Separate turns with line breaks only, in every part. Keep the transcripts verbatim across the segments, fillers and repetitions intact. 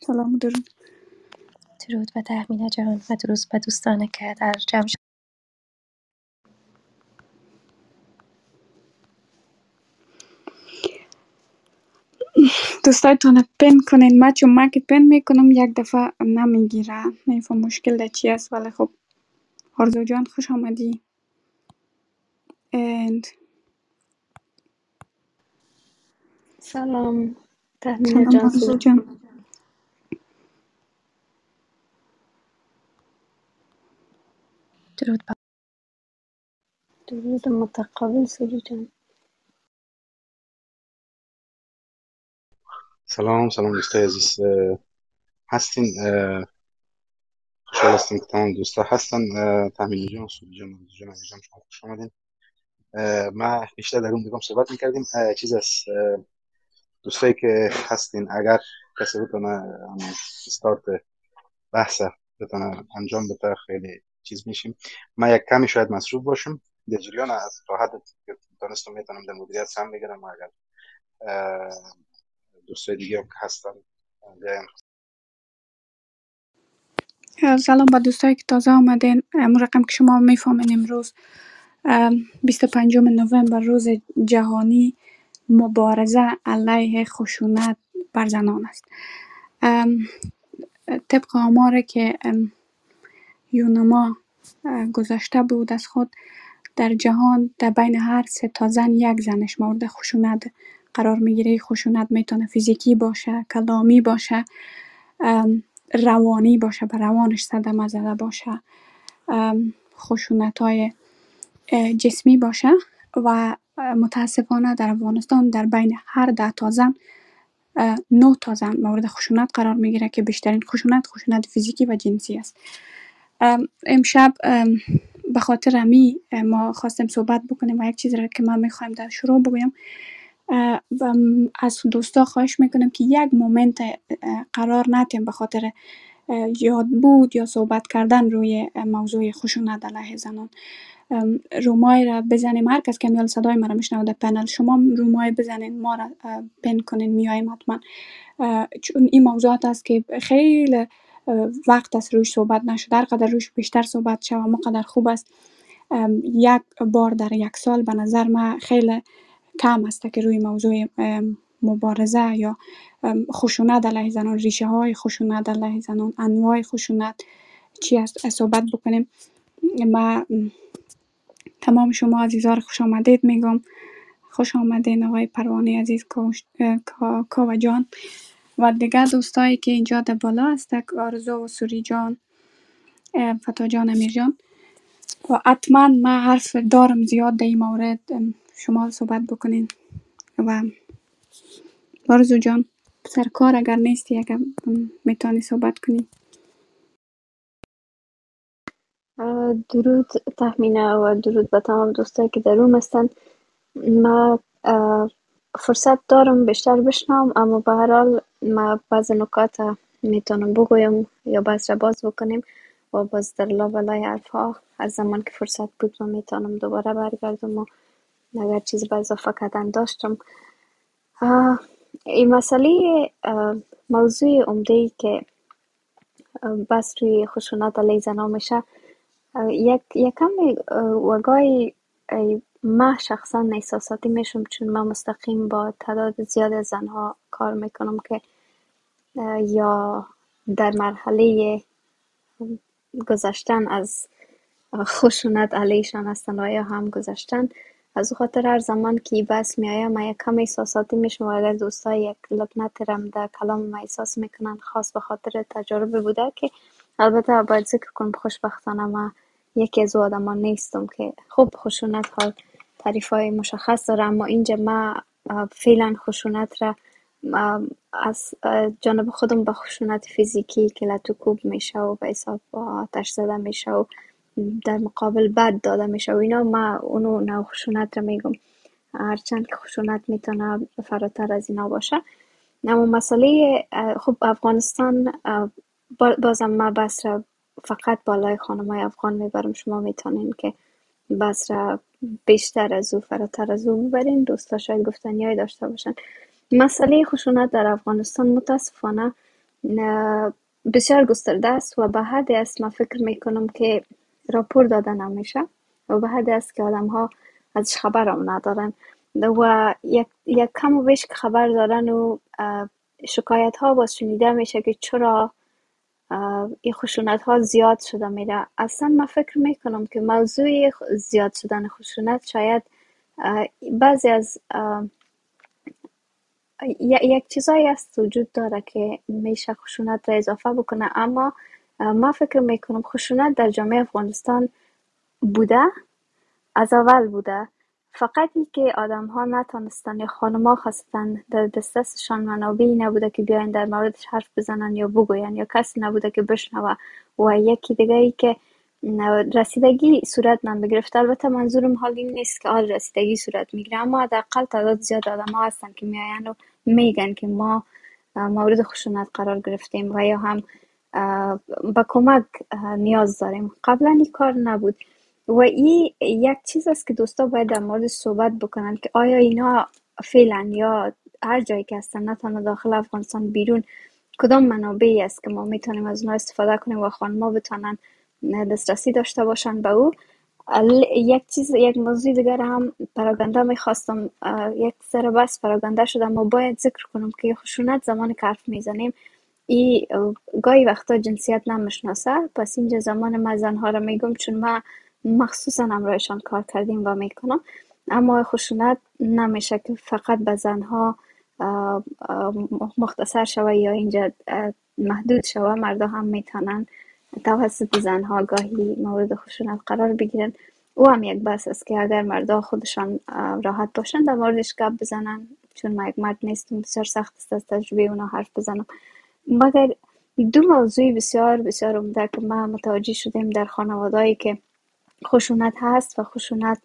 سلام و درود.
درود به تهمینه جان و درود به دوستانی که در جمع شد.
دوستایتان پین کنین. من چون من که پین میکنم یک دفعه نمیگیره، نمیفهم مشکل در چی است. ولی خب آرزو جان خوش آمدی. and
سلام تهمینه
سلام
جان،
آرزو
سلام.
جان.
درود به
درود متقابل سلو جان.
سلام سلام دوستای عزیز اه، هستین. اه، خوشحال هستیم که تمام دوستا هستن. اه، تحمیل جان، سودی جان، مرزا جان، عزیز جان، شما خوش آمدین. اه، ما بیشتر در اون دیگم صحبت میکردیم. چیز از دوستایی که هستین، اگر کسی بتونه ام، استارت بحث بتونه انجام بده خیلی چیز میشیم. ما یک کمی شاید مصروف باشم در جریان، از تا حد که دانستم میتونم در مدیریت سم بگیرم. اگر اه، دوستای دیگه هم که هستن بیاین.
سلام با دوستایی که تازه آمدین. امروز رقم که شما میفهمین امروز ام، بیست و پنجم نوامبر روز جهانی مبارزه علیه خشونت بر زنان است. ام، طبق آماری که ام، یونما اه، گذاشته بود از خود، در جهان در بین هر سه تا زن یک زنش مورد خشونت قرار میگیره. خشونت میتونه فیزیکی باشه، کلامی باشه، ام، روانی باشه، به روانش صدمه زده باشه، ام، خشونت های جسمی باشه. و متاسفانه در افغانستان در بین هر ده تا زن اه، نه تا زن مورد خشونت قرار میگیره که بیشترین خشونت خشونت فیزیکی و جنسی است. ام، امشب ام، به خاطر امی اه، ما خواستیم صحبت بکنیم و یک چیز را که من میخوایم در شروع بگویم. اه، و م- از دوستا خواهش میکنم که یک مومنت اه، قرار ندیم به خاطر اه، یاد بود یا صحبت کردن روی اه، موضوع خشونت علیه زنان. ام، رومای را بزنیم. هر کس که میال صدای ما را میشنوه در پنل، شما هم رومای بزنین، ما را اه، پین کنین، میایم حتما. اه، چون این موضوعات است که خیلی اه، وقت است روش صحبت نشده. هر قدر روش بیشتر صحبت شود ما قدر خوب است. ام، یک بار در یک سال به نظر من خیلی کم است که روی موضوع ام، مبارزه یا ام، خشونت علیه زنان، ریشه های خشونت علیه زنان، انواع خشونت چی است صحبت بکنیم. ما تمام شما عزیزان خوش آمدید میگم. خوش آمدین آقای پروانه عزیز، کوش- اه، کا- کاوه جان و دیگر دوستایی که اینجا در بالا هست، آرزو و سوری جان، اه، فتا جان، امیر جان. و حتما من حرف دارم زیاد در این مورد، ام، شما صحبت بکنین. و آرزو جان سرکار اگر نیستی، اگر م، میتونی صحبت کنی.
اه، درود تهمینه و درود به تمام دوستایی که در روم هستن. ما اه، فرصت دارم بیشتر بشنوم، اما به هر حال ما بعض نکات میتونم بگویم یا بحث را باز بکنیم و باز در لابلای حرفها هر زمان که فرصت بود و میتونم دوباره برگردم و اگر چیزی به اضافه کردن داشتم. اه، این مسئله اه، موضوع عمده‌ای که اه، بس روی خشونت علیه زنان میشه، اه، یک یکم اه، وگای اه، من شخصا احساساتی میشم، چون من مستقیم با تعداد زیاد از زنها کار میکنم که اه، یا در مرحله گذشتن از خشونت علیشان هستن و یا هم گذشتن. از او خاطر هر زمان که بس میآیم من یک کم احساساتی میشم و اگر دوستای یک لکنت رم در کلام ما احساس میکنن، خاص به خاطر تجربه بوده که البته باید ذکر کنم خوشبختانه من یکی از او آدمان نیستم که خب خشونت ها تعریف های مشخص داره، اما اینجا من اه، فعلا خشونت را اه، از اه، جانب خودم به خشونت فیزیکی که لتو کوب میشه و به حساب آتش زده میشه و در مقابل بد داده میشه و اینا، من اونو نوع خشونت رو میگم، هرچند که خشونت میتونه فراتر از اینا باشه. اما مسئله اه، خب افغانستان، اه، با- بازم من بس را فقط بالای خانمای افغان میبرم، شما میتونین که بس را بیشتر از او فراتر از او ببرین، دوستا شاید گفتنیای داشته باشن. مسئله خشونت در افغانستان متاسفانه نه، بسیار گسترده است و به حدی است ما فکر میکنم که راپور داده نمیشه و به حدی است که آدم ها ازش خبر هم ندارن و یک, یک کم و بیش که خبر دارن و اه، شکایت ها باز شنیده میشه که چرا اه، این خشونت ها زیاد شده میره. اصلا من فکر میکنم که موضوع خ- زیاد شدن خشونت شاید اه، بعضی از اه، ی- یک چیزایی هست وجود داره که میشه خشونت را اضافه بکنه، اما اه، ما فکر میکنم خشونت در جامعه افغانستان بوده، از اول بوده. فقط این که آدم ها نتانستن یا خانم ها خواستن در دسترسشان منابعی نبوده که بیاین در موردش حرف بزنن یا بگوین، یا کسی نبوده که بشنوه. و یکی دیگه ای که ن- رسیدگی صورت نمیگرفت. البته منظورم حال این نیست که آل رسیدگی صورت میگیره، اما حداقل تعداد زیاد آدم ها هستن که میاین و میگن که ما اه، مورد خشونت قرار گرفتیم و یا هم اه، به کمک اه، نیاز داریم. قبلا این کار نبود و این یک چیز است که دوستا باید در مورد صحبت بکنن که آیا اینا فعلا یا هر جایی که هستن، نه تنها داخل افغانستان، بیرون، کدام منابعی است که ما میتونیم از اونها استفاده کنیم و خانم‌ها بتونن دسترسی داشته باشن به او. ال- یک چیز یک موضوع دیگر هم پراگنده میخواستم یک ذره بس پراگنده شدم و باید ذکر کنم که خشونت زمان که حرف میزنیم ای گاهی وقتا جنسیت نمیشناسه. پس اینجا زمان ما زنها رو میگم چون ما مخصوصا همراهشان کار کردیم و میکنم. اما خشونت نمیشه که فقط به زنها اه، اه، مختصر شوه یا اینجا اه، محدود شوه. مردا هم میتونن توسط زنها گاهی مورد خشونت قرار بگیرن. او هم یک بحث است که اگر مردا خودشان اه، راحت باشن در موردش گپ بزنن، چون من یک مرد نیستم بسیار سخت است از تجربه اونا حرف بزنم. مگر دو موضوع بسیار بسیار عمده که ما متوجه شدیم در خانوادهایی که خشونت هست و خشونت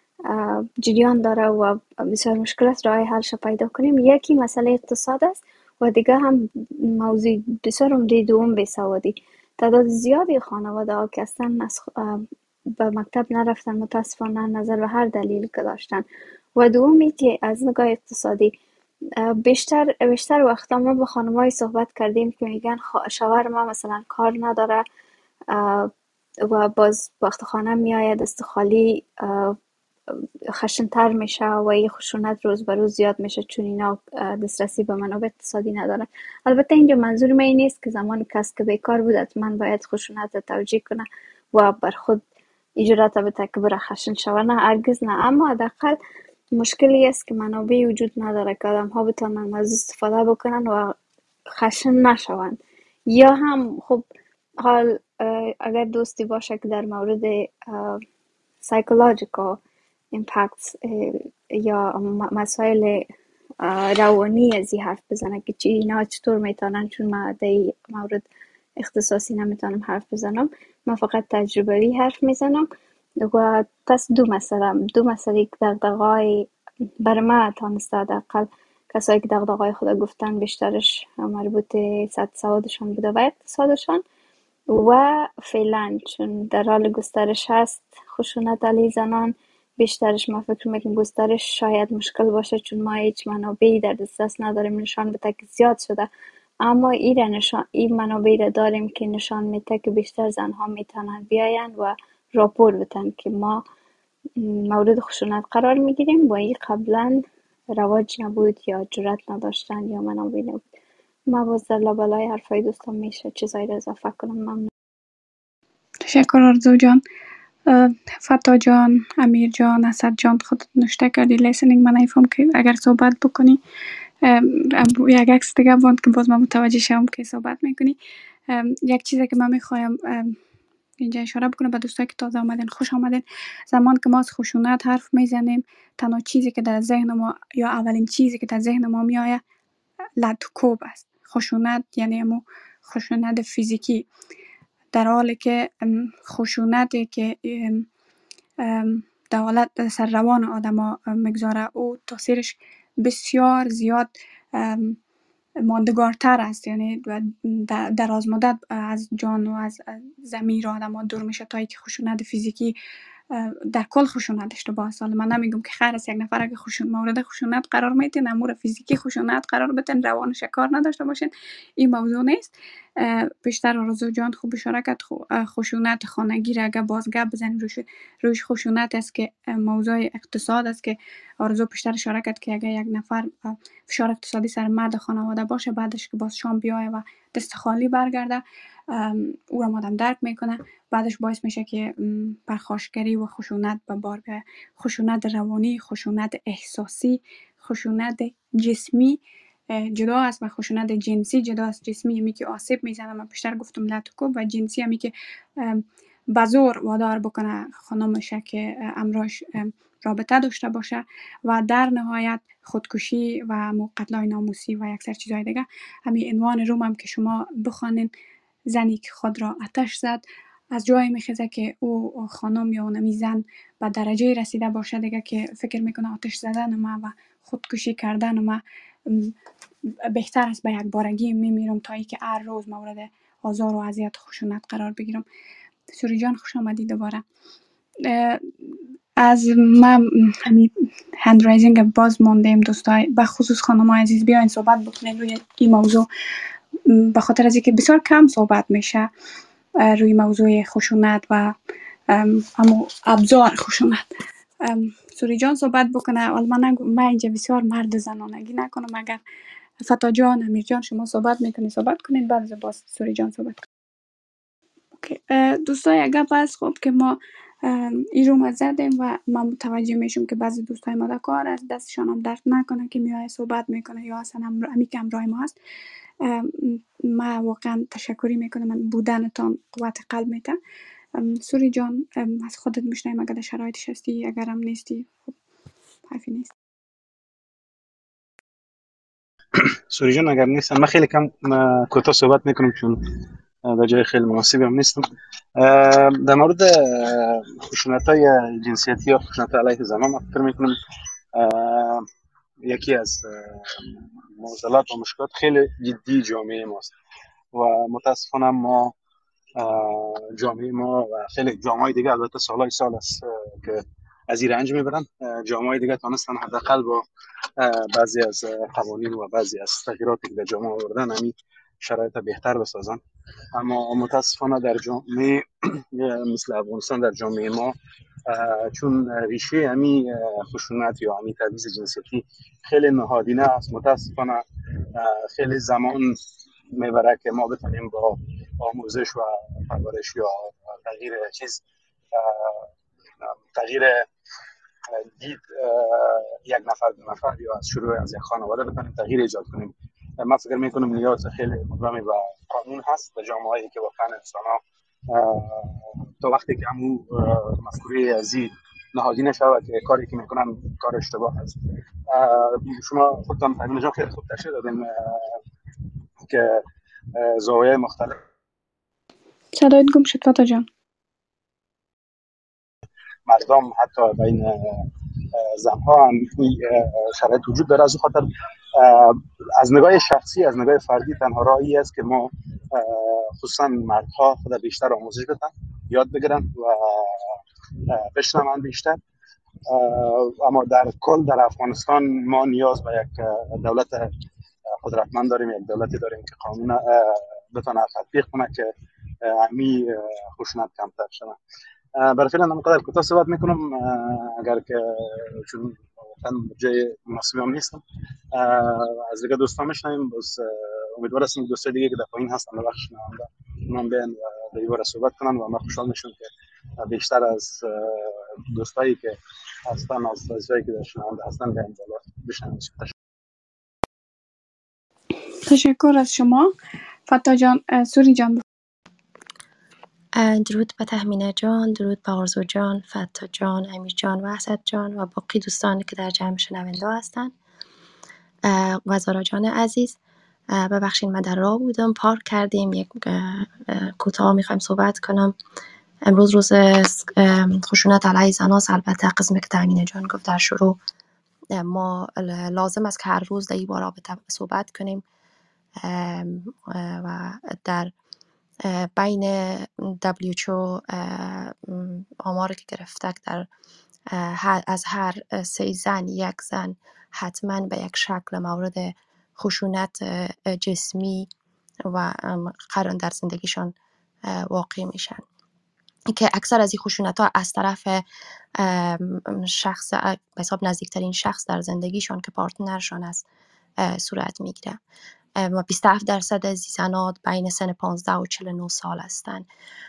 اه، جریان داره و بسیار مشکل است راه حلش پیدا کنیم. یکی مسئله اقتصاد است و دیگه هم موضوع بسیار عمده دوم بیسوادی. تعداد زیادی خانواده ها که اصلا از خ- اه، به مکتب نرفتن متاسفانه نظر به هر دلیل که داشتن. و دومی که از نگاه اقتصادی اه، بیشتر بیشتر وقتا ما با خانمایی صحبت کردیم که میگن خ- شوهر ما مثلا کار نداره اه، و باز وقت خانه میآید دست خالی، اه، خشن‌تر میشه و این خشونت روز به روز زیاد میشه چون اینا اه، دسترسی به منابع اقتصادی ندارن. البته اینجا منظور من این نیست که زمان کس که بیکار بود حتما باید خشونت را توجیه کنه و بر خود اجرت بده که بره خشن شوه، نه هرگز نه. اما حداقل مشکلی است که منابعی وجود نداره که آدم ها بتونن از استفاده بکنن و خشن نشوند. یا هم خب حال اه، اگر دوستی باشه که در مورد psychological impacts اه، یا م- مسائل اه، روانی از این حرف بزنه که چی اینا چطور میتونن، چون من در این مورد اختصاصی نمیتونم حرف بزنم، من فقط تجربوی حرف میزنم. و پس دو مسئله دو مسئله که دغدغه‌های بر من تانسته حداقل کسایی که دغدغه‌های خود گفتن بیشترش مربوط سطح سوادشان بوده و اقتصادشان. و فعلا چون در حال گسترش هست خشونت علیه زنان، بیشترش ما فکر میکنم گسترش شاید مشکل باشه چون ما هیچ منابعی در دسترس نداریم نشان بده که زیاد شده. اما این را نشان این منابعی را داریم که نشان میده که بیشتر زنها میتونن بیاین و راپور بدن که ما مورد خشونت قرار میگیریم و این قبلا رواج نبود یا جرات نداشتن یا منابع نبود. ما باز در لابلای حرفای دوستان میشه چیزایی را اضافه کنم. ممنون.
تشکر آرزو جان. اه، فتا جان، امیر جان، اسد جان، خودت نوشته کردی لیسنینگ. من نیفهم که اگر صحبت بکنی ام، ام، یک عکس دیگه بود که باز من متوجه شوم که صحبت میکنی. یک چیزی که من میخوایم اینجا اشاره بکنم به دوستایی که تازه آمدین، خوش آمدین. زمان که ما از خشونت حرف میزنیم تنها چیزی که در ذهن ما یا اولین چیزی که در ذهن ما میآید لطکوب است. خشونت یعنی امو خشونت فیزیکی، در حالی که ام، خشونتی که ام، ام، دولت در سر روان آدما میگذاره او تاثیرش بسیار زیاد ام، ماندگارتر است، یعنی و در دراز مدت از جان و از ضمیر آدم ها دور میشه تا اینکه خشونت فیزیکی در کل خشونت اشتباه است. من نمیگم که خیر است یک نفر اگه خشونت مورد خشونت قرار میتین، امور فیزیکی خشونت قرار بتین، روانش کار نداشته باشین، این موضوع نیست. بیشتر آرزو جان خوب اشاره کرد، خشونت خانگی را اگه باز گپ بزنیم روش روش خشونت است که موضوع اقتصاد است که آرزو بیشتر اشاره کرد که اگه یک نفر فشار اقتصادی سر مرد خانواده باشه، بعدش که باز شام بیایه و دست خالی برگرده، او را آدم درک میکنه، بعدش باعث میشه که پرخاشگری و خشونت به بار بیایه. خشونت روانی، خشونت احساسی، خشونت جسمی جدا است و خشونت جنسی جدا است. جسمی همی که آسیب میزنه، من بیشتر گفتم لطکوب، و جنسی همی که بزور وادار بکنه خانمش که امراش رابطه داشته باشه، و در نهایت خودکشی و قتل‌های ناموسی و یک سر چیزهای دیگه. همین عنوان روم هم که شما بخوانین، زنی که خود را آتش زد، از جای میخیزه که او خانم یا اونمی زن به درجه رسیده باشه دیگه که فکر میکنه آتش زدن ما و خودکشی کردن ما بهتر است، به یک بارگی میمیرم تا ای که هر روز مورد آزار و اذیت خشونت قرار بگیرم. سوری جان خوش آمدید دوباره. از من همین هند رایزینگ باز موندیم دوستای، به خصوص خانم های عزیز بیاین صحبت بکنین روی این موضوع، به خاطر از اینکه بسیار کم صحبت میشه روی موضوع خشونت و همو ابزار خشونت. سوری جان صحبت بکنه. ولی من من اینجا بسیار مرد زنانگی نکنم، اگر فتا جان، امیر جان شما صحبت میکنید صحبت کنید، بعد از باز سوری جان صحبت کنید. دوستای اگر بس خوب که ما این رو زدیم و ما متوجه میشیم که بعضی دوستای ما در کار است، دستشان هم درد نکنه که میای صحبت میکنه یا اصلا هم امی که همراه ما هست. ما واقعا تشکری میکنم، من بودنتان قوت قلب میده. سوری جان از خودت میشنیم اگر در شرایطش هستی، اگر هم نیستی خب حرفی نیست.
سوری جان اگر نیستم من خیلی کم کوتاه صحبت میکنم چون در جای خیلی مناسبی هم نیستم. در مورد خشونت‌های جنسیتی یا خشونت علیه زنان من فکر میکنم یکی از معضلات و مشکلات خیلی جدی جامعه ماست و متاسفانه ما جامعه ما و خیلی جامعه دیگه، البته سالهای سال است که از این رنج میبرن، جامعه دیگه تانستن حداقل با بعضی از قوانین و بعضی از تغییراتی که در جامعه آوردن همین شرایط بهتر بسازن، اما متاسفانه در جامعه مثل افغانستان، در جامعه ما چون ریشه همی خشونت یا همی تبعیض جنسیتی خیلی نهادینه است، متاسفانه خیلی زمان میبره که ما بتونیم با آموزش و پرورش یا تغییر چیز تغییر دید یک نفر دو نفر یا از شروع از یک خانواده بتونیم تغییر ایجاد کنیم. من فکر میکنم نیاز خیلی مهمی و قانون هست در جامعه‌ای که واقعا انسان‌ها تا وقتی که همون مفکوره ازی نهادی نشود که کاری که میکنن کار اشتباه است. شما خودتان تقریبا جا خیلی خوب تشریح دادین که زوایای مختلف.
صدایت گم شد فتا جان.
مردم حتی بین زنها هم شرایط وجود داره. از خاطر از نگاه شخصی، از نگاه فردی، تنها راهی است که ما خصوصا مردها خود بیشتر آموزش بدن، یاد بگیرن و بشنون بیشتر. اما در کل در افغانستان ما نیاز به یک دولت قدرتمند داریم، یک دولتی داریم که قانون بتونه تطبیق کنه که همی خشونت کمتر شود. برای فعلا من قدر کوتاه صحبت میکنم اگر که چون جای مناسبی هم نیستم. از دیگه دوستان میشنیم، بس امیدوار هستم دوستای دیگه که در پایین هستن بخش نمونده اونم بیان و دیگه باره صحبت کنن و من خوشحال میشم که بیشتر از دوستایی که هستن، از دوستایی که در شنونده هستن بیان بالا بشنویم.
تشکر از شما فتا جان. سوری جان.
درود به تهمینه جان، درود به آرزو جان، فتا جان، امیر جان و اسد جان و باقی دوستانی که در جمع شنونده هستن و زارا جان عزیز. ببخشید من در راه بودم، پارک کردیم، یک کوتاه میخوایم صحبت کنم. امروز روز خشونت علیه زنان، البته قسمی که تهمینه جان گفت در شروع ما لازم است که هر روز در این باره صحبت کنیم و در بین دبلیو اچ او آماری که گرفته که در از هر سه زن یک زن حتما به یک شکل مورد خشونت جسمی و قرار در زندگیشان واقع میشن، که اکثر از این خشونت ها از طرف شخص به حساب نزدیکترین شخص در زندگیشان که پارتنرشان است صورت میگیره و بیست و هفت درصد از این زنات بین سن پانزده و چهل و نه سال هستند.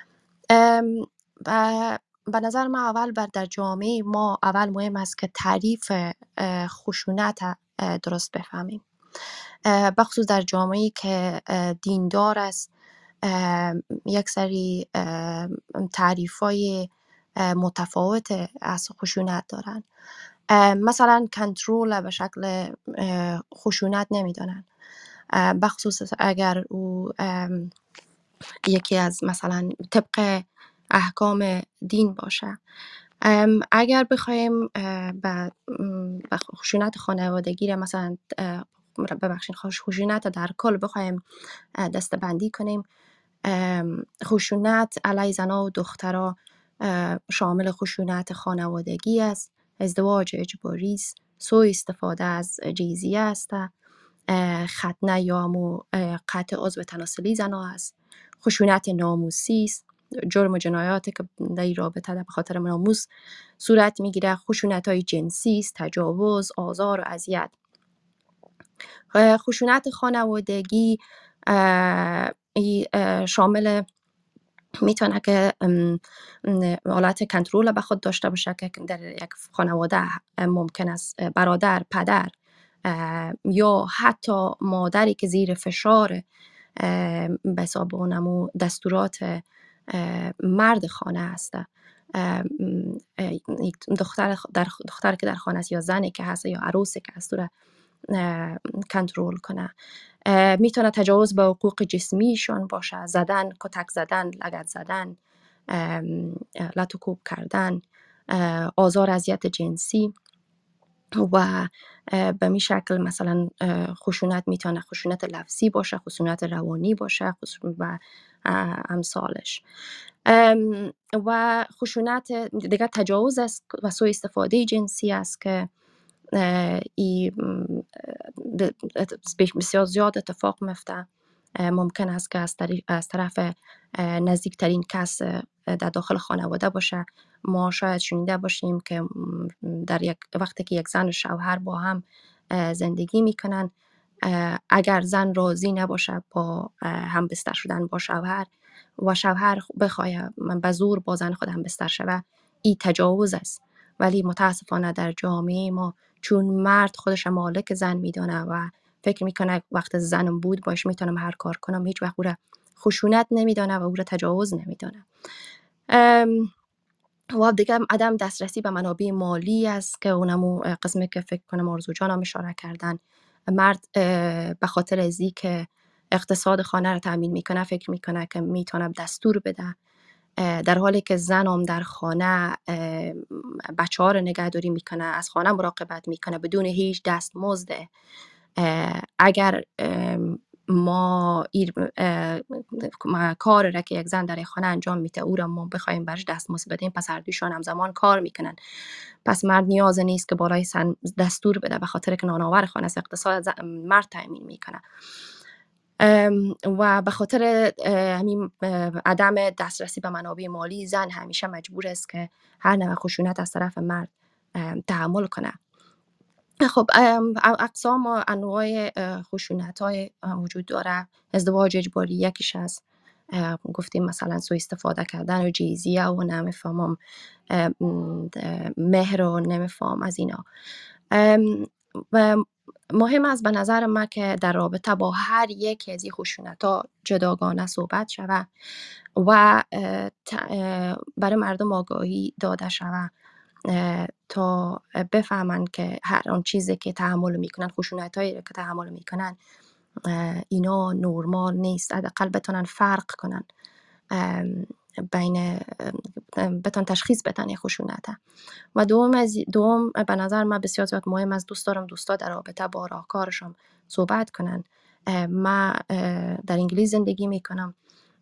و به نظر ما اول بر در جامعه ما اول مهم است که تعریف خشونت درست بفهمیم، بخصوص در جامعه‌ای که دیندار است. یک سری تعریف‌های متفاوت از خشونت دارن. مثلا کنترل به شکل خشونت نمیدونن، بخصوص اگر او یکی از مثلا طبق احکام دین باشه. اگر بخوایم به خشونت خانوادگی را مثلا ببخشید خشونت در کل بخوایم دسته‌بندی کنیم، خشونت علیه زنها و دخترها شامل خشونت خانوادگی است، ازدواج اجباری است، سوء استفاده از جنسیت است، ختنه یا همو قطع عضو تناسلی زنها است، خشونت ناموسی است، جرم و جنایاتی که در این رابطه به خاطر ناموس صورت میگیره، خشونت های جنسی است، تجاوز، آزار و اذیت. خشونت خانوادگی شامل میتونه که حالت کنترل به خود داشته باشه که در یک خانواده ممکن است برادر، پدر یا حتی مادری که زیر فشار به حساب اونمو دستورات مرد خانه است، دختر در دختر که در خانه است یا زنی که هست یا عروسی که هست رو کنترل کنه. میتونه تجاوز به حقوق جسمیشون باشه، زدن، کتک زدن، لگد زدن، لط و کوب کردن، آزار اذیت جنسی و به می شکل مثلا خشونت میتونه خشونت لفظی باشه، خشونت روانی باشه و امثالش. و خشونت دیگه تجاوز است و سوء استفاده جنسی است که ای بسیار زیاد اتفاق میفته. ممکن است که از طرف نزدیکترین کس در داخل خانواده باشه. ما شاید شنیده باشیم که در یک وقتی که یک زن و شوهر با هم زندگی میکنن، اگر زن راضی نباشه با هم بستر شدن با شوهر و شوهر بخواه به زور با زن خود هم بستر شوه، این تجاوز است. ولی متاسفانه در جامعه ما چون مرد خودش مالک زن میدونه و فکر میکنه وقت زنم بود باش میتونم هر کار کنم، هیچ وقت او را خشونت نمیدونه و او را تجاوز نمیدونه. و دیگه عدم دسترسی به منابع مالی است که اونمو قسمی که فکر کنم آرزو جان هم اشاره کردن. مرد به خاطر ازی که اقتصاد خانه را تامین میکنه فکر میکنه که میتونه دستور بده، در حالی که زن هم در خانه بچه ها رو نگهداری میکنه، از خانه مراقبت میکنه بدون هیچ دستمزد. اگر ما ایر کار را که یک زن در خانه انجام میده او را ما بخوایم برش دستمزد بدیم، پس هر دوشان همزمان کار میکنن. پس مرد نیاز نیست که بالای سن دستور بده، به خاطر که نانآور خانه است، اقتصاد مرد تامین میکنه. و به خاطر همین عدم دسترسی به منابع مالی زن همیشه مجبور است که هر نوع خشونت از طرف مرد تحمل کنه. خب اقسام و انواع خشونت های وجود داره. ازدواج اجباری یکیش هست، گفتیم مثلا سوء استفاده کردن و جیزیه و نمیفهمم مهر و نمیفهم از اینا. و مهم است به نظر من که در رابطه با هر یک از این خشونت ها جداگانه صحبت شود و برای مردم آگاهی داده شود تا بفهمن که هر آن چیزی که تحمل میکنن، خشونت هایی که تحمل میکنن، اینا نورمال نیست. حداقل بتونن فرق کنن بین، بتون تشخیص بدن یه خشونته. و دوم از دوم به نظر من بسیار زیاد مهم است، دوست دارم دوستا در رابطه با راهکارشون صحبت کنن. من در انگلیس زندگی میکنم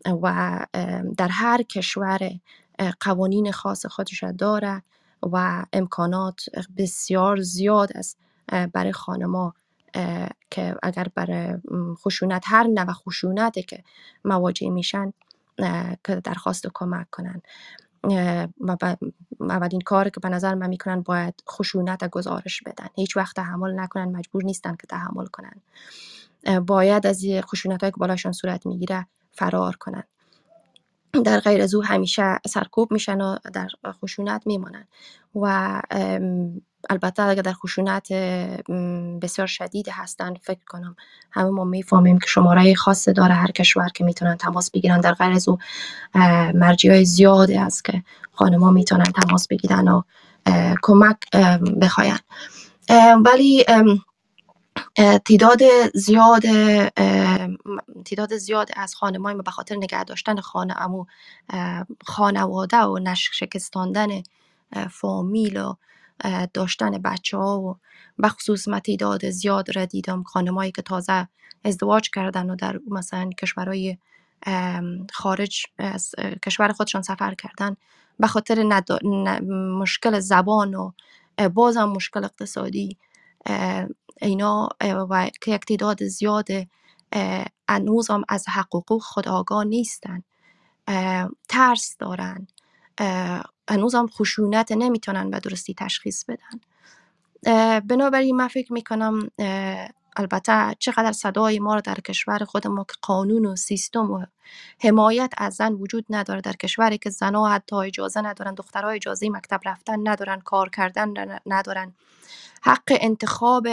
و در هر کشور قوانین خاص خودش داره و امکانات بسیار زیاد است برای خانما که اگر برای خشونت، هر نوع خشونتی که مواجه میشن، که درخواست کمک کنن. و اولین کار که به نظر من میکنن باید خشونت گزارش بدن، هیچ وقت تحمل نکنن، مجبور نیستن که تحمل کنن، باید از خشونت هایی که بالاشون صورت میگیره فرار کنن. در غیر از او همیشه سرکوب میشن و در خشونت میمانن. و البته اگر در خشونت بسیار شدید هستن، فکر کنم همه ما میفهمیم که شماره خاصی داره هر کشور که میتونن تماس بگیرن. در غیر از او مرجعای زیادی هست که خانما میتونن تماس بگیرن و کمک بخواین. ولی تعداد زیاد تعداد زیاد از خانم‌های به خاطر نگه داشتن خانه خانواده و نشکستاندن فامیل و داشتن بچه ها و بخصوص من تعداد زیاد را دیدم خانم‌هایی که تازه ازدواج کردن و در مثلا کشورهای خارج از کشور خودشان سفر کردن، به خاطر مشکل زبان و بازم مشکل اقتصادی اینا و که یک تعداد زیاد هنوز هم از حقوق خود آگاه نیستن، ترس دارن، هنوز هم خشونت نمیتونن به درستی تشخیص بدن. بنابراین من فکر میکنم البته چقدر صدای ما رو در کشور خود ما که قانون و سیستم و حمایت از زن وجود نداره، در کشوری که زنها حتی اجازه ندارن، دخترها اجازه مکتب رفتن ندارن، کار کردن ندارن، حق انتخاب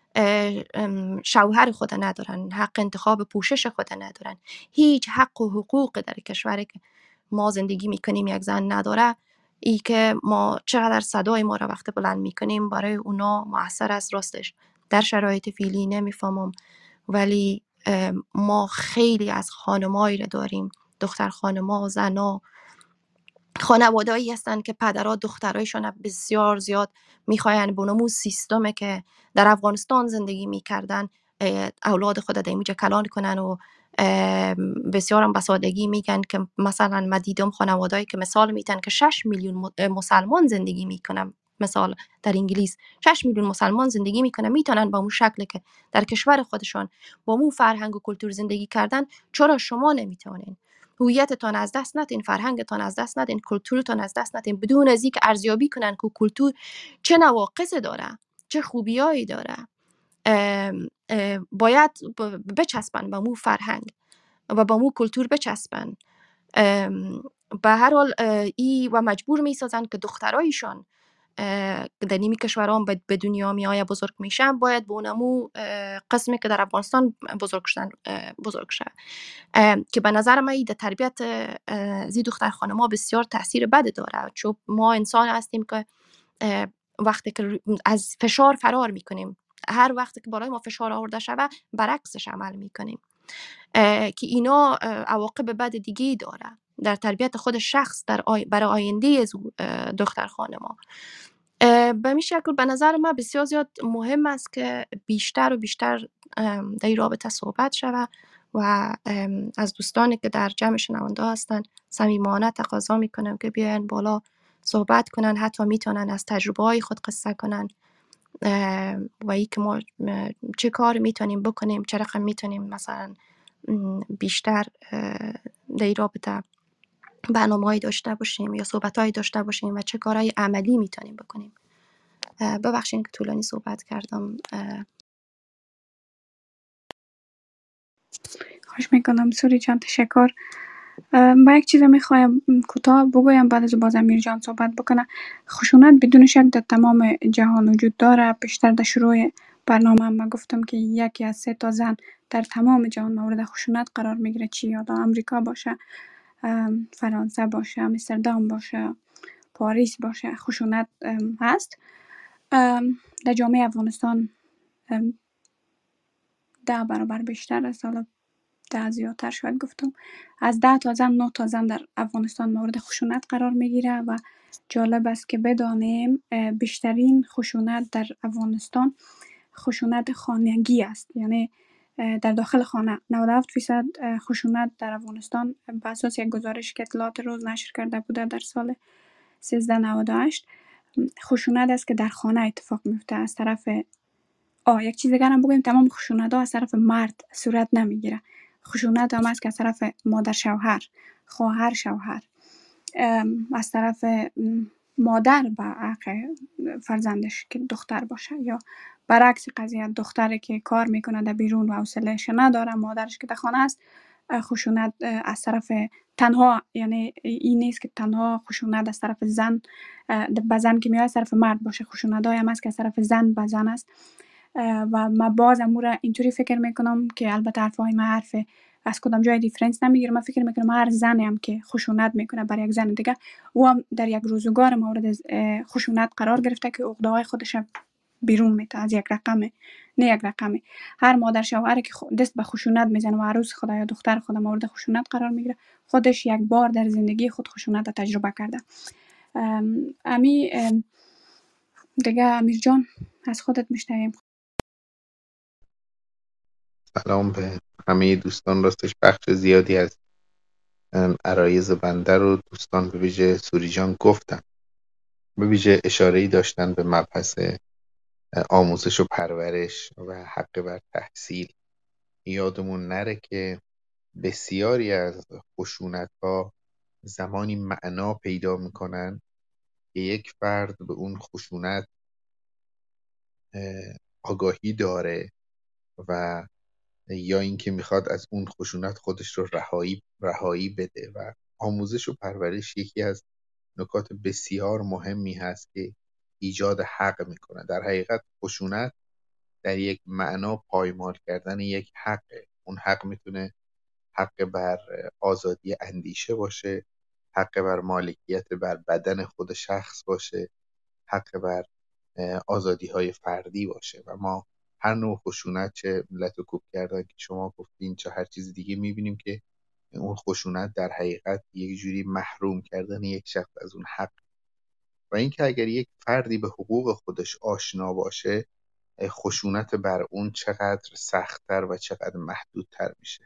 شوهر خود ندارن، حق انتخاب پوشش خود ندارن، هیچ حق و حقوق در کشوری که ما زندگی میکنیم یک زن نداره. ای که ما چقدر صدای ما را وقت بلند میکنیم برای اونا مؤثر است. راستش در شرایط فعلی نمیفهمم، ولی ما خیلی از خانمایی را داریم، دختر خانما و زنا، خانواده‌ای هستن که پدرها دخترایشون بسیار زیاد میخواین به نمو سیستمی که در افغانستان زندگی میکردن اولاد خود در اینجا کلان کنن و بسیار هم بسادگی میگن که مثلا من دیدم خانواده‌ای که مثال میتن که شش میلیون مسلمان زندگی میکنن، مثال در انگلیس شش میلیون مسلمان زندگی میکنن، میتونن با اون شکلی که در کشور خودشون با اون فرهنگ و کلتور زندگی کردن، چرا شما نمیتونین؟ هویتتان از دست ندین، فرهنگتان از دست ندین، کلتورتان از دست ندین، بدون از اینکه ارزیابی کنن که کلتور چه نواقص داره، چه خوبیایی داره. ام ام باید بچسبن به مو فرهنگ و به مو کلتور بچسبن. به هر حال ای و مجبور میسازن که دخترایشان در نیمی کشوران به دنیا میآید بزرگ میشن، باید به اونمو قسمی که در افغانستان بزرگ شدن بزرگ شد، که به نظر من در تربیت زی دختر خانما بسیار تاثیر بد داره. چون ما انسان هستیم که وقتی که از فشار فرار میکنیم، هر وقتی که بالای ما فشار آورده شده برعکسش عمل میکنیم، که اینا عواقب بد دیگه داره در تربیت خود شخص، در آی... برای آینده دختر خانما. به این شکل به نظر من بسیار زیاد مهم است که بیشتر و بیشتر در این رابطه صحبت شود و از دوستانی که در جمع شنونده هستن صمیمانه تقاضا میکنم که بیاین بالا صحبت کنن، حتی میتونن از تجربه های خود قصه کنن و ای که ما چه کار میتونیم بکنیم، چه رقم میتونیم مثلا بیشتر در این رابطه برنامه‌ای داشته باشیم یا صحبت‌هایی داشته باشیم و چه کارهای عملی میتونیم بکنیم. ببخشید که طولانی صحبت کردم.
خوش میکنم سوری جان، تشکر. با یک چیز میخوایم کوتاه بگویم بعد از باز امیر جان صحبت بکنه. خشونت بدون شک در تمام جهان وجود داره. بیشتر در شروع برنامه من گفتم که یکی از سه تا زن در تمام جهان مورد خشونت قرار میگیره، چی یادا امریکا باشه، فرانسه باشه، آمستردام باشه، پاریس باشه، خشونت هست. در جامعه افغانستان ده برابر بیشتر است، حالا ده زیادتر شاید گفتم، از ده تا زن نه تا زن در افغانستان مورد خشونت قرار میگیره. و جالب است که بدانیم بیشترین خشونت در افغانستان خشونت خانگی است، یعنی در داخل خانه. نود و هفت فیصد خشونت در افغانستان بر اساس یک گزارش که اطلاعات روز نشر کرده بوده در سال سیزده نود و هشت، خشونت است که در خانه اتفاق میفته از طرف آه یک چیز دیگر هم بگویم، تمام خشونت ها از طرف مرد صورت نمیگیره. خشونت هم است که از طرف مادر شوهر، خواهر شوهر، از طرف مادر به حق فرزندش که دختر باشه، یا برعکس قضیه دختری که کار میکنه در بیرون و حوصله‌اش نداره، مادرش که در خانه است. خشونت از طرف تنها، یعنی این نیست که تنها خشونت از طرف زن به زن که میاد از طرف مرد باشه، خشونت های هم است که از طرف زن به زن است. و من باز امور اینطوری فکر میکنم که البته حرفای من حرف از کدام جای دیفرنس نمیگیره. من فکر میکنم هر زنی هم که خشونت میکنه بر یک زن دیگه، او هم در یک روزگار مورد خشونت قرار گرفته که عقده‌های خودش بیرون میته از یک رقمه، نه یک رقمه. هر مادر شوهری که دست به خشونت میزنه و عروس خدا یا دختر خدا مورد خشونت قرار میگیره، خودش یک بار در زندگی خود خشونت رو تجربه کرده. امی دیگه امیر جان از خودت میشنویم.
سلام به همه دوستان. راستش بخش زیادی از عرایض بنده رو دوستان به ویژه سوری جان گفتن، به ویژه اشاره‌ای داشتن به مبحث آموزش و پرورش و حق بر تحصیل. یادمون نره که بسیاری از خشونت‌ها زمانی معنا پیدا میکنن که یک فرد به اون خشونت آگاهی داره و یا اینکه میخواد از اون خشونت خودش رو رهایی رهایی بده. و آموزش و پرورش یکی از نکات بسیار مهمی هست که ایجاد حق میکنه. در حقیقت خشونت در یک معنا پایمال کردن یک حقه. اون حق میتونه حق بر آزادی اندیشه باشه، حق بر مالکیت بر بدن خود شخص باشه، حق بر آزادی های فردی باشه. و ما هر نوع خشونت، چه لت و کوب کردن که شما گفتین، چه هر چیز دیگه، میبینیم که اون خشونت در حقیقت یک جوری محروم کردن یک شخص از اون حق. و اینکه اگر یک فردی به حقوق خودش آشنا باشه، خشونت بر اون چقدر سخت‌تر و چقدر محدودتر میشه.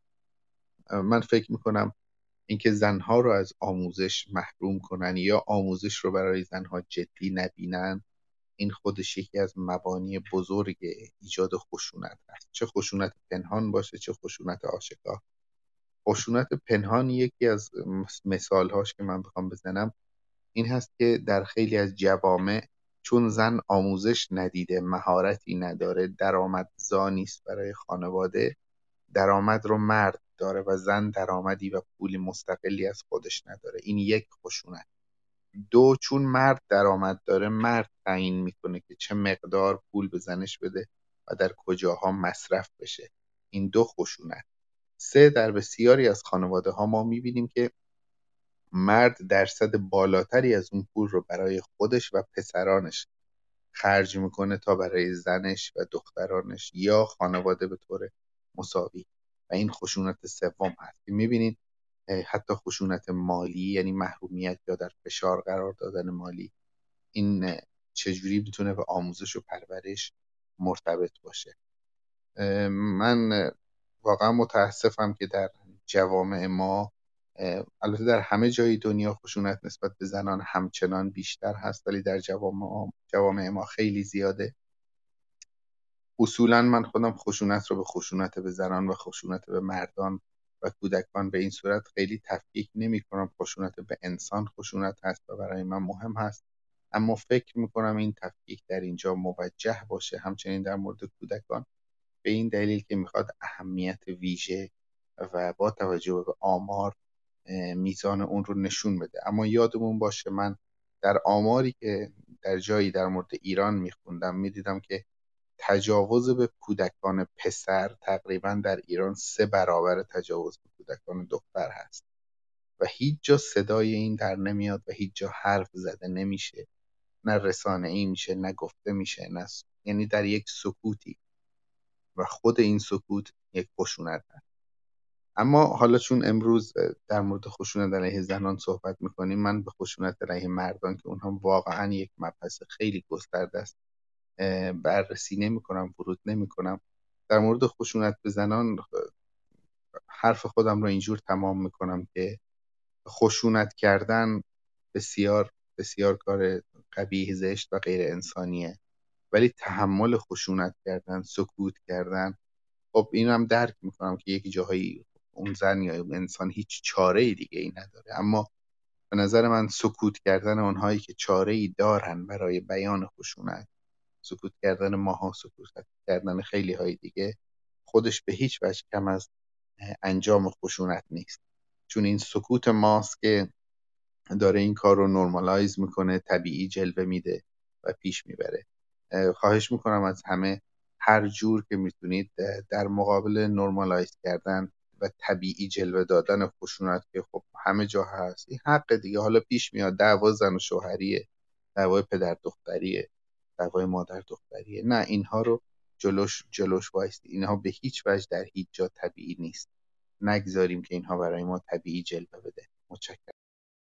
من فکر میکنم اینکه زنها رو از آموزش محروم کنن یا آموزش رو برای زنها جدی نبینن، این خودش یکی از مبانی بزرگ ایجاد خشونت است. چه خشونت پنهان باشه چه خشونت آشکار. خشونت پنهان یکی از مثالهاش که من بخوام بزنم این هست که در خیلی از جوامع چون زن آموزش ندیده، مهارتی نداره، درآمدزا نیست برای خانواده، درآمد رو مرد داره و زن درآمدی و پولی مستقلی از خودش نداره. این یک خشونت. دو، چون مرد درآمد داره، مرد تعیین میکنه که چه مقدار پول به زنش بده و در کجاها مصرف بشه. این دو خشونت. سه، در بسیاری از خانواده ها ما میبینیم که مرد درصد بالاتری از اون پول رو برای خودش و پسرانش خرج میکنه تا برای زنش و دخترانش یا خانواده به طور مساوی. و این خشونت سوم هست که میبینید حتی خشونت مالی، یعنی محرومیت یا در فشار قرار دادن مالی، این چجوری میتونه به آموزش و پرورش مرتبط باشه. من واقعا متاسفم که در جوامع ما، البته در همه جای دنیا خشونت نسبت به زنان همچنان بیشتر هست، ولی در جوامع جوامع ما خیلی زیاده. اصولا من خودم خشونت رو به خشونت به زنان و خشونت به مردان و کودکان به این صورت خیلی تفکیک نمی کنم. خشونت به انسان خشونت هست و برای من مهم هست، اما فکر می کنم این تفکیک در اینجا موجه باشه. همچنین در مورد کودکان، به این دلیل که میخواد اهمیت ویژه و با توجه به آمار میزان اون رو نشون بده. اما یادمون باشه من در آماری که در جایی در مورد ایران میخوندم میدیدم که تجاوز به کودکان پسر تقریبا در ایران سه برابر تجاوز به کودکان دختر هست و هیچ جا صدای این در نمیاد و هیچ جا حرف زده نمیشه، نه رسانه‌ای میشه، نه گفته میشه، نه س... یعنی در یک سکوتی، و خود این سکوت یک خشونت هست. اما حالا چون امروز در مورد خشونت علیه زنان صحبت میکنیم، من به خشونت علیه مردان که اونها واقعا یک مبحث خیلی گسترده است بررسی نمی کنم، ورود نمی کنم. در مورد خشونت به زنان حرف خودم رو اینجور تمام میکنم که خشونت کردن بسیار بسیار کار قبیح، زشت و غیر انسانیه، ولی تحمل خشونت کردن، سکوت کردن، خب اینم درک میکنم که یک جاهایی اون زن یا اون انسان هیچ چاره دیگه ای نداره، اما به نظر من سکوت کردن اونهایی که چاره ای دارن برای بیان خشونت، سکوت کردن ماها، سکوت کردن خیلی های دیگه، خودش به هیچ وجه کم از انجام خشونت نیست. چون این سکوت ماست که داره این کار رو نورمالایز میکنه، طبیعی جلوه میده و پیش میبره. خواهش میکنم از همه هر جور که میتونید در مقابل نورمالایز کردن و طبیعی جلوه دادن خشونت که خب همه جا هست، این حق دیگه، حالا پیش میاد دعوا زن و شوهریه، دعوای پدر دختریه، دعوای مادر دختریه، نه اینها رو جلوش جلوش وایستی. اینها به هیچ وجه در هیچ جا طبیعی نیست. نگذاریم که اینها برای ما طبیعی جلوه بده. متشکرم.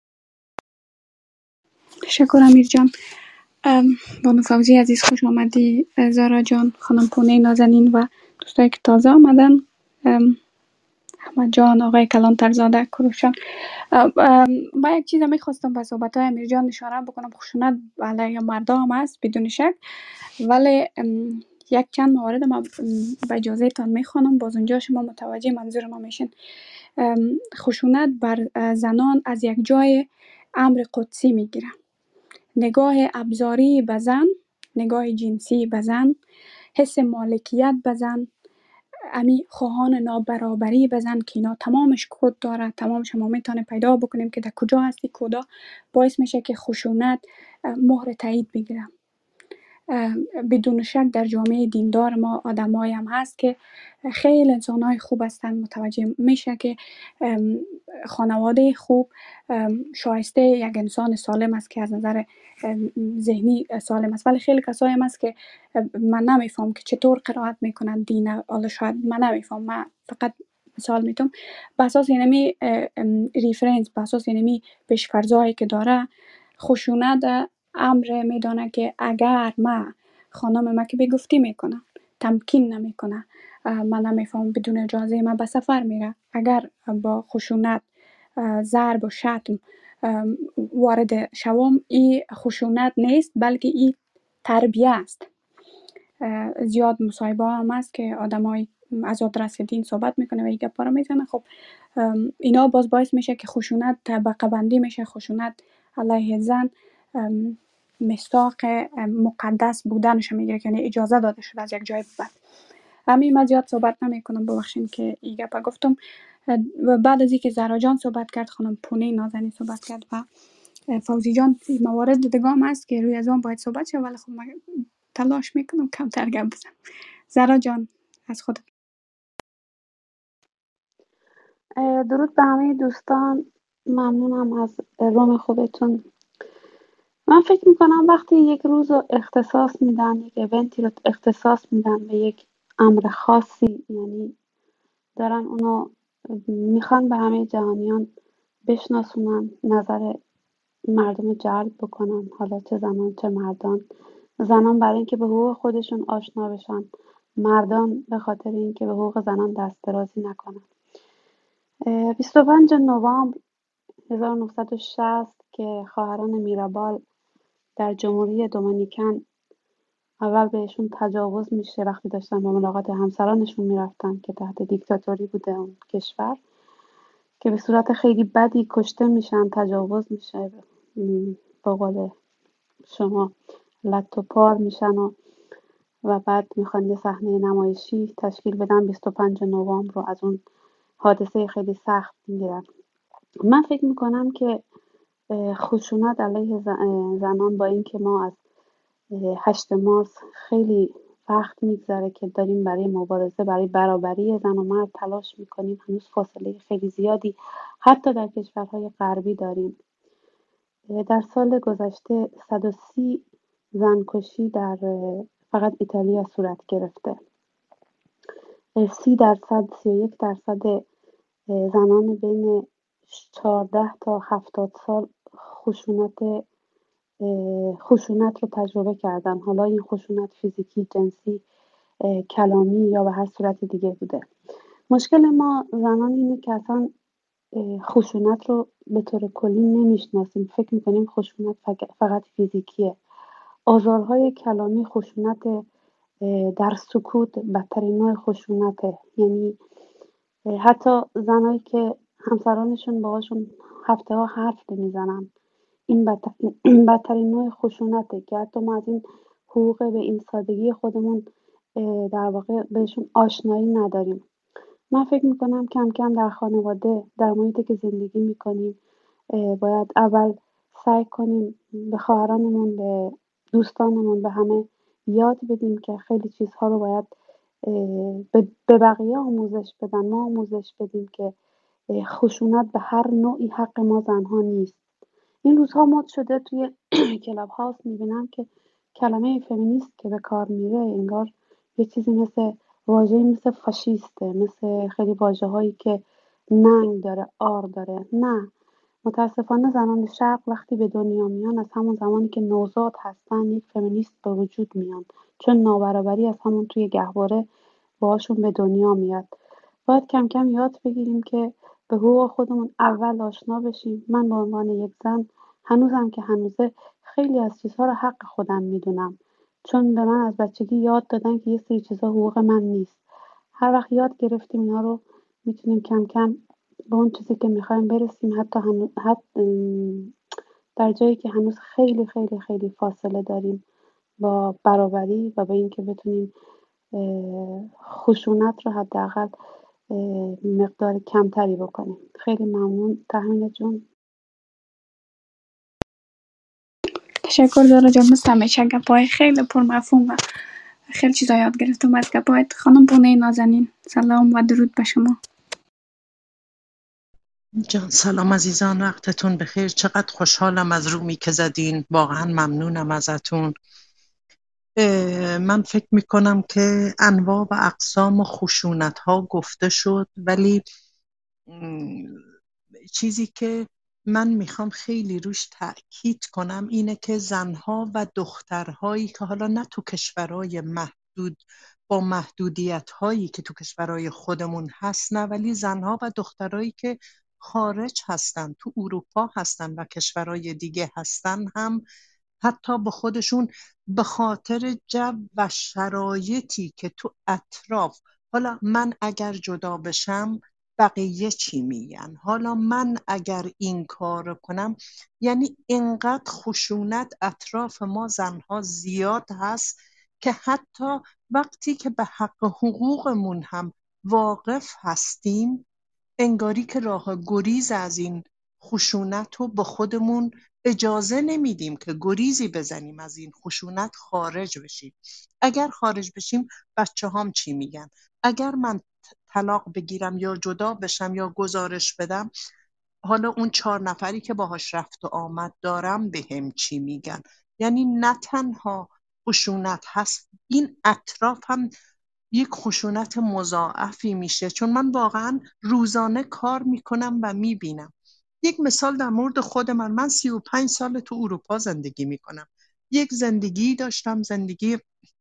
تشکر امیر جان. ام، بانو فوزی عزیز خوش آمدی. زارا جان، خانم پونه نازنین و دوستایی که تازه آمدن، ام، احمد جان، آقای کلانترزاده، کروشان. ام، ام، من یک چیز میخواستم به صحبت های امیر جان اشاره بکنم. خشونت علیه مردا هم هست بدون شک، ولی ام، یک چند موارد ما به اجازه تان میخوانم، باز اونجا شما متوجه منظور ما میشین. ام، خشونت بر اه، زنان از یک جای امر قدسی میگیره. نگاه ابزاری به زن، نگاه جنسی به زن، حس مالکیت به زن، امی خواهان نابرابری به زن که اینا تمامش کد داره، تمامش ما میتونه پیدا بکنیم که در کجا هستی، کدا باعث میشه که خشونت اه، مهر تایید بگیره. اه، بدون شک در جامعه دیندار ما آدمایی هم هست که خیلی انسان‌های خوب هستن، متوجه میشه که ام، خانواده خوب ام، شایسته یک انسان سالم است که از نظر ام، ذهنی سالم است، ولی خیلی کسایی هم هست که ام، من نمیفهم که چطور قرائت میکنن دین. حالا شاید من نمیفهم، من فقط مثال میتونم به اساس اینمی ریفرنس، به اساس اینمی پیشفرضایی که داره خشونت امر میدانه که اگر من خانم ما که بگفتی میکنه، تمکین نمیکنه، من نمیفهم بدون اجازه من به سفر میره، اگر با خشونت، اه، ضرب و شتم ام، وارد شوم، این خشونت نیست بلکه این تربیه است. اه، زیاد مصاحبه هم هست که آدمای از آدرس دین صحبت میکنه و این گپا رو میزنه. خب ام، اینا باز باعث میشه که خشونت طبقه بندی میشه، خشونت علیه زن ام، مصداق ام، مقدس بودنش میگیره، یعنی اجازه داده شده از یک جای به بعد. همین من زیاد صحبت نمی کنم، ببخشید که این گپا گفتم. اه، و بعد از اینکه زهرا جان صحبت کرد، خانم پونه نازنین صحبت کرد و اه، فوزی جان، این موارد دیگه هم هست که روی از آن باید صحبت شه، ولی خب من تلاش میکنم کمتر گپ بزنم. زهرا جان از خودت.
اه، درود به همه دوستان، ممنونم از روم خوبتون. من فکر میکنم وقتی یک روز رو اختصاص میدن، یک ایونتی رو اختصاص میدن به یک امر خاصی، یعنی دارن اونو میخوان به همه جهانیان بشناسونن، نظر مردم رو جلب بکنن، حالا چه زنان چه مردان. زنان برای اینکه به حقوق خودشون آشنا بشن، مردان به خاطر اینکه به حقوق زنان دست درازی نکنن. اه، بیست و پنج نوامبر هزار و نهصد و شصت که خواهران میرابال در جمهوری دومینیکن اول بهشون تجاوز میشه وقتی داشتن به ملاقات همسرانشون میرفتن که تحت دیکتاتوری بوده اون کشور، که به صورت خیلی بدی کشته میشن، تجاوز میشه، م، به قول شما لت و پار میشن و و بعد میخوان یه صحنه نمایشی تشکیل بدن بیست و پنج نوامبر رو از اون حادثه خیلی سخت میگیرن. من فکر میکنم که اه، خشونت علیه ز- اه، زنان، با اینکه ما از اه، هشت مارس خیلی وقت میگذره که داریم برای مبارزه برای برابری زن و مرد تلاش میکنیم، هنوز فاصله خیلی زیادی حتی در کشورهای غربی داریم. اه، در سال گذشته صد و سی زنکشی در اه، فقط ایتالیا صورت گرفته. اه، سی درصد سی و یک درصد اه، زنان بین چهارده تا هفتاد سال خشونت اه، خشونت رو تجربه کردن. حالا این خشونت فیزیکی، جنسی، کلامی یا به هر صورت دیگه بوده. مشکل ما زنان اینه که اصلا خشونت رو به طور کلی نمیشناسیم. فکر میکنیم خشونت فقط فیزیکیه. آزارهای کلامی، خشونت در سکوت بدترین نوع خشونته. یعنی حتی زنایی که همسرانشون باهاشون هفته ها حرف نمیزنن، این بدترین, بدترین نوع خشونته که حتی ما از این حقوق به این سادگی خودمون در واقع بهشون آشنایی نداریم. من فکر میکنم کم کم در خانواده، در محیطی که زندگی میکنیم، باید اول سعی کنیم به خواهرانمون، به دوستانمون، به همه یاد بدیم که خیلی چیزها رو باید به بقیه آموزش بدن، ما آموزش بدیم که خشونت به هر نوعی حق ما زنها نیست. این روزها مد شده توی کلاب هاوس میبینم که کلمه فمینیست که به کار میره انگار یه چیزی مثل واژه‌ای مثل فاشیسته، مثل خیلی واژه هایی که ننگ داره، آر داره. نه، متاسفانه زنان شرق وقتی به دنیا میان از همون زمانی که نوزاد هستن یک فمینیست به وجود میان، چون نابرابری از همون توی گهواره باهاشون به دنیا میاد. باید کم کم یاد بگیریم که به حقوق خودمون اول آشنا بشیم. من به عنوان یک زن هنوزم که هنوزه خیلی از چیزها رو حق خودم میدونم، چون به من از بچگی یاد دادن که یه سری چیزها حقوق من نیست. هر وقت یاد گرفتیم اینا رو میتونیم کم کم به اون چیزی که میخوایم برسیم، حتی, هنوز، حتی در جایی که هنوز خیلی خیلی خیلی فاصله داریم با برابری و به این که بتونیم خشونت رو حداقل مقدار کمتری بکنیم. خیلی ممنون تهمینه جون.
تشکر زارا جان، مثل همیشه گپای خیلی پرمفهوم و خیلی چیزا یاد گرفتم از گپایت. خانم بونه نازنین، سلام و درود به شما.
جان سلام عزیزان، وقتتون بخیر. چقدر خوشحالم از رومی که زدین، واقعا ممنونم ازتون. من فکر میکنم که انواع و اقسام خشونت ها گفته شد، ولی چیزی که من میخوام خیلی روش تأکید کنم اینه که زنها و دخترهایی که حالا نه تو کشورهای محدود با محدودیت هایی که تو کشورهای خودمون هست، نه، ولی زنها و دخترهایی که خارج هستن، تو اروپا هستن و کشورهای دیگه هستن، هم حتی به خودشون به خاطر جو و شرایطی که تو اطراف، حالا من اگر جدا بشم بقیه چی میگن، حالا من اگر این کار کنم، یعنی اینقدر خشونت اطراف ما زنها زیاد هست که حتی وقتی که به حق حقوقمون هم واقف هستیم، انگاری که راه گریز از این خشونت رو به خودمون اجازه نمیدیم که گریزی بزنیم از این خشونت، خارج بشیم. اگر خارج بشیم بچه هم چی میگن؟ اگر من طلاق بگیرم یا جدا بشم یا گزارش بدم، حالا اون چهار نفری که باهاش رفت و آمد دارم به هم چی میگن؟ یعنی نه تنها خشونت هست، این اطراف هم یک خشونت مضاعفی میشه. چون من واقعا روزانه کار میکنم و میبینم. یک مثال در مورد خود من، من سی و پنج سال تو اروپا زندگی میکنم. یک زندگی داشتم، زندگی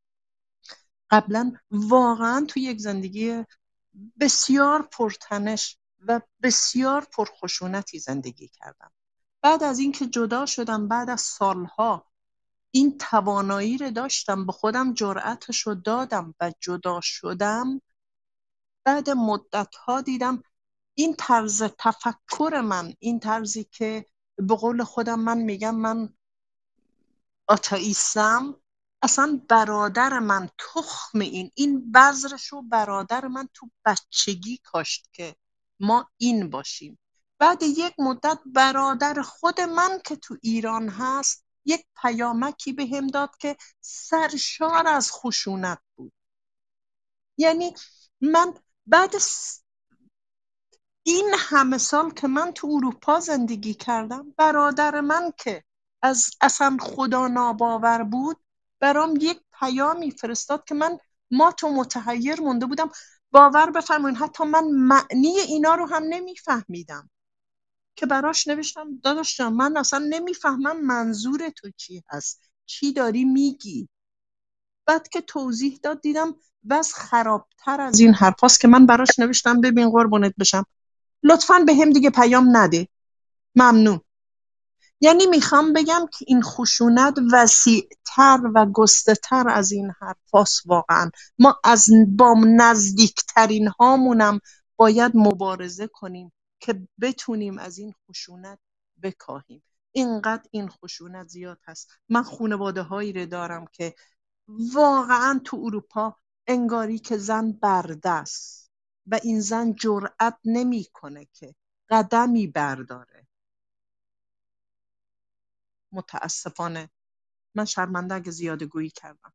قبلا واقعا تو یک زندگی بسیار پرتنش و بسیار پرخشونتی زندگی کردم. بعد از اینکه جدا شدم، بعد از سالها این توانایی رو داشتم، به خودم جرأتش رو دادم و جدا شدم. بعد مدت‌ها دیدم این طرز تفکر من، این طرزی که به قول خودم من میگم من آتئیستم، اصلا برادر من تخم این این بذرشو برادر من تو بچگی کاشت که ما این باشیم. بعد یک مدت برادر خود من که تو ایران هست یک پیامکی به هم داد که سرشار از خشونت بود. یعنی من بعد این همه سال که من تو اروپا زندگی کردم، برادر من که از اصلا خدا ناباور بود برام یک پیامی فرستاد که من ما تو متحیر مونده بودم. باور بفرمایید حتی من معنی اینا رو هم نمیفهمیدم که براش نوشتم داداش جان من اصلا نمیفهمم منظور تو چی هست، چی داری میگی. بعد که توضیح داد دیدم بس خرابتر از این حرفاست که من براش نوشتم ببین قربونت بشم لطفاً به هم دیگه پیام نده، ممنون. یعنی میخوام بگم که این خشونت وسیع‌تر و گسترتر از این حرفاست. واقعا ما از با نزدیکترین هامونم باید مبارزه کنیم که بتونیم از این خشونت بکاهیم. اینقدر این خشونت زیاد هست. من خانواده هایی رو دارم که واقعا تو اروپا انگاری که زن برده است و این زن جرأت نمیکنه که قدمی برداره. متاسفانه من شرمنده اگه زیاده گویی کردم.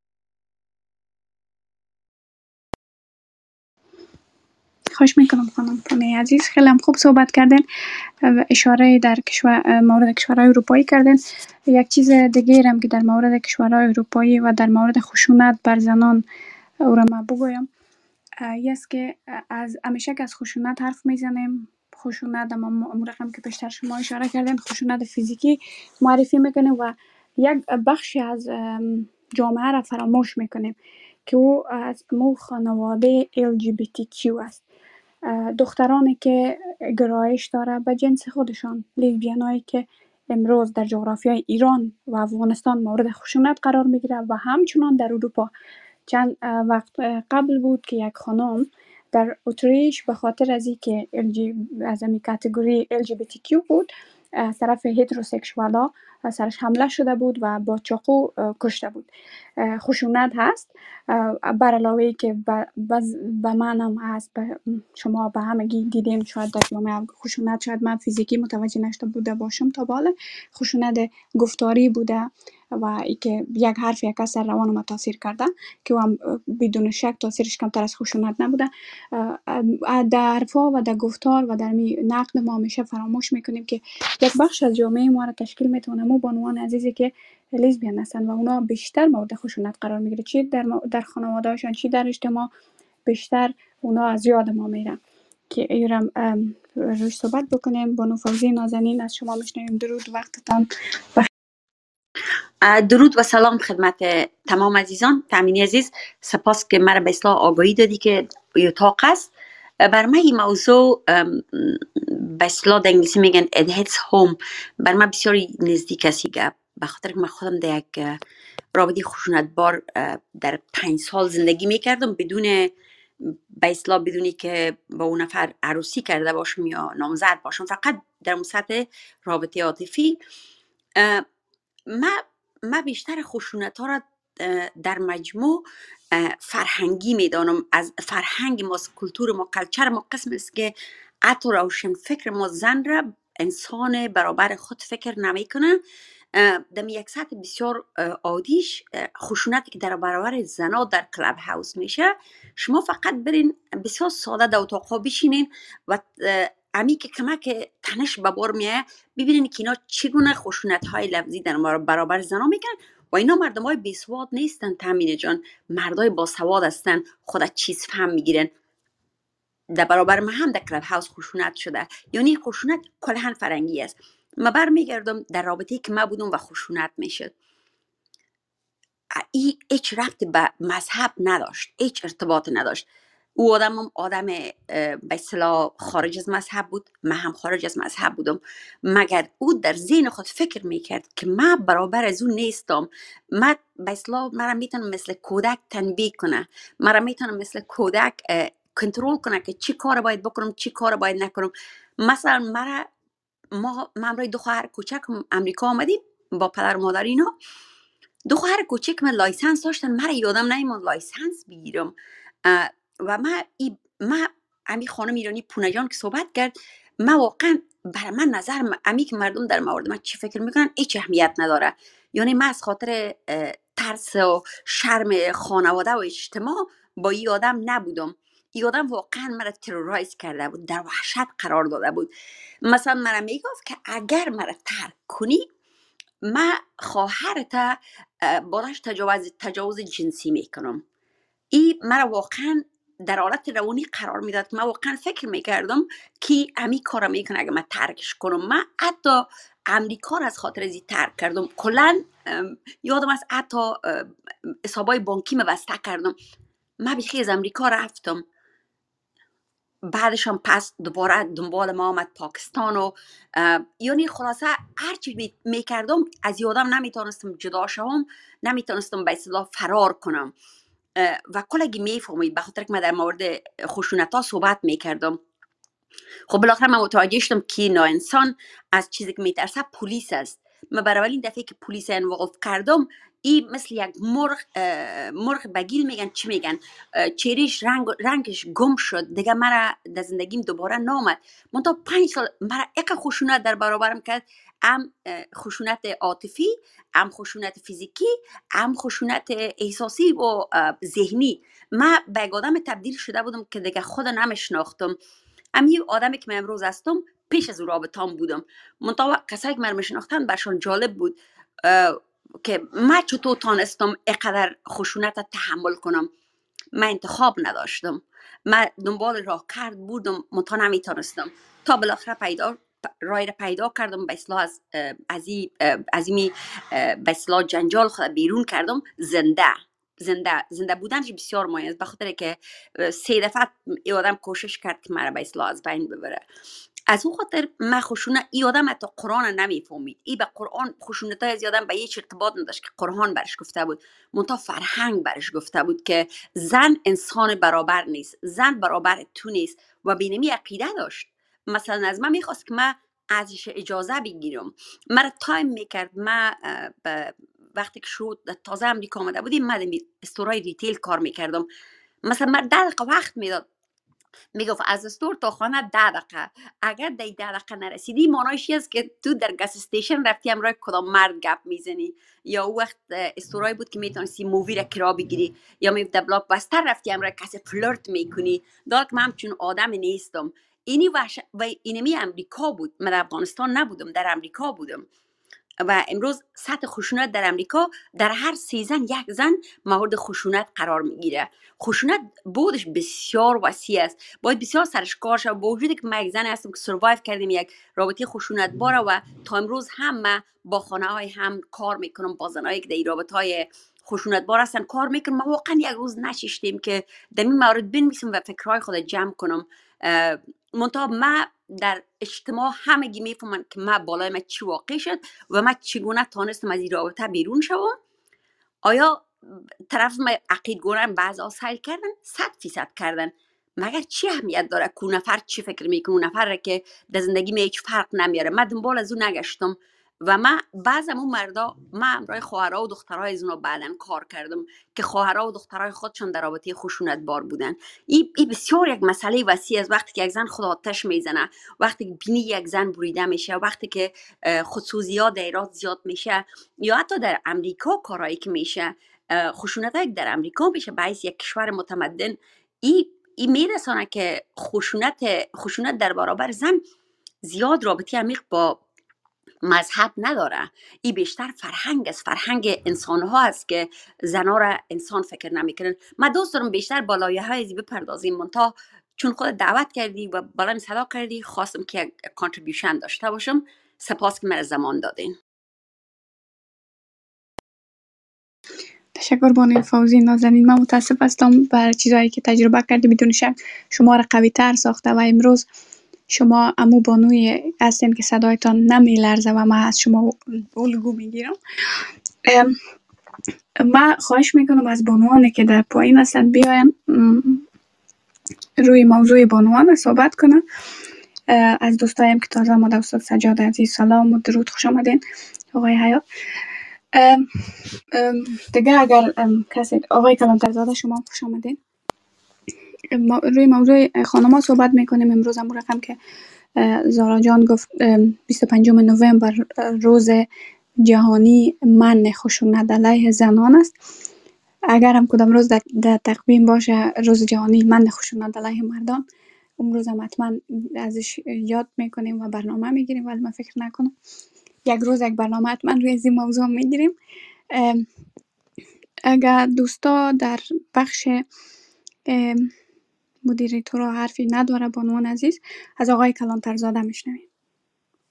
خواهش میکنم خانم پونه عزیز، خیلی هم خوب صحبت کردین و اشاره در کشور مورد کشورهای اروپایی کردین. یک چیز دیگه هم که در مورد کشورهای اروپایی و در مورد خشونت بر زنان او را من بگویم، ای است که از همیشه که از خشونت حرف میزنیم، خشونت اما اون رقم که پیشتر شما اشاره کردین خشونت فیزیکی معرفی میکنیم و یک بخشی از ام، جامعه را فراموش میکنیم که او از مو خانواده ال جی بی تی کیو است. اه، دخترانی که گرایش داره به جنس خودشان، لیزبیان هایی که امروز در جغرافیای ایران و افغانستان مورد خشونت قرار میگیره و همچنان در اروپا. چند اه، وقت اه، قبل بود که یک خانم در اتریش به خاطر از اینکه ال جی از امی کاتگوری ال جی بی تی کیو بود، از طرف هتروسکسوالا سرش حمله شده بود و با چاقو اه، کشته بود. اه، خشونت هست. اه، بر علاوه ای که به بز- به من هم هست، به شما به همگی دیدیم شاید در جامعه خشونت، شاید من فیزیکی متوجه نشده بوده باشم تا بالا، خشونت گفتاری بوده و ای که یک حرف یک کس در روان ما تاثیر کرده که او هم بدون شک تاثیرش کمتر از خشونت نبوده. اه، اه، در حرفا و در گفتار و در می نقد ما همیشه فراموش میکنیم که یک بخش از جامعه ما را تشکیل میتونه مو بانوان عزیزی که لیزبیان هستن و اونا بیشتر مورد خشونت قرار میگیره، چی در ما در خانواده‌هاشون چی در اجتماع، بیشتر اونا از یاد ما میرن که ایرم ام، روش صحبت بکنیم. بانو فوزی نازنین از شما میشنویم. درود، وقتتان بخیر.
درود و سلام خدمت تمام عزیزان. تامینی عزیز، سپاس که مرا به اصلاح آگاهی دادی که اتاق است. بر من این موضوع ام، به اصلاح در انگلیسی میگن it hits home، بر من بسیار نزدیک است که به خاطر که من خودم در یک اه، رابطه خشونتبار اه، در پنج سال زندگی میکردم بدون به اصلاح بدونی که با اون نفر عروسی کرده باشم یا نامزد باشم، فقط در اون سطح رابطه عاطفی. ما ما بیشتر خشونت ها را اه، در مجموع اه، فرهنگی میدانم. از فرهنگ ما، کلتور ما، کلچر ما قسم است که حتی روشن فکر ما زن را انسان برابر خود فکر نمیکنه. در یک سطح بسیار اه، عادیش اه، خشونتی که در برابر زنا در کلاب هاوس میشه، شما فقط برین بسیار ساده در اتاقها بشینین و اه، امی که کمک تنش به بار میایه ببینین که اینا چگونه خشونت های لفظی در ما برابر زنا میکنن و اینا مردم های بیسواد نیستن. تامینه جان، مردای باسواد هستن، خود چیز فهم میگیرن. در برابر ما هم در کلاب هاوس خشونت شده، یعنی خشونت کلهن فرنگی است. ما برمیگردم در رابطه‌ای که ما بودم و خشونت میشد. ای هیچ ربط به مذهب نداشت، هیچ ارتباط نداشت. او آدم هم آدم اه، به اصطلاح خارج از مذهب بود، من هم خارج از مذهب بودم، مگر او در ذهن خود فکر میکرد که من برابر از اون نیستم. من به اصطلاح مرا میتونم مثل کودک تنبیه کنه، مرا میتونم مثل کودک اه، کنترل کنه که چی کار باید بکنم چی کار باید نکنم. مثلا مرا ما ما همراه دو خواهر کوچکم امریکا آمدیم با پدر و مادر اینا. دو خواهر کوچک من لایسنس داشتن، من یادم نمیاد لایسنس بگیرم. اه، و من ای من امی خانم ایرانی پونه جان که صحبت کرد، من واقعا برای من نظر م- امی که مردم در مورد من چی فکر میکنن هیچ اهمیت نداره. یعنی من از خاطر اه، ترس و شرم خانواده و اجتماع با این آدم نبودم. این آدم واقعا مرا ترورایز کرده بود، در وحشت قرار داده بود. مثلا مرا میگفت که اگر مرا ترک کنی ما خواهرت بادش تجاوز تجاوز جنسی میکنم. این مرا واقعا در حالت روانی قرار میداد که من واقعا فکر میکردم که امی کارا میکنه اگه من ترکش کنم. من حتی امریکا را از خاطر ازی ترک کردم. کلا ام، یادم از حتی ام، حسابای بانکی بسته کردم. من بیخی از امریکا رفتم، بعدش هم پس دوباره دنبال ما آمد پاکستان و یعنی خلاصه هرچی میکردم از یادم نمیتونستم جدا شوم، نمیتونستم به اصطلاح فرار کنم و کلگی میفهمید به خاطر که من در مورد خشونت ها صحبت میکردم. خب بالاخره من متوجه شدم که ناانسان از چیزی که میترسه پلیس است. من برای اولین دفعه که پلیس انواقف کردم، این مثل یک مرغ مرغ بگیل میگن چی میگن، چهرهش رنگ رنگش گم شد دیگه، مرا در زندگیم دوباره نامد. من تا پنج سال مرا یک خشونت در برابرم کرد، هم خشونت عاطفی، هم خشونت فیزیکی، هم خشونت احساسی و ذهنی. من به یک آدم تبدیل شده بودم که دیگه خود نمیشناختم. امی آدمی که من امروز هستم پیش از او رابطام بودم. منطقه کسایی که من میشناختن برشان جالب بود که من چطور تانستم اینقدر خشونت تحمل کنم. من انتخاب نداشتم، من دنبال راه کرد بودم، منطقه نمیتونستم تا بالاخره پیدا رای را پیدا کردم، به اصلاح از از این به اصلاح جنجال خود بیرون کردم. زنده زنده زنده بودنش بسیار مهم است، به خاطر که سه دفعه این آدم کوشش کرد که مرا به اصلاح از بین ببره. از اون خاطر من خشونت، این آدم حتی قرآن نمیفهمید، این به قرآن خشونت های زیادم به هیچ ارتباط نداشت که قرآن برش گفته بود، منتها فرهنگ برش گفته بود که زن انسان برابر نیست، زن برابر تو نیست و بینمی عقیده داشت. مثلا از من میخواست که من ازش اجازه بگیرم، مرا تایم میکرد. من وقتی که شد تازه امریکا آمده بودیم، من استورای ریتیل کار میکردم، مثلا من ده دقیقه وقت میداد، میگفت از استور تا خانه ده دقیقه، اگر در ده دقیقه نرسیدی معنایش است که تو در گاز استیشن رفتی همراه کدام مرد گپ میزنی، یا او وقت استورای بود که میتونستی مووی را کرا بگیری، یا می در بلاک بستر رفتی همراه کسی فلرت میکنی. دار که من همچون آدم نیستم. اینی وحش... و اینمی امریکا بود، من در افغانستان نبودم، در امریکا بودم. و امروز سطح خشونت در امریکا در هر سیزن یک زن مورد خشونت قرار میگیره. خشونت بودش بسیار وسیع است، باید بسیار سرش کار شد. با وجودی که من یک زن هستم که سروایو کردیم یک رابطه خشونت باره و تا امروز هم من با خانه های هم کار میکنم، با زنایی که در رابطه های خشونت بار هستن کار میکنم. ما واقعا یک روز نشیشتیم که در این مورد بنویسم و فکرهای خود جمع کنم. منتها من در اجتماع همگی میفهمن که من بالای من چی واقع شد و من چگونه تانستم از این رابطه بیرون شوم. آیا طرف من عقید گورن بعض ها سیل کردن؟ صد فیصد کردن. مگر چی اهمیت داره که نفر چی فکر میکنه؟ اون نفر که در زندگی می هیچ فرق نمیاره. من دنبال از اون نگشتم و من بعضم اون مردا، من همراه خواهرها و دخترهای از اونا بعدن کار کردم که خواهرها و دخترهای خودشان در رابطه خشونت بار بودن. این ای بسیار یک مسئله وسیع است. وقتی که یک زن خود آتش میزنه، وقتی که بینی یک زن بریده میشه، وقتی که خودسوزی‌ها در ایران زیاد میشه، یا حتی در امریکا کارهایی که میشه، خشونتایی که در امریکا میشه باعث یک کشور متمدن، این ای میرسانه که خشونت خشونت در برابر زن زیاد رابطه عمیق با مذهب نداره. این بیشتر فرهنگ است، فرهنگ انسان ها است که زنها را انسان فکر نمیکنن. من دوست دارم بیشتر با لایه های ازی بپردازیم، منتها چون خود دعوت کردی و بلند صدا کردی خواستم که یک کانتریبیوشن داشته باشم. سپاس که من زمان دادین.
تشکر بانوی فوزی نازنین. من متاسف هستم بر چیزایی که تجربه کردی، بدون شک شما را قوی تر ساخته و امروز شما امو بانوی هستین که صدایتان نمی لرزه و من از شما الگو میگیرم. من خواهش میکنم از بانوانی که در پایین هستن بیاین روی موضوع بانوان صحبت کنن. از دوستایم که تازه آمده، استاد سجاد عزیز سلام و درود، خوش آمدین. آقای حیات ام ام دیگه اگر کسی، آقای کلانترزاده شما خوش آمدین. ما روی موضوع خانم‌ها صحبت میکنیم امروز. هم رقم که زارا جان گفت بیست و پنجم نوامبر روز جهانی منع خشونت علیه زنان است. اگر هم کدام روز در, در تقویم باشه روز جهانی منع خشونت علیه مردان، اون روز هم حتما ازش یاد میکنیم و برنامه میگیریم، ولی من فکر نکنم یک روز یک برنامه حتما روی این موضوع میگیریم. اگر دوستا در بخش مدیریتور حرفی نداره بانوان عزیز، از آقای کلانترزاده میشنویم.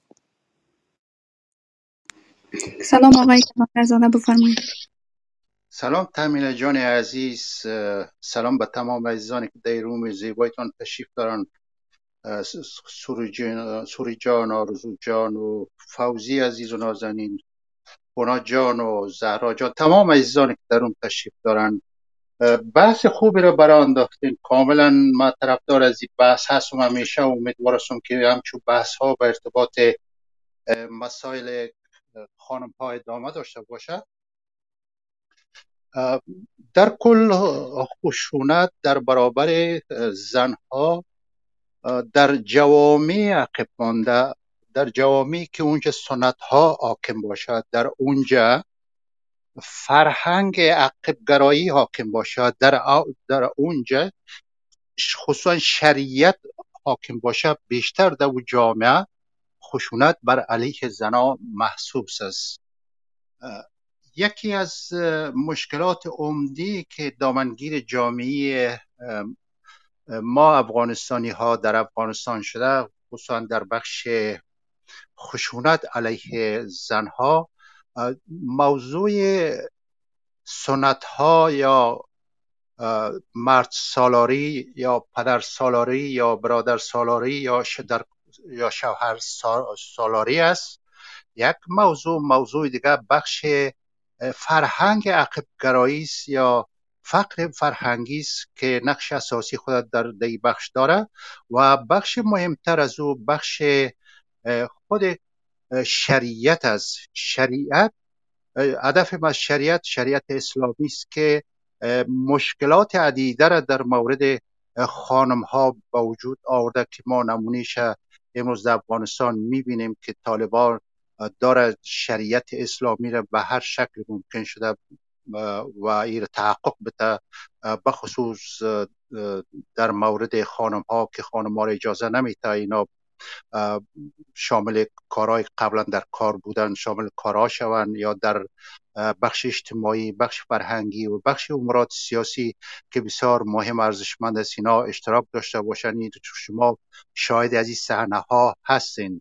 سلام آقای کلانترزاده، بفرمایید.
سلام تامینه جان عزیز، اه، سلام به تمام عزیزانی که در روم زیبایتان تشریف دارن. اه، س- س- سوری جان سوری جان، آرزو جان و فوزی عزیز و نازنین، هنا جان و زهرا جان، تمام عزیزانی که در روم تشریف دارن. اه، بحث خوبی رو برای انداختین. کاملا ما طرفدار از این بحث هستم. همیشه امیدوار هستم که همچون بحث ها به ارتباط اه، مسائل خانم ها ادامه داشته باشه. در کل خشونت در برابر زنها در جوامع عقب مانده، در جوامعی که اونجا سنت ها حاکم باشد، در اونجا فرهنگ عقب گرایی حاکم باشد، در, در اونجا خصوصا شریعت حاکم باشد، بیشتر در اون جامعه خشونت بر علیه زنان محسوس است. یکی از مشکلات عمدی که دامنگیر جامعه ما افغانستانی ها در افغانستان شده، خصوصا در بخش خشونت علیه زنها، موضوع سنت ها یا مرد سالاری یا پدر سالاری یا برادر سالاری یا شدر یا شوهر سالاری است. یک موضوع موضوع دیگه بخش فرهنگ عقب گرایی است یا فقر فرهنگی است که نقش اساسی خود در این بخش داره، و بخش مهمتر از او بخش خود شریعت است. شریعت، هدف از شریعت شریعت اسلامی است که مشکلات عدیده را در مورد خانم ها با وجود آورده که ما نمونیش امروز در افغانستان میبینیم که طالبان داره شریعت اسلامی را به هر شکل ممکن شده و این تحقق بده، بخصوص در مورد خانم ها که خانم ها را اجازه نمیده اینا شامل کارهای قبلا در کار بودن شامل کارها شوند، یا در بخش اجتماعی، بخش فرهنگی و بخش امورات سیاسی که بسیار مهم ارزشمند است اینا اشتراک داشته باشند. شما شاهد از این صحنه ها هستین.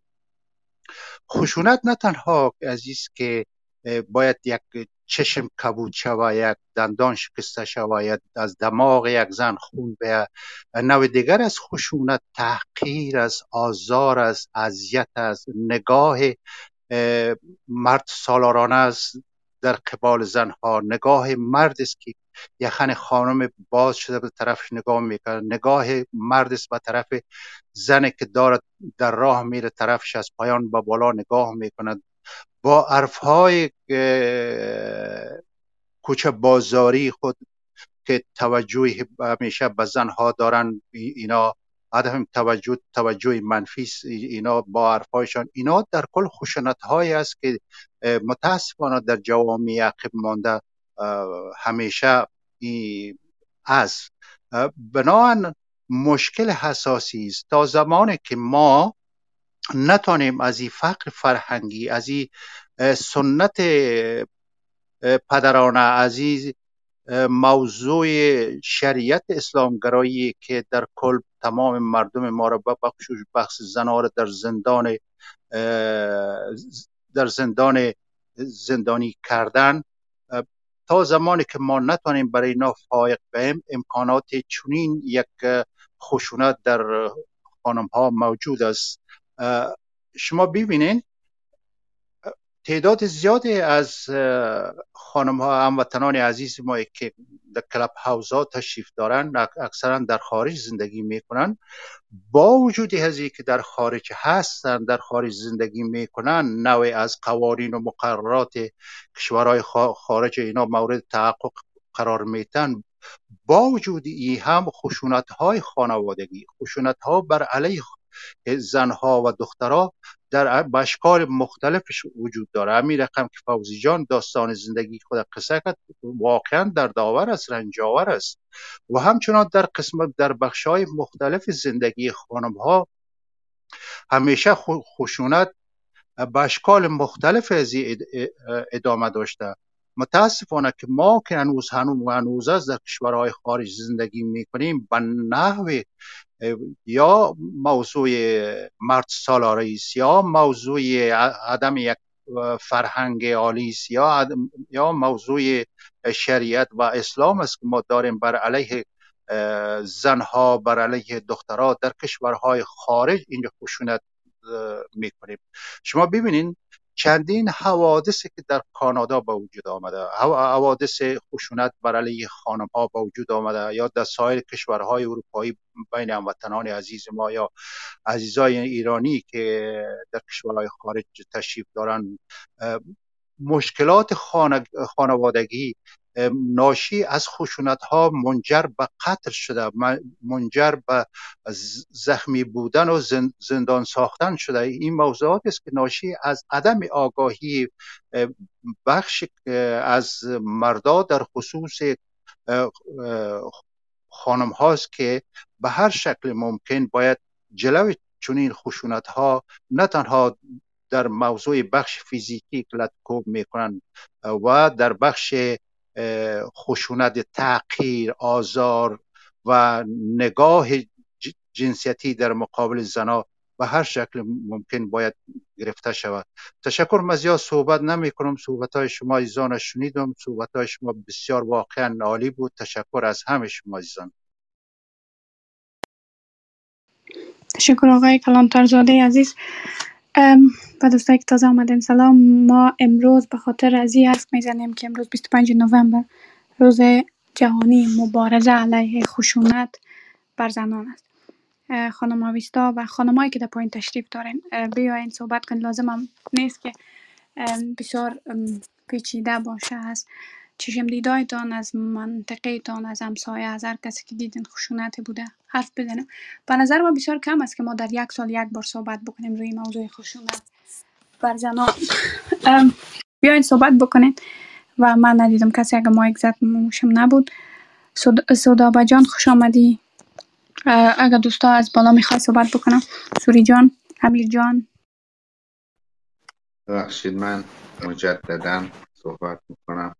خشونت نه تنها عزیز که باید یک چشم کبود شود، یک دندان شکسته شود، از دماغ یک زن خون به نوع دیگر از خشونت تحقیر است، آزار است، اذیت است، نگاه مرد سالارانه است در قبال زنها، نگاه مرد است که یخن خانم باز شده به طرفش نگاه میکنه، نگاه مرد است به طرف زنی که دارد در راه میره طرفش از پایان به بالا نگاه میکند، با عرفهای کوچه بازاری خود که توجه همیشه به زنها دارن، اینا عدم توجه توجه منفی اینا با عرفایشان، اینا در کل خشونت هایی است که متاسفانه در جوامع عقب مانده همیشه این است. بنابراین مشکل حساسی است. تا زمانی که ما نتانیم از این فقر فرهنگی، از این سنت پدرانه، از این موضوع شریعت اسلامگرایی که در کل تمام مردم ما را بخصوص بخش زنها را در زندان در زندان زندانی کردن، تا زمانی که ما نتونیم برای اینا فائق بیم، امکانات چنین یک خشونت در خانم ها موجود است. شما ببینین تعداد زیادی از خانم ها هموطنان عزیز ما که در کلاب هاوس ها تشریف دارن اکثرا در خارج زندگی میکنن، با وجود هزی که در خارج هستن، در خارج زندگی میکنن، نوع از قوانین و مقررات کشورهای خارج اینا مورد تحقق قرار میتن، با وجود این هم خشونت های خانوادگی، خشونت ها بر علیه زنها و دخترها در اشکال مختلفش وجود داره. همین رقم که فوزی جان داستان زندگی خود قصه کرد واقعا در داور است، رنجاور است. و همچنان در قسمت در بخش‌های مختلف زندگی خانم ها همیشه خشونت به اشکال مختلف از ادامه داشته. متاسفانه که ما که هنوز هنوز هنوز از در کشورهای خارج زندگی میکنیم به نحو یا موضوع مرد سالاری است یا موضوع عدم یک فرهنگ عالی است یا یا موضوع شریعت و اسلام است که ما داریم بر علیه زنها، بر علیه دخترها در کشورهای خارج اینجا خشونت میکنیم. شما ببینین چندین حوادثی که در کانادا به وجود آمده، حوادث خشونت بر علیه خانم ها به وجود آمده، یا در سایر کشورهای اروپایی بین هموطنان عزیز ما یا عزیزای ایرانی که در کشورهای خارج تشریف دارن. مشکلات خانوادگی ناشی از خشونت ها منجر به قتل شده، منجر به زخمی بودن و زندان ساختن شده. این موضوعات است که ناشی از عدم آگاهی بخش از مردا در خصوص خانم هاست که به هر شکل ممکن باید جلوی چنین خشونت ها نه تنها در موضوع بخش فیزیکی که لطکوب میکنن و در بخش خشونت تحقیر، آزار و نگاه جنسیتی در مقابل زنها به هر شکل ممکن باید گرفته شود. تشکر. من زیاد صحبت نمی کنم، صحبت های شما عزیزان شنیدم، صحبت های شما بسیار واقعا عالی بود. تشکر از همه شما عزیزان.
تشکر آقای کلانترزاده عزیز. و دوستایی که تازه آمدین سلام. ما امروز به خاطر از این حرف میزنیم که امروز بیست و پنجم نوامبر روز جهانی مبارزه علیه خشونت بر زنان است. خانم آویستا و خانمایی که در پایین تشریف دارین بیاین صحبت کنین. لازم هم نیست که بسیار پیچیده باشه. از چشم دیدایتان، از منطقهتان، از همسایه، از هر کسی که دیدین خشونتی بوده حرف بزنیم. به نظر ما بسیار کم است که ما در یک سال یک بار صحبت بکنیم روی موضوع خشونت بر زنان. بیاین صحبت بکنین. و من ندیدم کسی اگه مایک زد موشم نبود. سودابه جان خوش آمدی. اگه دوستا از بالا میخوای صحبت بکنم. سوری جان، امیر جان.
ببخشید من مجددا صحبت میکنم.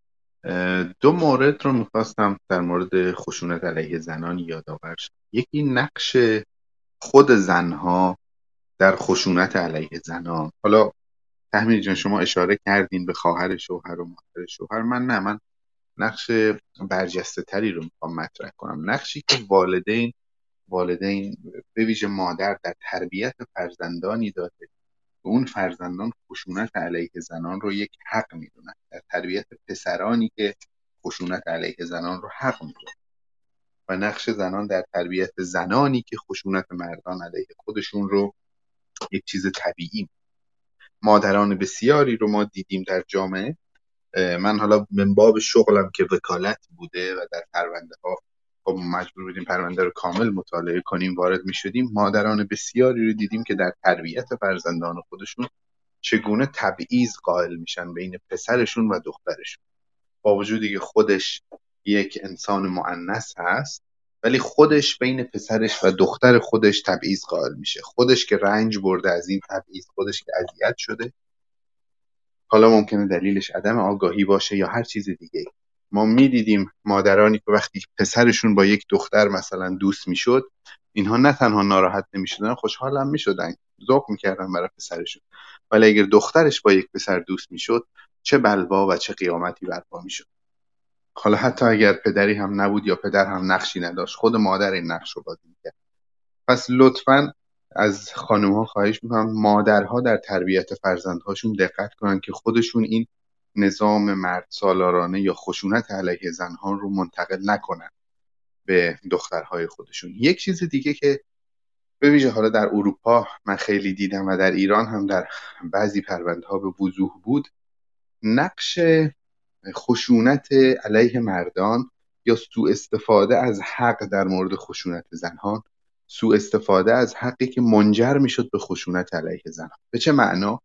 دو مورد رو میخواستم در مورد خشونت علیه زنان یادآور شم. یکی نقش خود زنها در خشونت علیه زنان. حالا تحمیل جان شما اشاره کردین به خواهر شوهر و مادر شوهر. من نه، من نقش برجسته تری رو میخوام مطرح کنم. نقشی که والدین والدین به ویژه مادر در تربیت فرزندانی داده و اون فرزندان خشونت علیه زنان رو یک حق میدونن. در تربیت پسرانی که خشونت علیه زنان رو حق میدونن و نقش زنان در تربیت زنانی که خشونت مردان علیه خودشون رو یک چیز طبیعی. مادران بسیاری رو ما دیدیم در جامعه. من حالا من باب شغلم که وکالت بوده و در پرونده ها خب مجبور بودیم پرونده رو کامل مطالعه کنیم، وارد می شدیم. مادران بسیاری رو دیدیم که در تربیت فرزندان خودشون چگونه تبعیض قائل میشن بین پسرشون و دخترشون، با وجودی که خودش یک انسان مؤنث هست ولی خودش بین پسرش و دختر خودش تبعیض قائل میشه. خودش که رنج برده از این تبعیض، خودش که اذیت شده. حالا ممکنه دلیلش عدم آگاهی باشه یا هر چیز دیگه. ما میدیدیم مادرانی که وقتی پسرشون با یک دختر مثلا دوست میشد، اینها نه تنها ناراحت نمیشدن، خوشحال هم میشدن، ذوق میکردن برای پسرشون. ولی اگر دخترش با یک پسر دوست میشد، چه بلوا و چه قیامتی برپا میشد. حالا حتی اگر پدری هم نبود یا پدر هم نقشی نداشت، خود مادر این نقش رو بازی میکرد. پس لطفاً از خانم‌ها خواهش میکنم مادرها در تربیت فرزندهاشون دقت کنن که خودشون این نظام مرد سالارانه یا خشونت علیه زنها رو منتقل نکنن به دخترهای خودشون. یک چیز دیگه که به ویژه حالا در اروپا من خیلی دیدم و در ایران هم در بعضی پرونده‌ها به وضوح بود، نقش خشونت علیه مردان یا سوء استفاده از حق در مورد خشونت زنان، سوء استفاده از حقی که منجر میشد به خشونت علیه زنان. به چه معنا؟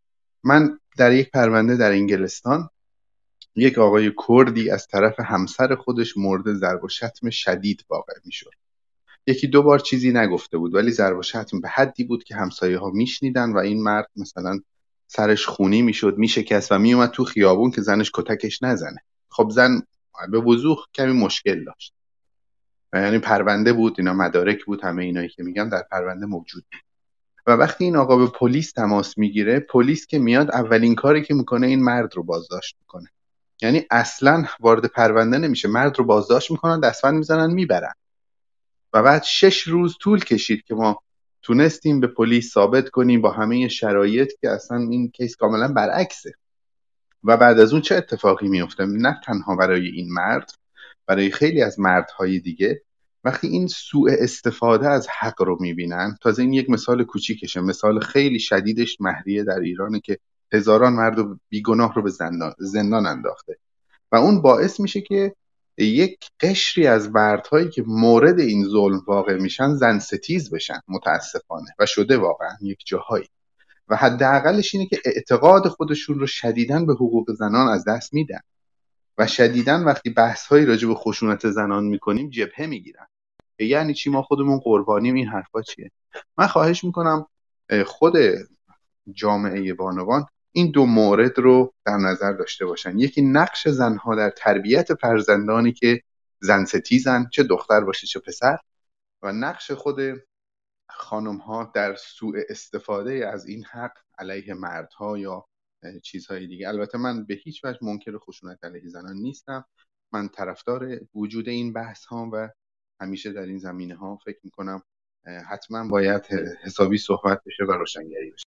من در یک پرونده در انگلستان یک آقای کردی از طرف همسر خودش مورد ضرب و شتم شدید واقع میشد. یکی دو بار چیزی نگفته بود ولی ضرب و شتم به حدی بود که همسایه ها میشنیدن و این مرد مثلا سرش خونی میشد، میشکست و میومد تو خیابون که زنش کتکش نزنه. خب زن به وضوح کمی مشکل داشت. یعنی پرونده بود، اینا مدارک بود، همه اینایی که میگم در پرونده موجود بود. و وقتی این آقا به پلیس تماس میگیره، پلیس که میاد اولین کاری که میکنه این مرد رو بازداشت میکنه. یعنی اصلا وارد پرونده نمیشه، مرد رو بازداشت میکنن، دستبند میزنن میبرن. و بعد شش روز طول کشید که ما تونستیم به پلیس ثابت کنیم با همه شرایط که اصلا این کیس کاملا برعکسه. و بعد از اون چه اتفاقی میفته؟ نه تنها برای این مرد، برای خیلی از مردهای دیگه، وقتی این سوء استفاده از حق رو میبینن. تازه این یک مثال کوچیکشه، مثال خیلی شدیدش مهریه در ایرانه که هزاران مرد و بیگناه رو به زندان, زندان انداخته و اون باعث میشه که یک قشری از مردهایی که مورد این ظلم واقع میشن زن ستیز بشن متاسفانه، و شده واقعا یک جاهایی. و حداقلش اینه که اعتقاد خودشون رو شدیداً به حقوق زنان از دست میدن و شدیداً وقتی بحث‌هایی راجع به خشونت زنان میکنیم جبهه میگیرن. یعنی چی؟ ما خودمون قربانیم؟ این حرفا چیه؟ من خواهش میکنم خود جامعه بانوان این دو مورد رو در نظر داشته باشن. یکی نقش زنها در تربیت فرزندانی که زن ستیزن، چه دختر باشه چه پسر، و نقش خود خانم ها در سوء استفاده از این حق علیه مردها یا چیزهای دیگه. البته من به هیچ وجه منکر خشونت علیه زنان نیستم، من طرفدار وجود این بحث ها و همیشه در این زمینه ها فکر میکنم حتما باید حسابی صحبت بشه و روشنگری بشه.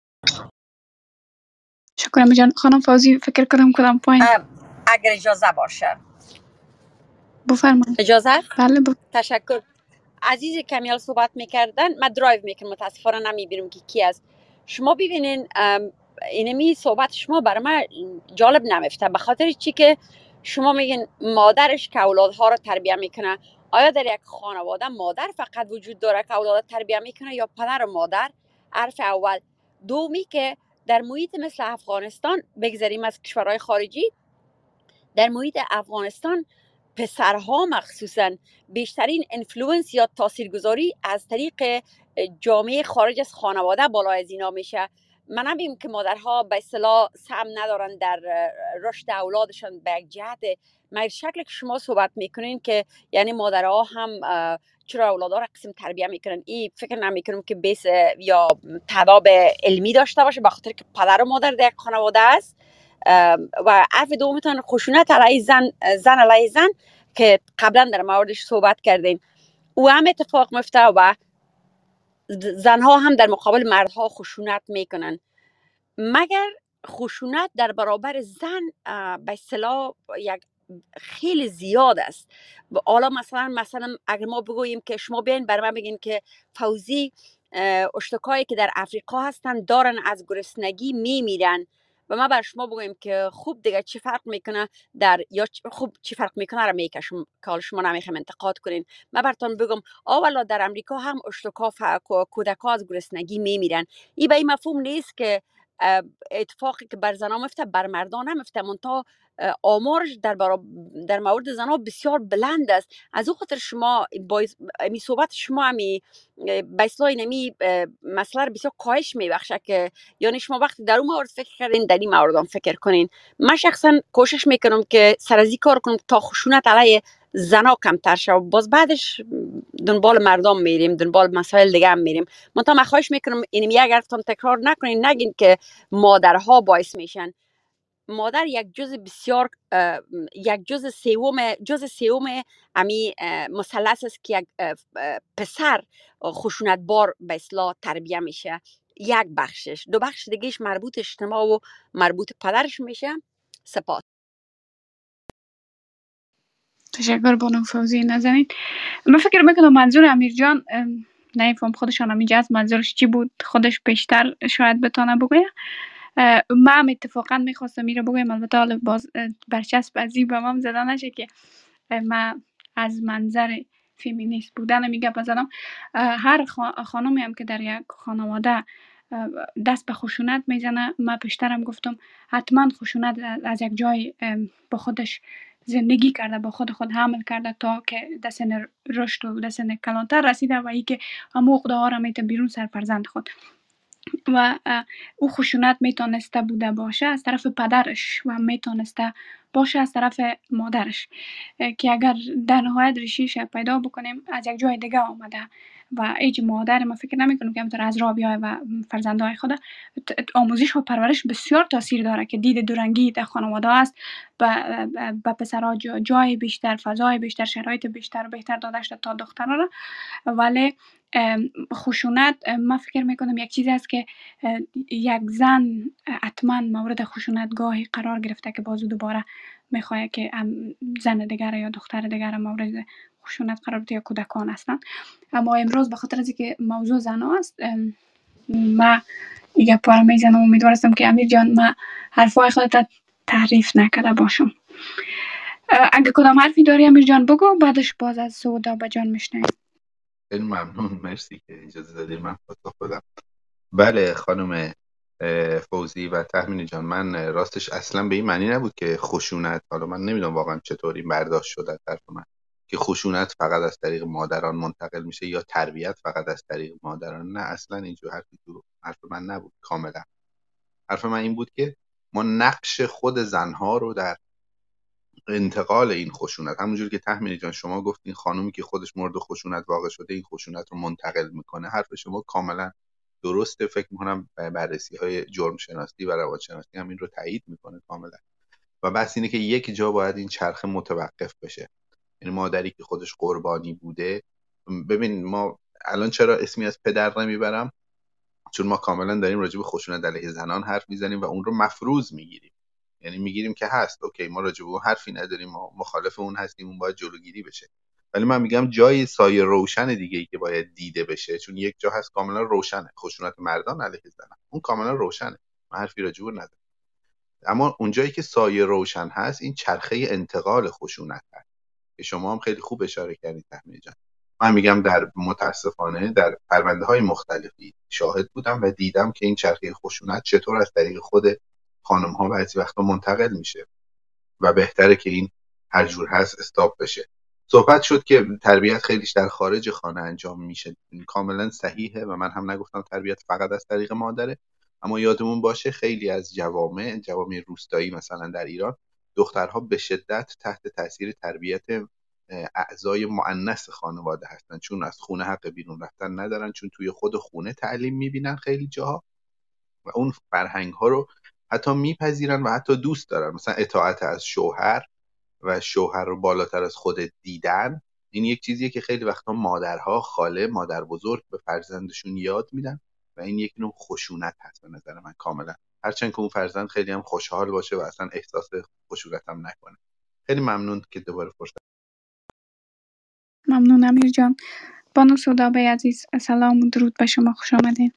شکرم جان. خانم فوزی فکر کنم کدام پایین.
اگر اجازه باشه
بفرمایید.
اجازه؟
بله بف...
تشکر. عزیز کمیال صحبت میکردن، من درایو میکنم، متاسفانه نمیبینم که کی است. شما ببینین اینمی صحبت شما برای من جالب نمیفته، به خاطر چی که شما میگین مادرش که اولادها رو تربیه میکنه. آیا در یک خانواده مادر فقط وجود داره که اولاد تربیه میکنه یا پدر و مادر؟ حرف اول. دومی که در محیط مثل افغانستان، بگذاریم از کشورهای خارجی، در محیط افغانستان پسرها مخصوصا بیشترین انفلوئنس یا تاثیرگذاری از طریق جامعه خارج از خانواده بالا از اینا میشه. من نمیم که مادرها به اصطلاح سهم ندارن در رشد اولادشان به یک جهت، مگر شکل که شما صحبت میکنین که یعنی مادرها هم چرا اولادها را قسم تربیه میکنن، این فکر نمیکنم که بیس یا تضاد علمی داشته باشه، به خاطر که پدر و مادر در یک خانواده است. و حرف دومتان خشونت علیه زن زن علیه زن که قبلا در موردش صحبت کردیم، او هم اتفاق میفته و زنها هم در مقابل مردها خشونت میکنن. مگر خشونت در برابر زن به اصطلاح یک خیلی زیاد است. و حالا مثلا مثلا اگر ما بگوییم که شما بیاین بر من بگین که فوزی اشتکایی که در افریقا هستن دارن از گرسنگی میمیرن، و ما بر شما بگویم که خوب دیگه چی فرق میکنه در یا خوب چی فرق میکنه را میکشم که حالا شما نمیخوایم انتقاد کنین. من براتون بگم اولا در امریکا هم اشتکا کودکا از گرسنگی میمیرن. این به این مفهوم نیست که اتفاقی که بر زنان میفته بر مردان نمیفته، منتها آمارش در برا... در مورد زنان بسیار بلند است. از او خاطر شما با می صحبت شما همی به اصطلاح اینمی مسئله بسیار کاهش میبخشه که یعنی شما وقتی در اون مورد فکر کردین در این مورد هم فکر کنین. من شخصا کوشش میکنم که سر از این کار کنم تا خشونت علیه زنا کمتر شه و باز بعدش دنبال مردم میریم، دنبال مسائل دیگه هم میریم. منتها من خواهش میکنم اینمی اگر تام تکرار نکنین، نگین که مادرها باعث میشن. مادر یک جزء بسیار یک جزء سوم جزء سوم امی مثلث است که یک پسر خشونت بار به اصطلاح تربیه میشه. یک بخشش، دو بخش دیگهش مربوط اجتماع و مربوط پدرش میشه. سپاس.
تشکر بانو فوزی. نازنین من فکر میکنم منظور امیر جان نمیفهم خودشان هم اینجا از منظورش چی بود، خودش بیشتر شاید بتانه بگویه. من هم اتفاقا میخواستم میره بگویم، البته حالا باز برچسب ازی به من زده نشه که من از منظر فیمینیست بودن میگه بزنم. هر خانمی هم که در یک خانواده دست به خشونت میزنه، من پیشترم گفتم حتما خشونت از یک جای با خودش زندگی کرده، با خود خود حمل کرده تا که دست رشد و دست کلانتر رسیده و ای که همو عقده ها را میته بیرون سر فرزند خود. و او خشونت میتونسته بوده باشه از طرف پدرش و میتونسته باشه از طرف مادرش که اگر در نهایت ریشیش پیدا بکنیم از یک جای دیگه آمده. و هیچ مادر ما فکر نمی کنم که همینطور از راه بیای و فرزندهای خود آموزش و پرورش بسیار تاثیر داره که دید دورنگی در خانواده است به پسرها جای بیشتر، فضای بیشتر، شرایط بیشتر بهتر داده شده تا دخترها را. ولی خشونت من فکر میکنم یک چیزی است که یک زن حتما مورد خشونت گاهی قرار گرفته که بازو دوباره میخواد که زن دیگر یا دختر دیگر مورد خشونت قرار بده یا کودکان هستند. اما امروز به خاطر از اینکه موضوع زن است ما یک پاره میزنم، امیدوار هستم که امیر جان ما حرفای خودت تعریف نکرده باشم. اگه کدام حرفی داری امیر جان بگو، بعدش باز از سودا به جان میشنیم.
خیلی ممنون، مرسی که اجازه دادید من پاسخ بدم. بله خانم فوزی و تهمینی جان، من راستش اصلا به این معنی نبود که خشونت، حالا من نمیدونم واقعا چطوری برداشت شده از طرف من که خشونت فقط از طریق مادران منتقل میشه یا تربیت فقط از طریق مادران. نه اصلا اینجور حرفی تو حرف من نبود. کاملا حرف من این بود که ما نقش خود زنها رو در انتقال این خشونت، همونجوری که تهمینی جان شما گفتین خانومی که خودش مورد خشونت واقع شده این خشونت رو منتقل میکنه، حرف شما کاملا درسته. فکر میکنم بررسی های جرم شناسی و روانشناسی هم این رو تایید میکنه کاملا. و بس اینه که یک جا باید این چرخه متوقف بشه. یعنی مادری که خودش قربانی بوده، ببین ما الان چرا اسمی از پدر نمیبرم، چون ما کاملا داریم راجع به خشونت علیه زنان حرف میزنیم و اون رو مفروض میگیریم. یعنی میگیریم که هست، اوکی، ما راجع به اون حرفی نداریم، ما مخالف اون هستیم، اون باید جلوگیری بشه. ولی من میگم جای سایه روشن دیگه ای که باید دیده بشه، چون یک جا هست کاملا روشنه، خشونت مردان علیه زنان، اون کاملا روشنه، من حرفی راجع به اون ندارم. اما اونجایی که سایه روشن هست این چرخه انتقال خشونت هست که شما هم خیلی خوب اشاره کردید تهمینی جان. من میگم در متاسفانه در پرونده های مختلفی شاهد بودم و دیدم که این چرخه خشونت چطور از طریق خود خانم ها بعضی وقتا منتقل میشه و بهتره که این هر جور هست استاپ بشه. صحبت شد که تربیت خیلیش در خارج خانه انجام میشه، کاملا صحیحه و من هم نگفتم تربیت فقط از طریق مادره. اما یادمون باشه خیلی از جوامع جوامع روستایی مثلا در ایران دخترها به شدت تحت تاثیر تربیت اعضای مؤنث خانواده هستن، چون از خونه حق بیرون رفتن ندارن، چون توی خود خونه تعلیم میبینن خیلی جاها و اون فرهنگ ها رو حتی میپذیرن و حتی دوست دارن. مثلا اطاعت از شوهر و شوهر رو بالاتر از خود دیدن، این یک چیزیه که خیلی وقتا مادرها، خاله، مادر بزرگ به فرزندشون یاد میدن و این یک نوع خشونت هست به نظر من کاملا، هرچند که اون فرزند خیلی هم خوشحال باشه و اصلا احساس خشونت هم نکنه. خیلی ممنون که دوباره فرصت.
ممنون امیر جان. بانو سودابه عزیز، سلام و درود به شما، خوش آمدین.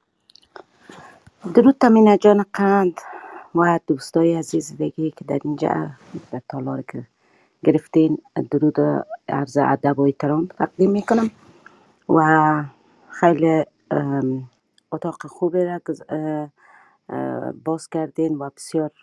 درود تامین جان قند و دوستای عزیز دیگه که در اینجا به تالار که گرفتین، درود عرض ادب و احترام تقدیم میکنم و خیلی اتاق خوبی را باز کردین و بسیار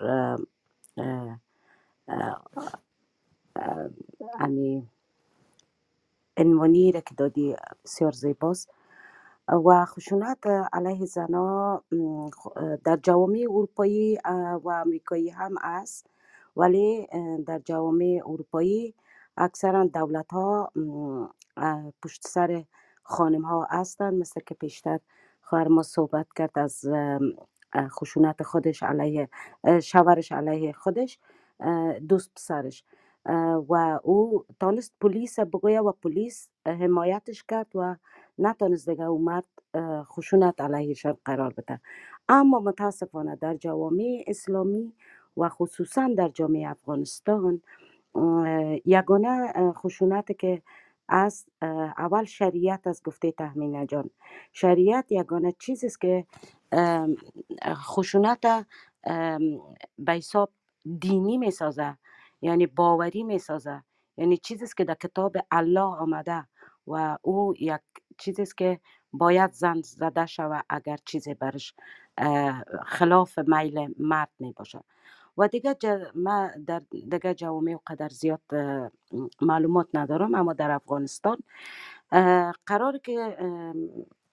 امی عنوانی را که دادی بسیار زیباست. و خشونت علیه زنها در جوامع اروپایی و امریکایی هم است، ولی در جوامع اروپایی اکثرا دولت ها پشت سر خانم ها هستند، مثل که پیشتر خواهر ما صحبت کرد از خشونت خودش علیه شوهرش علیه خودش، دوست پسرش، و او تانست پلیس بگویه و پلیس حمایتش کرد و نتانست دیگه او مرد خشونت علیهش قرار بده. اما متاسفانه در جوامع اسلامی و خصوصا در جامعه افغانستان یگانه خشونت که از اول شریعت از گفته تهمینه جان، شریعت یگانه چیزی است که خشونت به حساب دینی می سازه، یعنی باوری می سازه، یعنی چیزی است که در کتاب الله آمده و او یک چیزی است که باید زن زده شود اگر چیزی برش خلاف میل مرد می باشه. و دیگه ج... ما در دیگه جوامع قدر زیاد معلومات ندارم، اما در افغانستان قرار که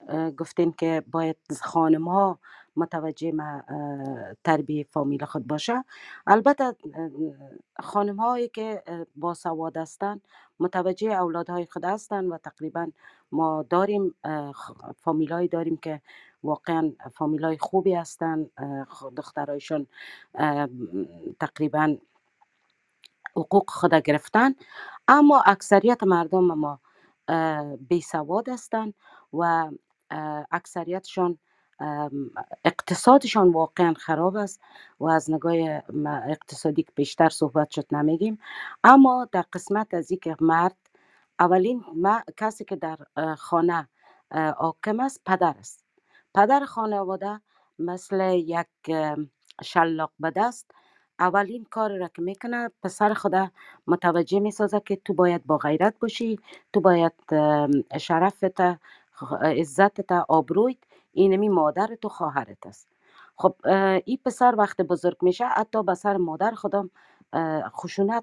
گفتین که باید خانم ها متوجه ما تربیه فامیل خود باشه. البته خانم هایی که باسواد هستند متوجه اولادهای خود هستند و تقریبا ما داریم فامیل هایی داریم که واقعا فامیل های خوبی هستند، دخترایشون تقریبا حقوق خود گرفتن، اما اکثریت مردم ما بی سواد هستند و اکثریتشان اقتصادشان واقعا خراب است و از نگاه اقتصادی که بیشتر صحبت شد نمیگیم. اما در قسمت از این که مرد، اولین کسی که در خانه حاکم است پدر است. پدر خانواده مثل یک شلاق به دست اولین کار را که میکنه پسر خدا متوجه میسازه که تو باید با غیرت باشی، تو باید شرفت، عزتت، آبرویت اینمی مادرت و خواهرت است. خب این پسر وقت بزرگ میشه حتی به سر مادر خودم خشونت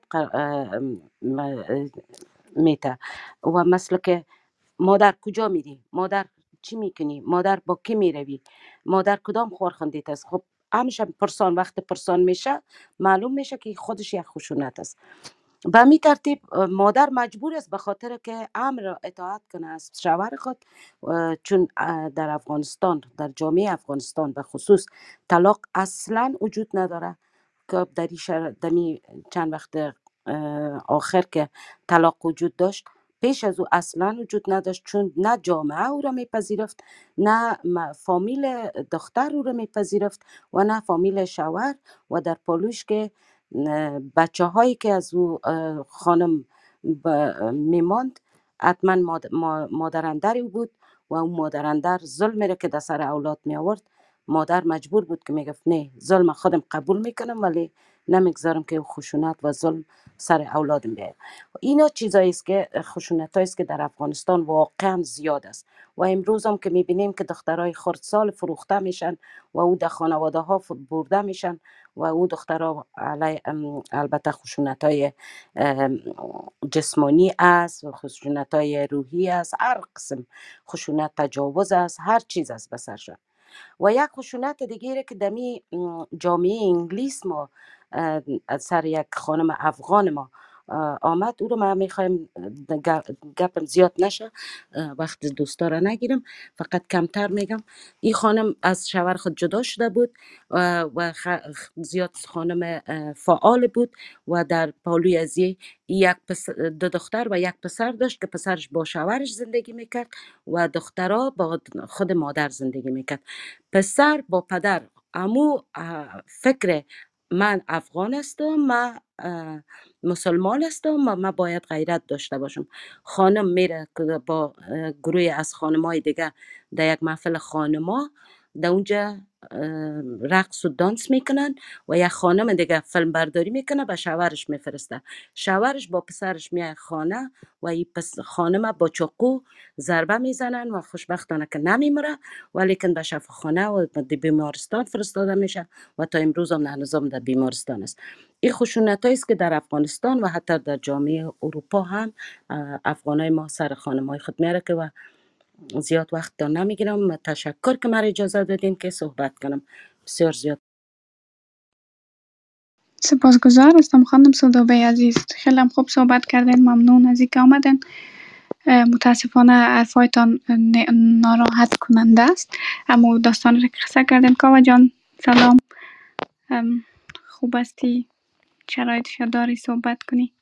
میته و مثل که مادر کجا میری، مادر چی میکنی، مادر با کی میروی، مادر کدام خورخندیت است. خب همیشه پرسان، وقت پرسان میشه معلوم میشه که خودش یک خشونت است. به همین ترتیب مادر مجبور است به خاطر که امر را اطاعت کنه از شوهر خود، چون در افغانستان، در جامعه افغانستان به خصوص طلاق اصلا وجود نداره که در این چند وقت آخر که طلاق وجود داشت، پیش از او اصلا وجود نداشت، چون نه جامعه او را میپذیرفت، نه فامیل دختر او را میپذیرفت و نه فامیل شوهر و در پالوش که بچه هایی که از او خانم میماند حتما مادرندری بود و اون مادرندر ظلمی را که در سر اولاد می آورد مادر مجبور بود که میگفت نه، ظلم خودم قبول میکنم ولی نمیگذارم که خشونت و ظلم سر اولادم بیاید. اینا چیزایی است که خشونت است که در افغانستان واقعا زیاد است و امروز هم که میبینیم که دخترای خردسال فروخته میشن و او در خانواده ها برده میشن و او دخترها البته خشونت های جسمانی است و خشونت های روحی است، هر قسم خشونت، تجاوز است، هر چیز است به سرشان. و یک خشونت دیگه که دمی جامعه انگلیس ما سر یک خانم افغان ما آمد، او رو ما میخوایم گپم زیاد نشه، وقت دوستا را نگیرم، فقط کمتر میگم. این خانم از شوهر خود جدا شده بود و زیاد خانم فعال بود و در پالوی از یک دو دختر و یک پسر داشت که پسرش با شوهرش زندگی میکرد و دخترها با خود مادر زندگی میکرد. پسر با پدر امو فکر من افغان هستم، من مسلمان هستم و من باید غیرت داشته باشم. خانم میره با گروه از خانمای دیگه در یک محفل خانما در اونجا رقص و دانس میکنن و یک خانم دیگه فیلم برداری میکنه به شوهرش میفرسته. شوهرش با پسرش میاد خانه و این خانم با چاقو ضربه میزنن و خوشبختانه که نمیمره ولیکن به شفاخانه و به بیمارستان فرستاده میشه و تا امروز هم هنوزم در بیمارستان است. این خشونت است که در افغانستان و حتی در جامعه اروپا هم افغانای ما سر خانمای خود میاره که و زیاد وقت دار نمیگیرم. تشکر که من اجازه دادین که صحبت کنم. بسیار زیاد
سپاسگزار هستم خانم سودابه عزیز، خیلی هم خوب صحبت کردین، ممنون از اینکه آمدین. متاسفانه حرفایتان ناراحت کننده است اما داستانی را که قصه کردین. کاوه جان سلام، خوب هستی؟ شرایطش داری صحبت کنی؟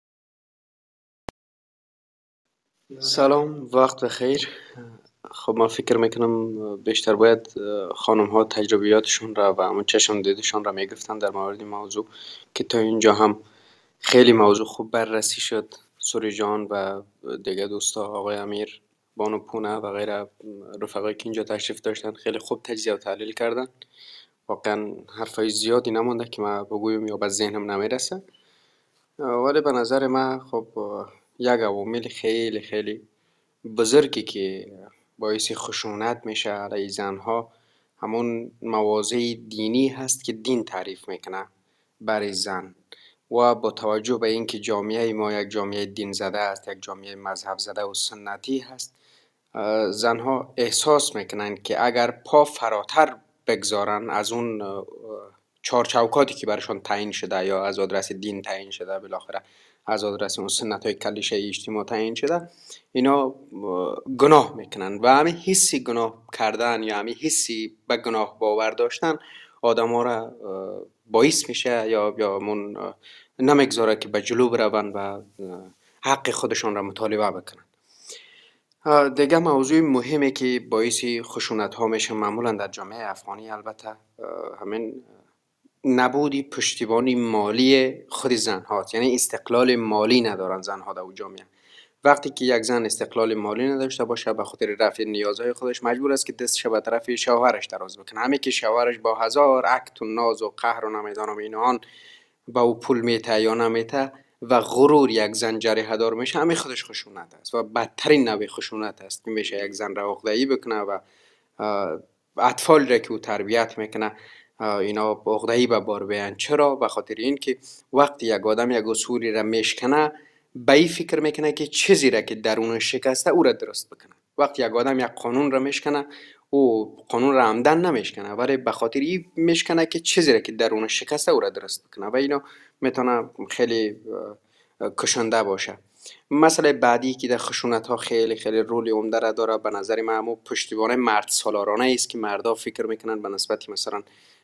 سلام، وقت بخیر. خب من فکر میکنم بیشتر باید خانم ها تجربیاتشون را و همون چشم دیدشون را میگفتن در مورد موضوع که تا اینجا هم خیلی موضوع خوب بررسی شد. سوری جان و دیگه دوستا، آقای امیر، بانو پونه و غیره رفقایی که اینجا تشریف داشتن خیلی خوب تجزیه و تحلیل کردن. واقعا حرفای زیادی نمونده که من بگویم یا به ذهنم نمیرسه، ولی به نظر من خب یک عوامل خیلی خیلی بزرگی که باعث خشونت میشه علیه زنها همون مواضع دینی هست که دین تعریف میکنه برای زن و با توجه به اینکه جامعه ما یک جامعه دین زده است، یک جامعه مذهب زده و سنتی هست، زنها احساس میکنن که اگر پا فراتر بگذارن از اون چارچوکاتی که برشان تعیین شده یا از آدرس دین تعیین شده، بالاخره از آدرس اون سنت های کلیشه اجتماع تعیین شده، اینا گناه میکنن و همین حسی گناه کردن یا همین حسی به گناه باور داشتن آدم ها را باعث میشه یا یا من نمیگذاره که به جلو برون و حق خودشان را مطالبه بکنن. دیگه موضوع مهمی که باعث خشونت ها میشه معمولا در جامعه افغانی البته همین نبودی پشتیبانی مالی خود زن هاست. یعنی استقلال مالی ندارن زن ها در جامعه. وقتی که یک زن استقلال مالی نداشته باشه به خاطر رفع نیازهای خودش مجبور است که دستش به طرف شوهرش دراز بکنه. همین که شوهرش با هزار عکت و ناز و قهر و نمیدانم اینان با او پول میته یا نمیته و غرور یک زن جریحه دار میشه، همین خودش خشونت است و بدترین نوع خشونت است که میشه یک زن را عقده‌ای بکنه و اطفال را که او تربیت میکنه اینا عقده‌ای به بار بیان. چرا؟ به خاطر این که وقتی یک آدم یک اصولی را میشکنه به این فکر میکنه که چیزی را که درون شکسته او را درست بکنه. وقتی یک آدم یک قانون را میشکنه او قانون را عمدن نمیشکنه ولی به خاطر این میشکنه که چیزی را که درون شکسته او را درست بکنه و اینا میتونه خیلی کشنده باشه. مسئله بعدی که در خشونت ها خیلی خیلی رولی عمده را داره به نظر من همون پشتیبانی مرد سالارانه است که مردا فکر میکنن به نسبت مثلا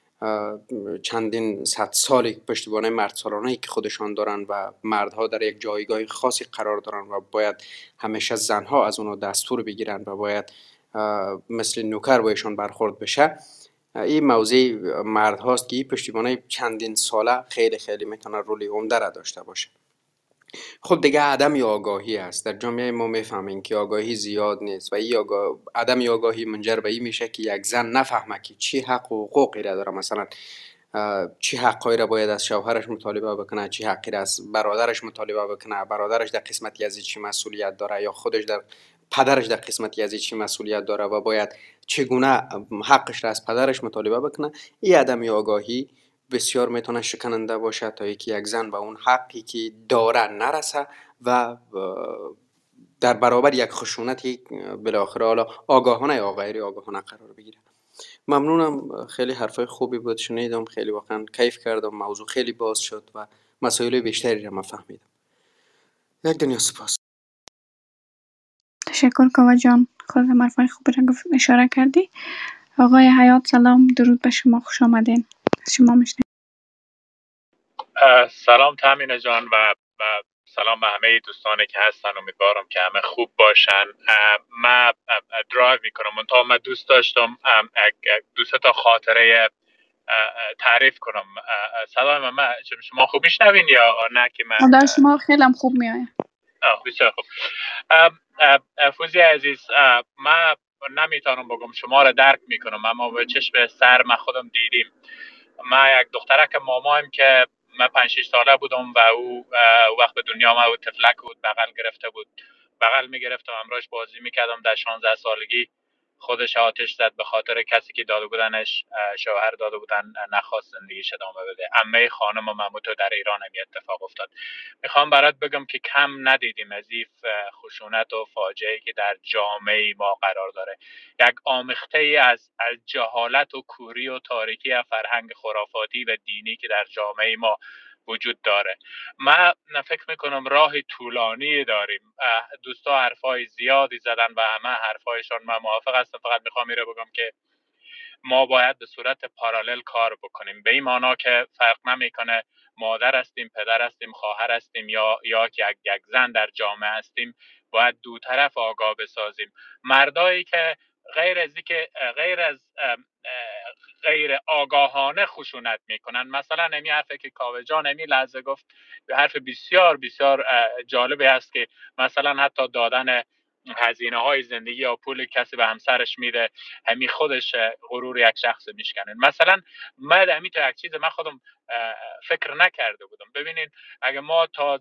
چندین صد سالی پشتیبانی مرد سالانه که خودشان دارن و مردها در یک جایگاه خاصی قرار دارن و باید همیشه زنها از اونو دستور بگیرن و باید مثل نوکر بایشان برخورد بشه. این موضوع مرد هاست که این پشتیبانی چندین ساله خیلی خیلی میتونه رولی عمده را داشته باشه. خب دیگه عدم آگاهی است. در جامعه ما میفهمیم که آگاهی زیاد نیست و این آگاه... عدم آگاهی منجر به این میشه که یک زن نفهمه که چی حق و حقوقی را داره، مثلا چی حقایی را باید از شوهرش مطالبه بکنه، چی حقی را از برادرش مطالبه بکنه، برادرش در قسمتی از چی مسئولیت داره یا خودش در پدرش در قسمتی از چی مسئولیت داره و باید چگونه حقش را از پدرش مطالبه بکنه. این عدم آگاهی بسیار میتونه شکننده باشه تا اینکه یک زن به اون حقی که داره نرسه و در برابر یک خشونتی بالاخره حالا آگاهانه یا غیر آگاهانه قرار بگیره. ممنونم، خیلی حرفای خوبی بود شنیدم، خیلی واقعا کیف کردم، موضوع خیلی باز شد و مسائل بیشتری را من فهمیدم. یک دنیا سپاس.
تشکر کاوه جان، خود حرفای خوبی را اشاره کردی. آقای حیات سلام، درود به شما، خوش آمدین. شما میشنید.
سلام تامینه جان و, و سلام به همه دوستانی که هستن. امیدوارم که همه خوب باشن. من درایو میکنم منتها من دوست داشتم دوست تا خاطره تعریف کنم. سلام من شما خوب میشنوین یا نه؟ که من
صدای شما خیلی هم خوب میاد.
بسیار خوب. فوزی عزیز، من نمیتونم بگم شما را درک میکنم اما به چشم سر من خودم دیدیم. من یک دخترک مامایم که من پنج شش ساله بودم و او وقت به دنیا آمد و طفلک بود، بغل گرفته بود، بغل میگرفتم همراهش بازی میکردم. در شانزده سالگی خودش آتش زد به خاطر کسی که داده بودنش، شوهر داده بودن، نخواست زندگیش ادامه بده. عمه خانم محمود در ایران هم اتفاق افتاد. میخوام برات بگم که کم ندیدیم از این خشونت و فاجعه‌ای که در جامعه ما قرار داره. یک آمیخته ای از از جهالت و کوری و تاریکی و فرهنگ خرافاتی و دینی که در جامعه ما وجود داره. من فکر میکنم راه طولانی داریم. دوستا حرفای زیادی زدن و همه حرفایشان من موافق هستم. فقط میخوام میره بگم که ما باید به صورت پارالل کار بکنیم، به این معنا که فرق نمیکنه مادر هستیم، پدر هستیم، خواهر هستیم یا یا که یک, یک زن در جامعه هستیم، باید دو طرف آگاه بسازیم. مردایی که غیر از که غیر از غیر آگاهانه خشونت میکنن، مثلا نمی حرفی که کاوه جان نمی لحظه گفت حرف بسیار بسیار جالبی است که مثلا حتی دادن هزینه های زندگی یا پول کسی به همسرش میده، همین خودش غرور یک شخص میشکنه. مثلا من همین تا یک چیز من خودم فکر نکرده بودم. ببینین اگه ما تا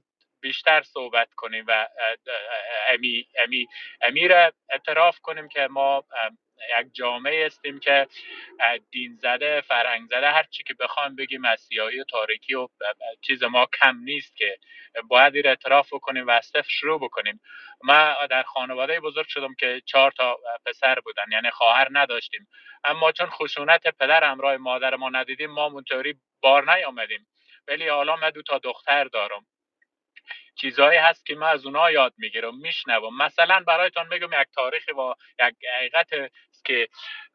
بیشتر صحبت کنیم و امی امی امیر اعتراف کنیم که ما یک جامعه هستیم که دین زده، فرهنگ زده، هر چی که بخوایم بگیم از سیاهی و تاریکی و چیز ما کم نیست که باید این اعتراف کنیم و از صفر شروع بکنیم. ما در خانواده بزرگ شدم که چهار تا پسر بودن، یعنی خواهر نداشتیم، اما چون خشونت پدر همراه مادر ما ندیدیم ما اونطوری بار نیامدیم. ولی حالا من دو تا دختر دارم، چیزهایی هست که من از اونها یاد میگیرم، میشنوم. مثلا برایتان میگم یک تاریخی و یک حقیقت که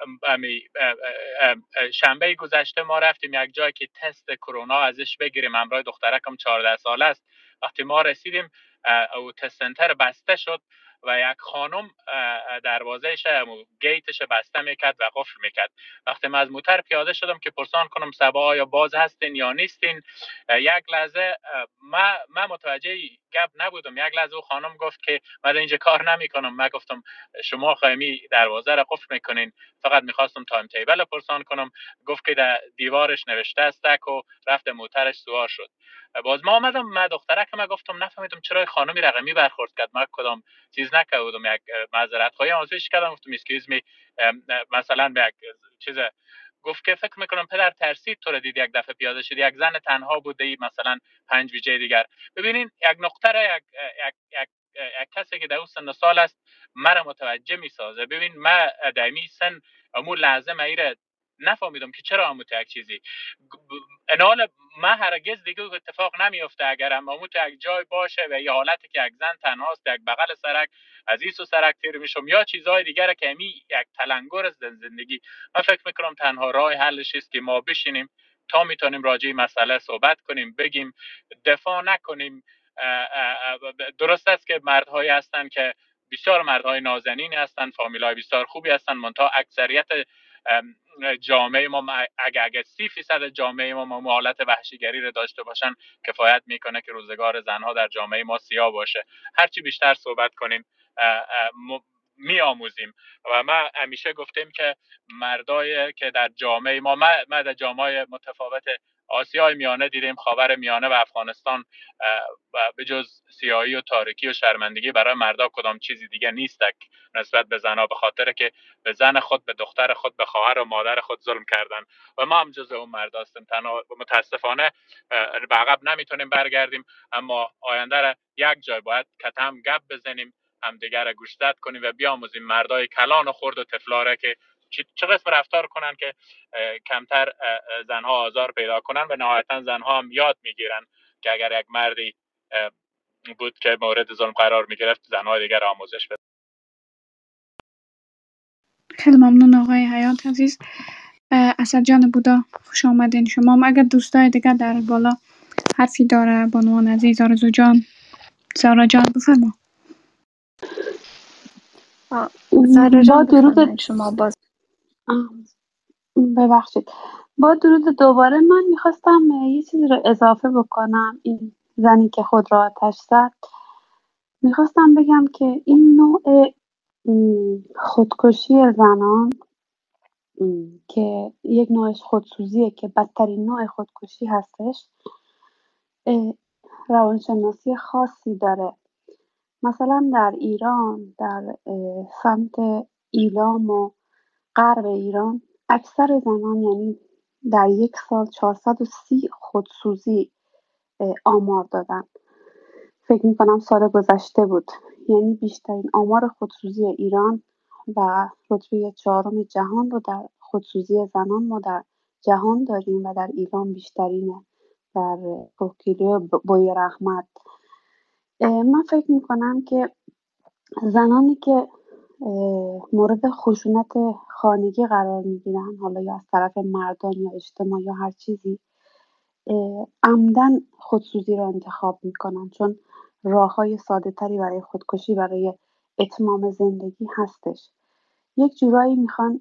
شنبه گذشته ما رفتیم یک جایی که تست کرونا ازش بگیریم، همراه دخترکم چهارده ساله است. وقتی ما رسیدیم او تست سنتر بسته شد و یک خانم دروازهش گیتش بسته میکرد و قفل میکرد. وقتی من از موتر پیاده شدم که پرسان کنم صبا آیا باز هستین یا نیستین، یک لحظه من ما متوجه گپ نبودم. یک لحظه او خانم گفت که من اینجا کار نمیکنم. من گفتم شما خیمی دروازه را قفل میکنین، فقط میخواستم تایم تیبل پرسان کنم. گفت که در دیوارش نوشته است تک و رفت موترش سوار شد. باز ما آمدم، من دخترک ما گفتم نفهمیدم چرا خانمی رقمی برخورد کرد. ما کدام چیز نکردم، یک معذرت خواهی ازش کردم، گفتم اسکیوز می مثلا به یک چیز. گفت که فکر میکنم پدر ترسید تو رو دید یک دفعه پیاده شد، یک زن تنها بوده ای مثلا پنج ویژه دیگر. ببینین یک نقطه را یک یک یک یک کسی که در اون سن سال است مرا متوجه میسازه. ببین من دمی سن امور لازم ایره نفهمیدم که چرا همون یک چیزی انال ما هرگز دیگه اتفاق نمیفته اگر همون تو یک جای باشه و یا حالتی که یک زن تنهاست یک بغل سرک از ایسو سرک تیر میشم یا چیزهای دیگر که می یک تلنگر از زندگی. من فکر میکنم تنها راه حلش است که ما بشینیم تا میتونیم راجع مسئله صحبت کنیم، بگیم، دفاع نکنیم. درست است که مردهایی هستن که بسیار مردهای نازنینی هستن، فامیلای بسیار خوبی هستن، منتها اکثریت جامعه ما اگه اگه سی فیصد جامعه ما ما حالت وحشیگری رو داشته باشن کفایت میکنه که روزگار زنها در جامعه ما سیاه باشه. هرچی بیشتر صحبت کنیم می آموزیم. و ما همیشه گفتیم که مردای که در جامعه ما ما در جامعه متفاوت آسیای میانه دیدیم، خاور میانه و افغانستان و به جز سیاهی و تاریکی و شرمندگی برای مردا کدام چیزی دیگه نیست نسبت به زنها، به خاطر که به زن خود، به دختر خود، به خواهر و مادر خود ظلم کردن و ما هم جز اون مردا هستیم. تنها متاسفانه به عقب نمیتونیم برگردیم، اما آینده را یک جای باید کتم گپ بزنیم، همدیگر را گوشزد کنیم و بیاموزیم مردای کلان و خرد و طفلاره که چه قسم رفتار کنن که کمتر زنها آزار پیدا کنن و نهایتا زنها هم یاد میگیرن که اگر یک مردی بود که مورد ظلم قرار میگرفت زنها دیگر آموزش بده.
خیلی ممنون آقای حیات عزیز. اسد جان بودا خوش آمدین. شما هم اگر دوستای دیگر در بالا حرفی داره بانوان عزیز، آرزو جان، سارا جان بفرما.
سارا جان
با درود
شما باز
ببخشید با درود دوباره من میخواستم یه چیزی رو اضافه بکنم. این زنی که خود را آتش زد، میخواستم بگم که این نوع خودکشی زنان که یک نوعش خودسوزیه که بدترین نوع خودکشی هستش، روانشناسی خاصی داره. مثلا در ایران، در سمت ایلام و غرب ایران، اکثر زنان یعنی در یک سال چهارصد و سی خودسوزی آمار دادن. فکر میکنم سال گذشته بود. یعنی بیشترین آمار خودسوزی ایران و رتبه چهارم جهان رو در خودسوزی زنان ما در جهان داریم و در ایران بیشترینه، در کوکیلو بوی رحمت. من فکر میکنم که زنانی که مورد خشونت خانگی قرار میگیرن، حالا یا از طرف مردان یا اجتماع یا هر چیزی، عمدن خودسوزی رو انتخاب میکنن، چون راههای ساده تری برای خودکشی برای اتمام زندگی هستش. یک جورایی میخوان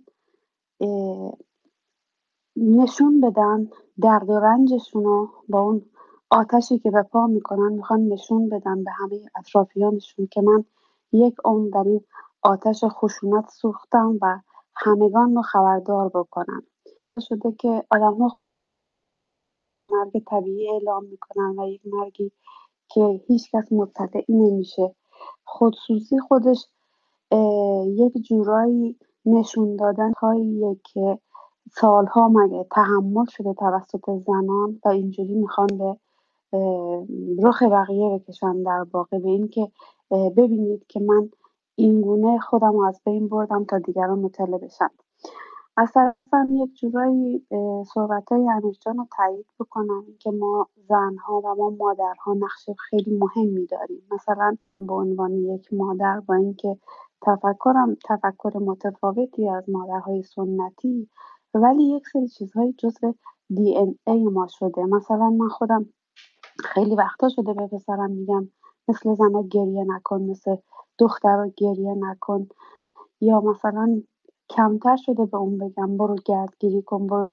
نشون بدن درد و رنجشون رو با اون آتشی که به پا میکنن، میخوان نشون بدن به همه اطرافیانشون که من یک عمر در این آتش خشونت سوختم و همگان رو خبردار بکنم. شده که آدم ها مرگ طبیعی اعلام میکنن و یک مرگی که هیچ کس مطلع نمیشه. خودسوزی خودش یک جورایی نشون دادن هاییه که سالها مگه تحمل شده توسط زنان و اینجوری میخوان به رخ بقیه بکشن، در واقع به این که ببینید که من اینگونه خودم رو از بین بردم تا دیگران مطلع بشن. از طرفم یک جورایی صحبت های امیر جان رو تایید بکنم که ما زنها و ما مادرها نقش خیلی مهمی داریم. مثلا به عنوان یک مادر با اینکه تفکرم تفکر متفاوتی از مادرهای سنتی، ولی یک سری چیزهای جزء دی ان ای ما شده. مثلا من خودم خیلی وقتا شده به پسرم میگم مثل زنها گریه نکن، مثل دخترها گریه نکن، یا مثلا کمتر شده به اون بگم برو گردگیری کن، برو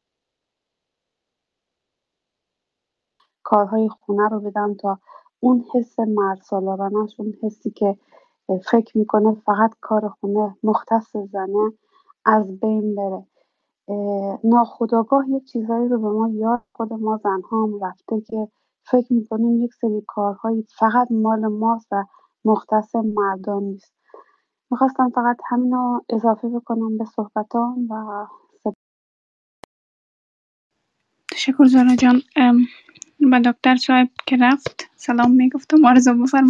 کارهای خونه رو بدم تا اون حس مرد سالارانش، اون حسی که فکر میکنه فقط کار خونه مختص زنه، از بین بره. ناخودآگاه یک چیزایی رو به ما یاد خود ما زنها هم رفته که فکر میکنیم یک سری کارهایی فقط مال ماست و مختص مردان نیست. میخواستم فقط همین رو اضافه بکنم به صحبتام و
تشکر زارا جان. با دکتر صاحب که رفت سلام میگفتم. آرزو بفرما.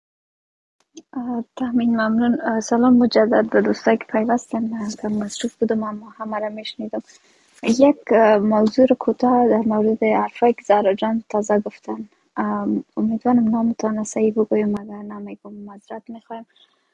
تامین ممنون. سلام مجدد به دوستایی که پیوستن. من مصروف بودم اما همه را میشنیدم. یک موضوع رو کوتاه در مورد حرفایی که زارا جان تازه گفتن. امیدوارم نامتان صحیح بگویم، اگر نمیگم معذرت میخوایم.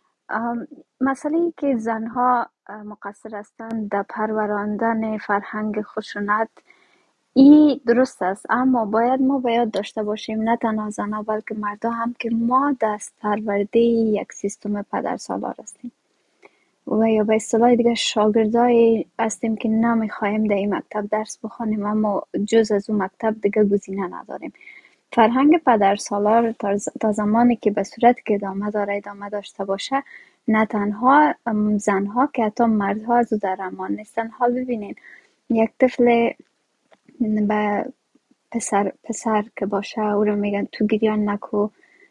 مسئله ای که زنها مقصر هستند در پروراندن فرهنگ خشونت، ای درست است، اما باید ما باید داشته باشیم نه تنها زنها بلکه مردا هم که ما دست پرورده یک سیستم پدرسالار هستیم و یا به اصطلاح دیگه شاگردای هستیم که نمیخوایم در این مکتب درس بخونیم اما جز از اون مکتب دیگه گزینه نداریم. فرهنگ پدرسالار تا زمانی که به صورت که ادامه داره ادامه داشته باشه، نه تنها زنها که حتی مردها از او در امان نیستن. حال ببینین یک طفل به پسر پسر که باشه او رو میگن تو گریان نکو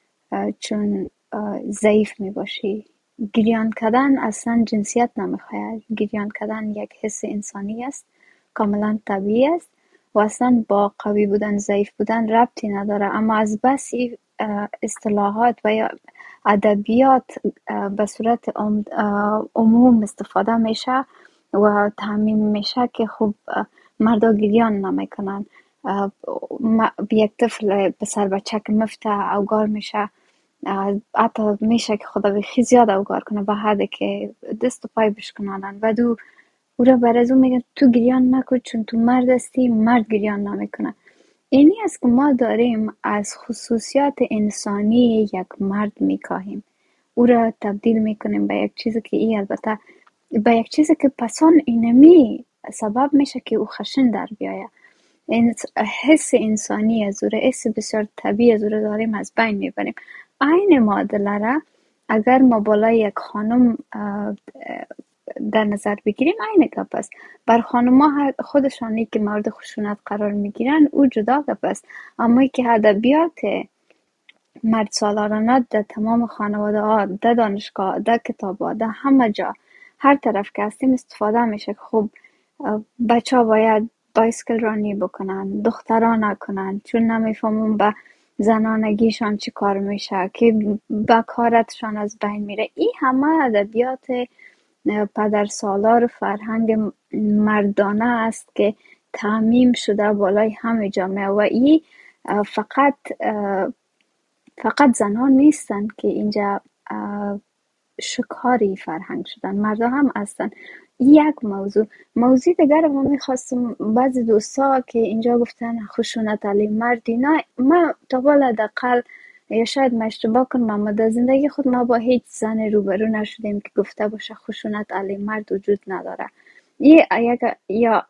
چون ضعیف میباشی. گریان کردن اصلا جنسیت نمیخواد. گریان کردن یک حس انسانی است، کاملا طبیعی است و اصلا با قوی بودن ضعیف بودن ربطی نداره. اما از بسی اصطلاحات و یا ادبیات به صورت عموم استفاده میشه و تعمیم میشه که خب مردا گریان نمیکنن. یک طفل پسر بچه که مفته اوگار میشه، حتی میشه که خدا بخی زیاد اوگار کنه به حده که دست و پای بشکنانن و دو او را بر از اون میگن تو گریان نکن چون تو مرد هستی، مرد گریان نمیکنه. اینی است که ما داریم از خصوصیات انسانی یک مرد میکاهیم، او را تبدیل میکنیم به یک چیزی که ای البته به یک چیزی که پسان اینمی سبب میشه که او خشن در بیایه. این حس انسانی از او را، حس بسیار طبیعی از او را داریم از بین میبریم. این معادله را اگر ما بالای یک خانم در نظر بگیریم این گپ است. بر خانم‌ها خودشانی که مورد خشونت قرار میگیرن او جدا گپ است، اما که ادبیات مرد سالارانه در تمام خانواده ها، در دانشگاه، در کتاب ها، در همه جا هر طرف که هستیم استفاده میشه که خب بچه ها باید بایسکل رانی بکنن، دختران نکنن چون نمیفهمون به زنانگیشان چی کار میشه که بکارتشان از بین میره. این همه ادبیات پدرسالار فرهنگ مردانه است که تعمیم شده بالای همه جامعه و این فقط فقط زنان نیستن که اینجا شکاری فرهنگ شدن، مردا هم هستن. یک موضوع موضوع دیگر ما میخواستم، بعضی دوستا که اینجا گفتن خشونت علیه مرد، اینا ما تا بالا دقل یا شاید ما اشتباه کنم اما در زندگی خود ما با هیچ زن روبرو نشدیم که گفته باشه خشونت علیه مرد وجود نداره. یک یا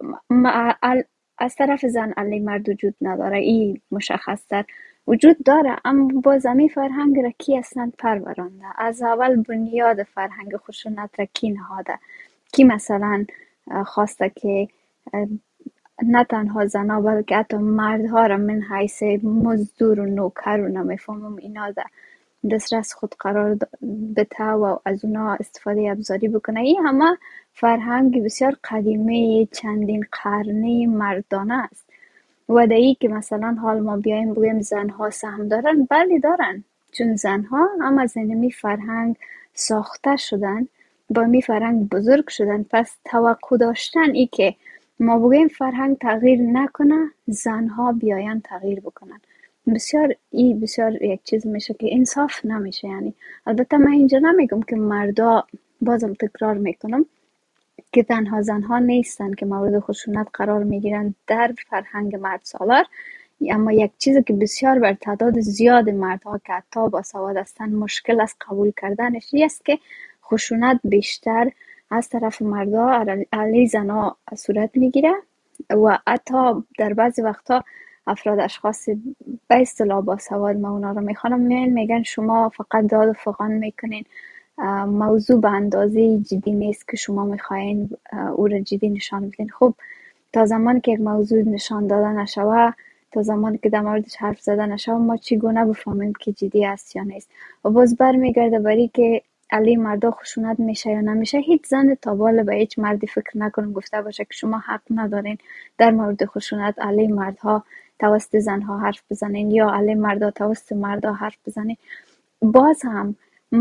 از طرف زن علیه مرد وجود نداره، این مشخص تر وجود داره، اما با زمین فرهنگ را کی اصلا پرورانده؟ از اول بنیاد فرهنگ خشونت را کی نهاده؟ کی مثلا خواسته که نه تنها زنها بلکه حتی مردها را من حیث مزدور و نوکر و نمیفهمم اینا در دسترس خود قرار بده و از اونا استفاده ابزاری بکنه. این همه فرهنگ بسیار قدیمی چندین قرنی مردانه است و در ای که مثلا حال ما بیایم بگویم زنها سهم دارن، بله دارن، چون زنها هم از اینمی فرهنگ ساخته شدن، با می فرهنگ بزرگ شدن. پس توقع داشتن ای که ما بگویم فرهنگ تغییر نکنه زنها بیاین تغییر بکنن، بسیار ای بسیار یک چیز میشه که انصاف نمیشه. یعنی البته من اینجا نمیگم که مردا، بازم تکرار میکنم که تنها زنها نیستن که مورد خشونت قرار میگیرن در فرهنگ مرد سالار، اما یک چیزی که بسیار بر تعداد زیاد مردها که حتی با سواد هستن مشکل از قبول کردنش است که خشونت بیشتر از طرف مردا علیه زنها صورت میگیره و حتی در بعضی وقتا افراد اشخاص به اصطلاح با سواد، ما اونا رو میخوانم، میان میگن شما فقط داد و فغان میکنین، موضوع به اندازه جدی نیست که شما میخواین او را جدی نشان بدین. خب تا زمان که یک موضوع نشان داده نشوه، تا زمان که در موردش حرف زده نشوه، ما چگونه بفهمیم که جدی است یا نیست؟ و باز برمیگرده بری که علی مردا خشونت میشه یا نمیشه. هیچ زن تا بالا به هیچ مردی فکر نکنم گفته باشه که شما حق ندارین در مورد خشونت علی مردها توسط زنها حرف بزنین یا علی مردا توسط مردا حرف بزنین. باز هم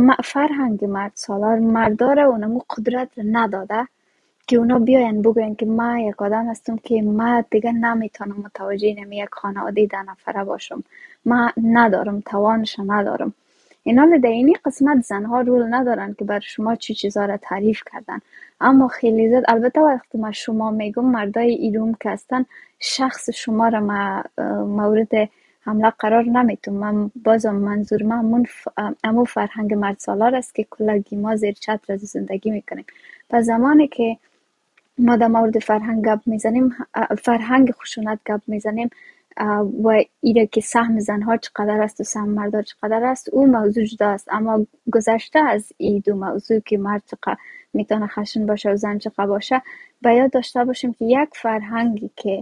فرهنگ مرد سالار مردا را اونمو قدرت نداده که اونا بیاین بگوین که ما یک آدم هستم که ما دیگه نمیتونم متوجه نمی یک خانواده ده نفره باشم، ما ندارم، توانش ندارم. این حال در اینی قسمت زنها رول ندارن که بر شما چی چیزا را تعریف کردن. اما خیلی زد، البته وقتی ما شما میگم مردای ایروم که هستن، شخص شما را ما مورد حمله قرار نمیتون. من بازم منظور من همون امو فرهنگ مرد سالار است که کلگی ما زیر چتر زندگی میکنیم. پس زمانی که ما در مورد فرهنگ گپ میزنیم، فرهنگ خشونت گپ میزنیم و ایره که سهم زنها چقدر است و سهم مردا چقدر است، اون موضوع جدا است. اما گذشته از این دو موضوع که مرد چقدر میتونه خشن باشه و زن چقدر باشه، باید داشته باشیم که یک فرهنگی که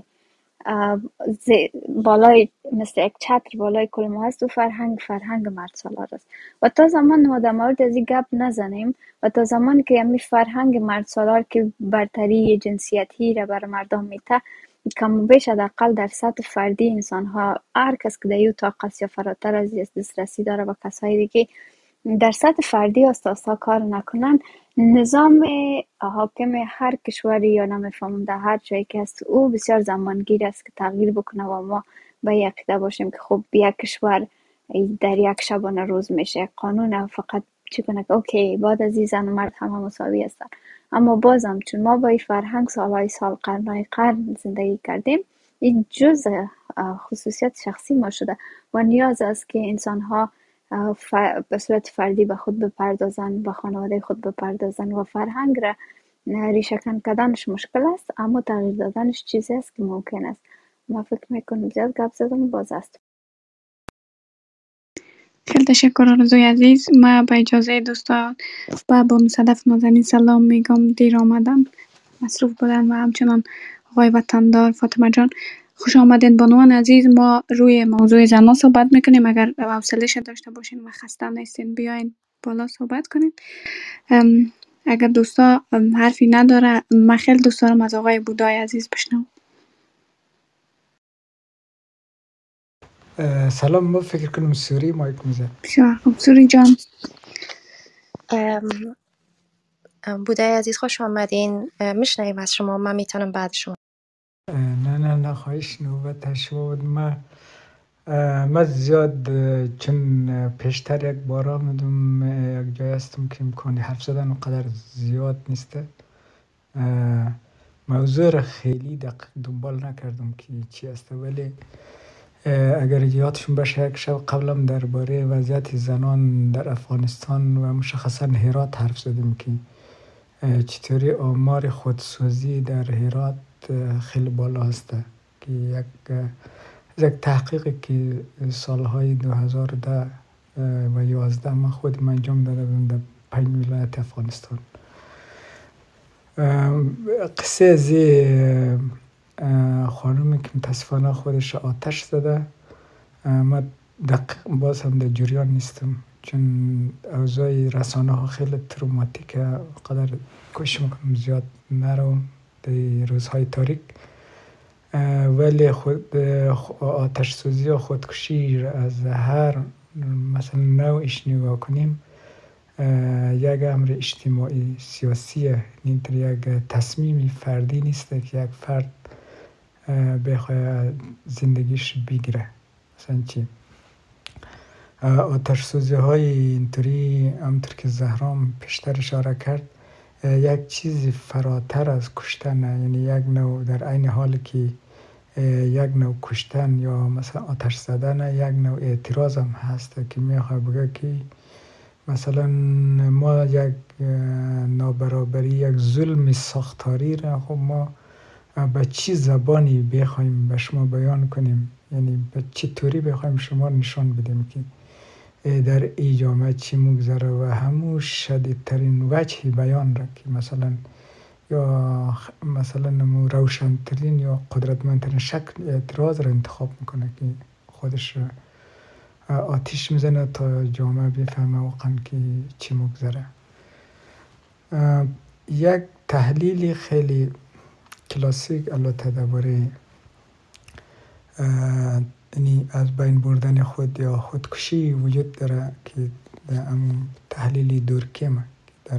بالای مثل یک چتر بالای کل ما هست و فرهنگ فرهنگ مرد سالار است. و تا زمان ما در مورد از این گپ نزنیم و تا زمان که یمی فرهنگ مرد سالار که برتری جنسیتی را بر مردم میته کم و بیش حداقل در سطح فردی انسان ها، هر کس که در این اتاق است یا فراتر از دسترسی داره و کسایی دیگه در سطح فردی استاسا کار نکنن، نظام حاکم هر کشوری یا نمیفهمم در هر جایی که هست او بسیار زمانگیر است که تغییر بکنه و ما به یک عقیده باشیم که خب یک کشور در یک شبانه روز میشه قانون فقط چی کنه که اوکی بعد از این زن و مرد همه مساوی هستن. اما بازم چون ما با این فرهنگ سالهای سال قرنهای قرن زندگی کردیم، این جز خصوصیت شخصی ما شده و نیاز است که انسان ها به صورت فردی به خود بپردازن، به خانواده خود بپردازن و فرهنگ را ریشه کن کردنش مشکل است اما تغییر دادنش چیزی است که ممکن است. ما فکر میکنم زیاد گپ زدم، باز است.
خیلی تشکر آرزوی عزیز. ما با اجازه دوستان با بانو صدف نازنین سلام میگم، دیر آمدن مصروف بودن و همچنان آقای وطندار فاطمه جان خوش آمدین. بانوان عزیز، ما روی موضوع زنان صحبت میکنیم، اگر حوصله‌اش داشته باشین و خسته نیستین بیاین بالا صحبت کنین. اگر دوستا حرفی نداره، من خیلی دوست دارم از آقای بودای عزیز بشنوم.
سلام، ما فکر کنم سوری مایک میزد.
بسیار خوب سوری جان.
بودای عزیز خوش آمدین. میشنویم از شما، من میتونم بعد شما.
نه نه نه خواهش نوبت شما بود. من من زیاد چون پیشتر یک بار آمدم یک جای هستم که امکانی حرف زدن اونقدر زیاد نیسته. موضوع را خیلی دقیق دنبال نکردم که چی است، ولی اگر یادشون باشه یک شب قبلم درباره وضعیت زنان در افغانستان و مشخصا هرات حرف زدیم که چطوری آمار خودسوزی در هرات خیلی بالا هسته که یک یک تحقیقی که سالهای دو هزار و ده و یازده من خودم انجام داده بودم در پنج ولایت افغانستان. قصه از خانومی که متاسفانه خودش آتش زده. ما دقیق باز هم در جریان نیستم چون اوضاع رسانه ها خیلی تروماتیکه، قدر کوشش میکنم زیاد نروم در روزهای تاریک، ولی خود آتش سوزی یا خودکشی از هر مثلا نوعش نگاه کنیم یک امر اجتماعی سیاسیه، اینطور یک تصمیم فردی نیست که یک فرد بخواه زندگیش بگیره. مثلا چی؟ آتش سوزی های اینطوری همطور که زهرام پیشتر اشاره کرد یک چیزی فراتر از کشتن، یعنی یک نوع در عین حال که یک نوع کشتن یا مثلا آتش زدن یک نوع اعتراض هم هست که میخواه بگه که مثلا ما یک نابرابری، یک ظلم ساختاری را خب ما به چی زبانی بخوایم به شما بیان کنیم، یعنی به چی طوری بخوایم شما نشان بدیم که در ای جامعه چی مگذره و همون شدیدترین وجه بیان را که مثلا یا مثلا نمو روشنترین یا قدرتمندترین شکل اعتراض را انتخاب میکنه که خودش آتیش میزنه تا جامعه بفهمه واقعا که چی مگذره. یک تحلیل خیلی کلاسیک البته درباره یعنی از بین بردن خود یا خودکشی وجود داره که در تحلیل دورکیم در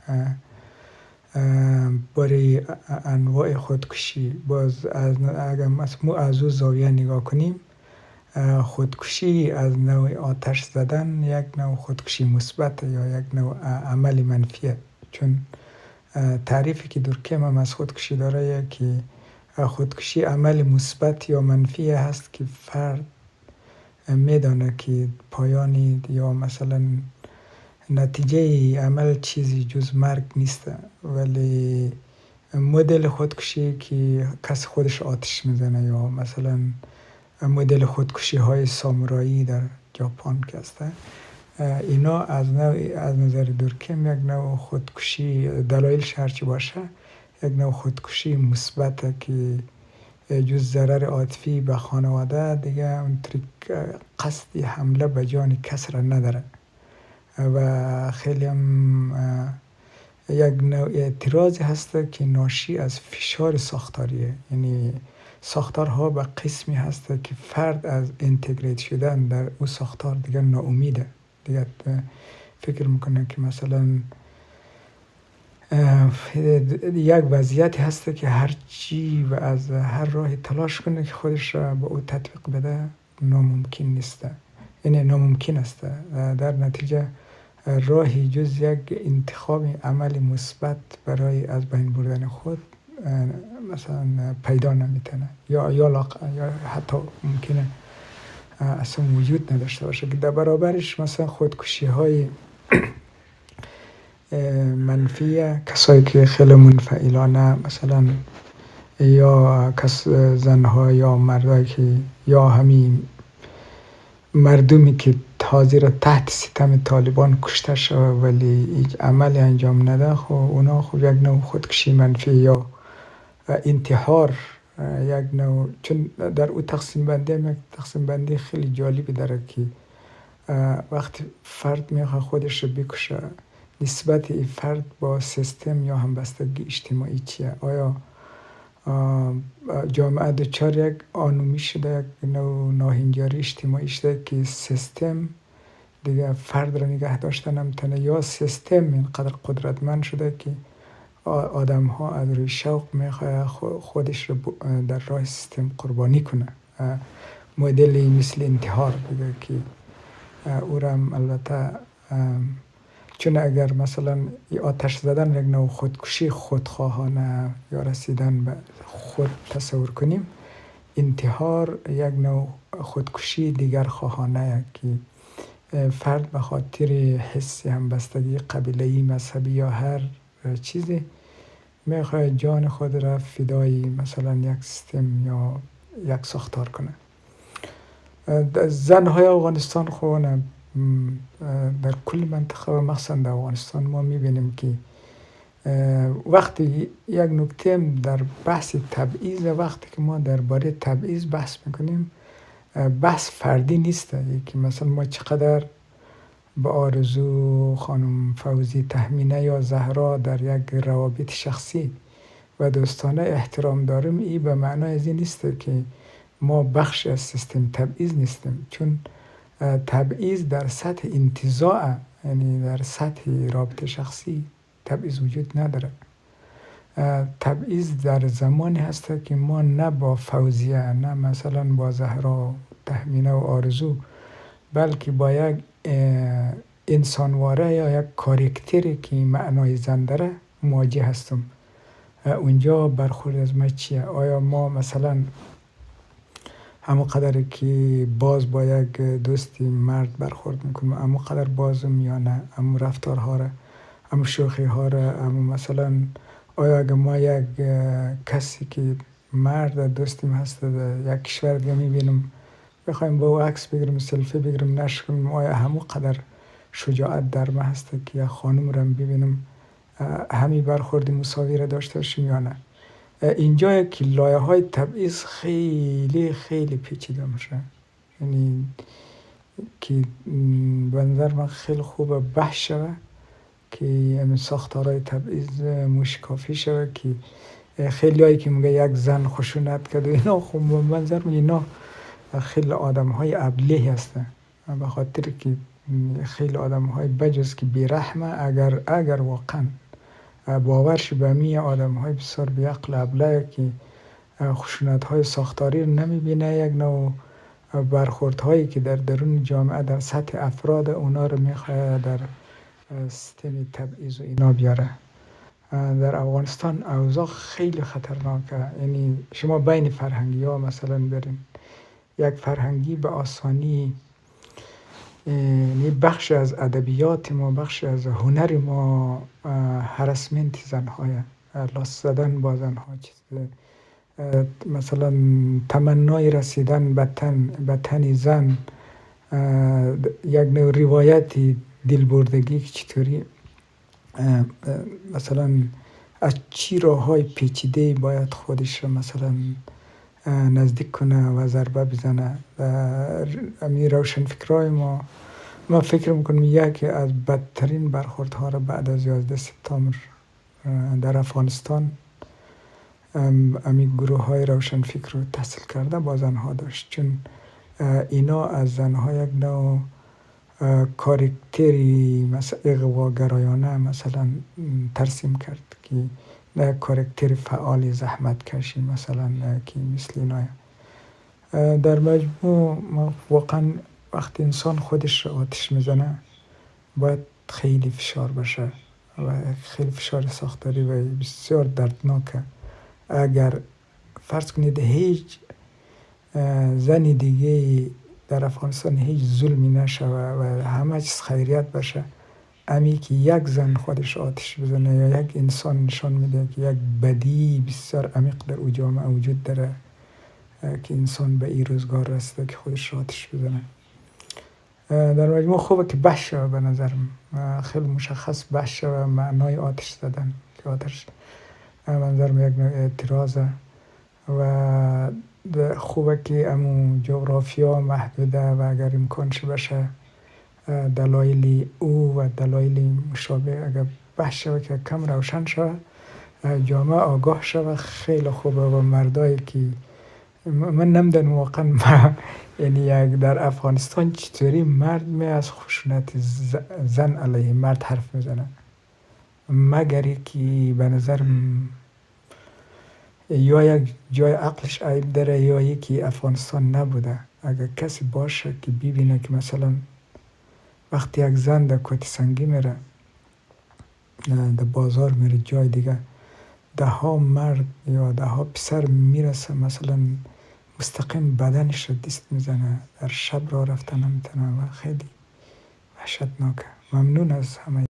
برای انواع خودکشی باز از اگر ما از او زاویه نگاه کنیم، خودکشی از نوع آتش زدن یک نوع خودکشی مثبت یا یک نوع عمل منفیه، چون تعریفی که دورکیم هم از خودکشی داره که خودکشی عمل مثبت یا منفی هست که فرد میدانه که پایانی یا مثلا نتیجه عمل چیزی جز مرگ نیست، ولی مدل خودکشی که کس خودش آتش میزنه یا مثلا مدل خودکشی های سامورایی در ژاپن که هسته، اینا از نوع از نظر دورکیم یک نوع خودکشی دلایلش هرچی باشه یک نوع خودکشی مثبت که جز ضرر عاطفی به خانواده دیگه اونطوری قصدی حمله به جان کس را نداره و خیلی هم یک نوع اعتراضی هست که ناشی از فشار ساختاریه، یعنی ساختارها به قسمی هست که فرد از اینتگریت شدن در او ساختار دیگه ناامیده، دیگه فکر میکنه که مثلا یک وضعیتی هست که هر چی و از هر راهی تلاش کنه که خودش را به او تطبیق بده ناممکن نیست، یعنی ناممکن است، در نتیجه راهی جز یک انتخاب عمل مثبت برای از بین بردن خود مثلا پیدا نمیتونه یا یا, یا حتی ممکنه اصلا وجود نداشته باشه که در برابرش مثلا خودکشی های منفیه، کسایی که خیلی منفعلانه مثلا یا کس زنها یا مردایی که یا همین مردمی که حاضر تحت ستم طالبان کشته شده ولی هیچ عملی انجام نده، خب اونا خب یک نوع خودکشی منفی یا انتحار یک نوع، چون در او تقسیم بندی هم تقسیم بندی خیلی جالبی داره که وقتی فرد میخواد خودش رو بکشه نسبت این فرد با سیستم یا همبستگی اجتماعی چیه؟ آیا جامعه دچار یک آنومی شده، یک نوع ناهنجاری اجتماعی شده که سیستم دیگه فرد را نگه داشتن نمیتونه، یا سیستم اینقدر قدرتمند شده که آدم ها از روی شوق میخواه خودش رو در راه سیستم قربانی کنه، مدلی مثل انتحار دیگه که او را البته چون اگر مثلا آتش زدن یک نوع خودکشی خودخواهانه یا رسیدن به خود تصور کنیم، انتحار یک نوع خودکشی دیگر خواهانه که فرد به خاطر حس همبستگی قبیله‌ای مذهبی یا هر چیزی میخواد جان خود را فدای مثلا یک سیستم یا یک ساختار کنه. زنهای افغانستان خوانه در کل منطقه و مخصوصا در افغانستان ما میبینیم که وقتی یک نکته در بحث تبعیض، وقتی که ما درباره تبعیض بحث میکنیم، بحث فردی نیست. که مثلا ما چقدر به آرزو، خانم فوزی تهمینه یا زهرا در یک روابط شخصی و دوستانه احترام داریم، این به معنای از این نیست که ما بخش از سیستم تبعیض نیستیم. چون تبعیض در سطح انتزاع، یعنی در سطح رابطه شخصی تبعیض وجود نداره. تبعیض در زمانی هست که ما نه با فوزیه، نه مثلا با زهرا، تهمینه و آرزو، بلکه با یک انسانواره یا یک کاراکتری که معنای زن داره مواجه هستم. اونجا برخورد از ما چیه؟ آیا ما مثلا همون قدر که باز با یک دوستی مرد برخورد میکنم، همون قدر بازم یا نه؟ همون رفتارها را، همون شوخی ها را، همون مثلا آیا اگر ما یک کسی که مرد دوستیم هست در یک کشور دیگه میبینم بخوایم با او عکس بگیرم، سلفی بگیرم، نشر کنیم، آیا همون قدر شجاعت در ما هست که یک خانم را ببینم همین برخورد مساوی را داشته باشیم یا نه؟ اینجا که لایه های تبعیض خیلی خیلی پیچیده میشه، یعنی که به نظر من خیلی خوبه بحث شوه که همین ساختارهای تبعیض مشکافی شوه. که خیلی هایی که میگه یک زن خشونت کرد و اینا، خب به منظر من اینا خیلی آدم های ابله هستن، به خاطر که خیلی آدم های بجز که بیرحمه. اگر اگر واقعا باورش به می آدم های بسیار بیعقل ابله که خشونت های ساختاری رو نمیبینه، یک نوع برخورد هایی که در درون جامعه در سطح افراد اونا رو میخواه در سیستم تبعیض و اینا بیاره. در افغانستان اوضاع خیلی خطرناکه، یعنی شما بین فرهنگی ها مثلا برین، یک فرهنگی به آسانی، یعنی بخش از ادبیات ما، بخش از هنر ما هراسمنت زنهای، لاس زدن با زنها، مثلا تمنای رسیدن به تن به تن زن، یک نوع روایتی دلبردگی که چطوری مثلا از چی راه های پیچیده باید خودش مثلا نزدیک کنه و ضربه بزنه. امی روشن فکرهای ما ما فکر میکنم یکی از بدترین برخوردها را بعد از یازده سپتامبر در افغانستان امی گروه های روشن فکر رو تحصیل کرده با زنها داشت. چون اینا از زنها یک نوع کاراکتری مثلا اغواگرایانه مثلا ترسیم کرد که نه کاراکتر فعال زحمت کشی مثلا که مثل اینای. در مجموع واقعا وقتی انسان خودش رو آتش میزنه باید خیلی فشار باشه و خیلی فشار ساختاری و بسیار دردناکه. اگر فرض کنید هیچ زن دیگه در افغانستان هیچ ظلمی نشه و همه چیز خیریت باشه، امی که یک زن خودش آتش بزنه یا یک انسان نشان میده که یک بدی بسیار عمیق در او جامعه وجود داره که انسان به این روزگار رسیده که خودش آتش بزنه. در مجموع خوبه که بحث شوه، به نظرم خیلی مشخص بحث شوه معنای آتش زدن، که آتش به نظرم یک نوع اعتراضه و خوبه که امو جغرافیا محدوده و اگر امکانش باشه دلایل او و دلایل مشابه اگر بحث شوه که کم روشن شوه، جامعه آگاه شوه، خیلی خوبه. و مردایی که من نمیدونم واقعا یعنی یک در افغانستان چطوری مرد می از خشونت زن علیه مرد حرف میزنه، مگری که به نظرم یا یک جای عقلش عیب داره یا یکی افغانستان نبوده. اگر کسی باشه که ببینه که مثلا وقتی یک زن در کوتی سنگی میره، در بازار میره، جای دیگه، ده ها مرد یا ده ها پسر میرسه مثلا مستقیم بدنش رو دست میزنه، در شب را رفتن نمیتونه و خیلی وحشتناکه. ممنون از همه.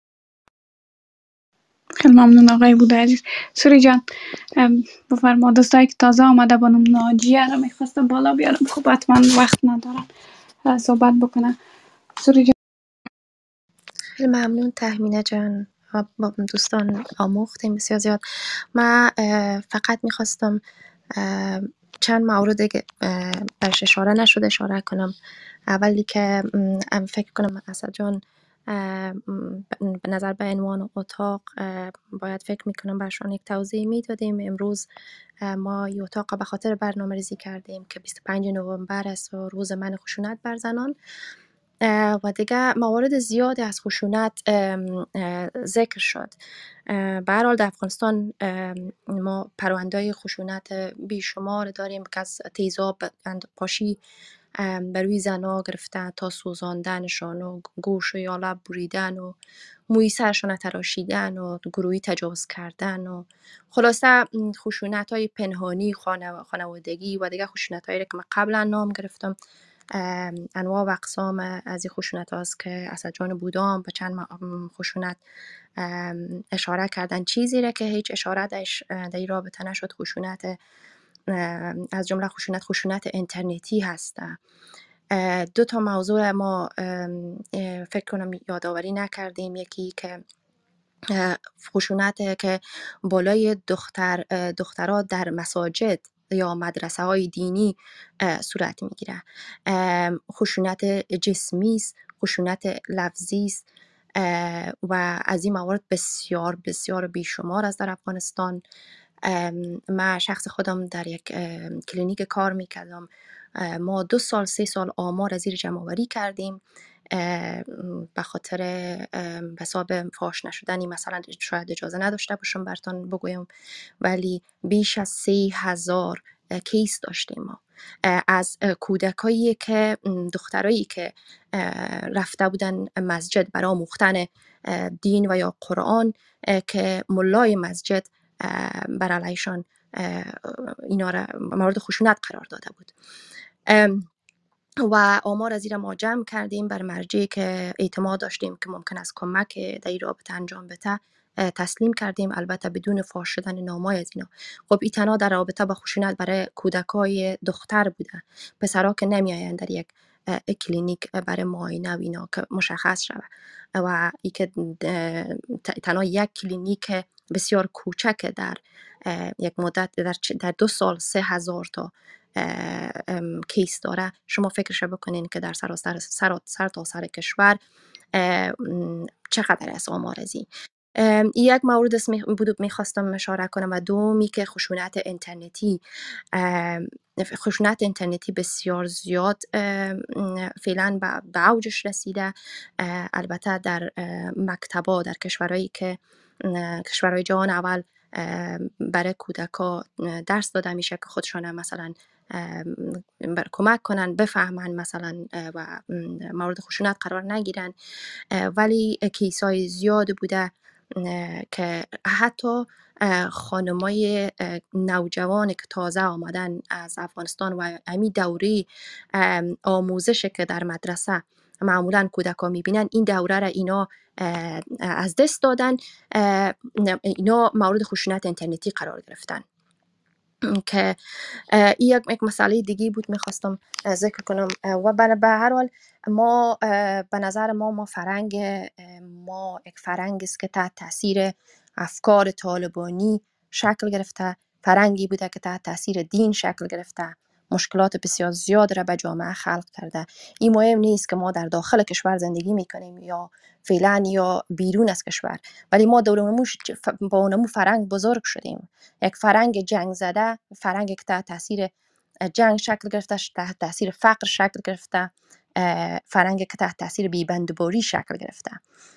خیلی ممنون آقای بوده عزیز. سوری جان بفرما. دوستایی که تازه آمده بانم ناجیه رو میخواستم بالا بیارم، خب حتما وقت ندارم صحبت بکنم. سوری جان.
خیلی ممنون تهمینه جان و با دوستان آموختیم بسیار زیاد. من فقط میخواستم چند مورد که برش اشاره نشده اشاره کنم. اولی که ام فکر کنم اسد جان به نظر به عنوان اتاق باید فکر میکنم برشان یک توضیح میدادیم. امروز ما یه اتاق به خاطر برنامه ریزی کردیم که بیست و پنجم نوامبر است و روز من خشونت بر زنان و دیگه موارد زیادی از خشونت ذکر شد. به هر حال در افغانستان ما پرونده‌های خشونت بیشمار داریم که از تیزاب پاشی بر روی زنها گرفتن تا سوزاندنشان و گوش و یا لب بریدن و موی سرشان تراشیدن و گروهی تجاوز کردن و خلاصه خشونت های پنهانی خانوادگی و دیگه خشونت هایی که من قبلا نام گرفتم. انواع و اقسام از این خشونت هاست که اسد جان بودام به چند خشونت اشاره کردن. چیزی را که هیچ اشاره درش در این رابطه نشد خشونت از جمله خشونت خشونت اینترنتی هست. دو تا موضوع ما فکر کنم یادآوری نکردیم. یکی که خشونت که بالای دختر دخترها در مساجد یا مدرسه های دینی صورت میگیره. خشونت جسمی است، خشونت لفظی است و از این موارد بسیار بسیار بیشمار است در افغانستان. من شخص خودم در یک کلینیک کار میکردم. ما دو سال سه سال آمار از زیر جمع آوری کردیم به خاطر حساب فاش نشدنی. مثلا شاید اجازه نداشته باشم براتون بگویم ولی بیش از سه هزار کیس داشتیم ما از کودکایی که دخترایی که رفته بودن مسجد برای آموختن دین و یا قرآن که ملای مسجد بر علیشان اینا را مورد خشونت قرار داده بود و آمار از این ما جمع کردیم بر مرجعی که اعتماد داشتیم که ممکن است کمک در این رابطه انجام بده تسلیم کردیم، البته بدون فاش شدن نامای از اینا. خب این تنها در رابطه با خشونت برای کودکای دختر بوده، پسرها که نمیآیند در یک کلینیک برای معاینه و اینا که مشخص شود و ای که تنها یک کلینیک بسیار کوچک در یک مدت در, در دو سال سه هزار تا کیس داره. شما فکرش بکنین که در سراسر سر, سر تا سر کشور چقدر از آمار ازی. یک مورد بود میخواستم اشاره کنم و دومی که خشونت اینترنتی. خشونت اینترنتی بسیار زیاد فعلا به اوجش رسیده. البته در مکتبا در کشورهایی که کشورهای جهان اول برای کودکا درس داده میشه که خودشان مثلا بر کمک کنن بفهمن مثلا و مورد خشونت قرار نگیرن، ولی کیسای زیاد بوده که حتی خانمای نوجوان که تازه آمدن از افغانستان و امی دوره آموزش که در مدرسه معمولا کودکا میبینن این دوره را اینا از دست دادن، اینا مورد خشونت اینترنتی قرار گرفتن که این یک مسئله دیگه بود میخواستم ذکر کنم. و به هر حال ما به نظر ما ما فرنگ ما یک فرنگ است که تحت تاثیر افکار طالبانی شکل گرفته، فرنگی بوده که تحت تاثیر دین شکل گرفته، مشکلات بسیار زیاد را به جامعه خلق کرده. این مهم نیست که ما در داخل کشور زندگی میکنیم یا فعلا یا بیرون از کشور، ولی ما دورموش با اونمو فرنگ بزرگ شدیم. یک فرنگ جنگ زده، فرنگ که تحت تاثیر جنگ شکل گرفته، تحت تاثیر فقر شکل گرفته، فرنگ که تحت تاثیر بیبندباری شکل گرفته.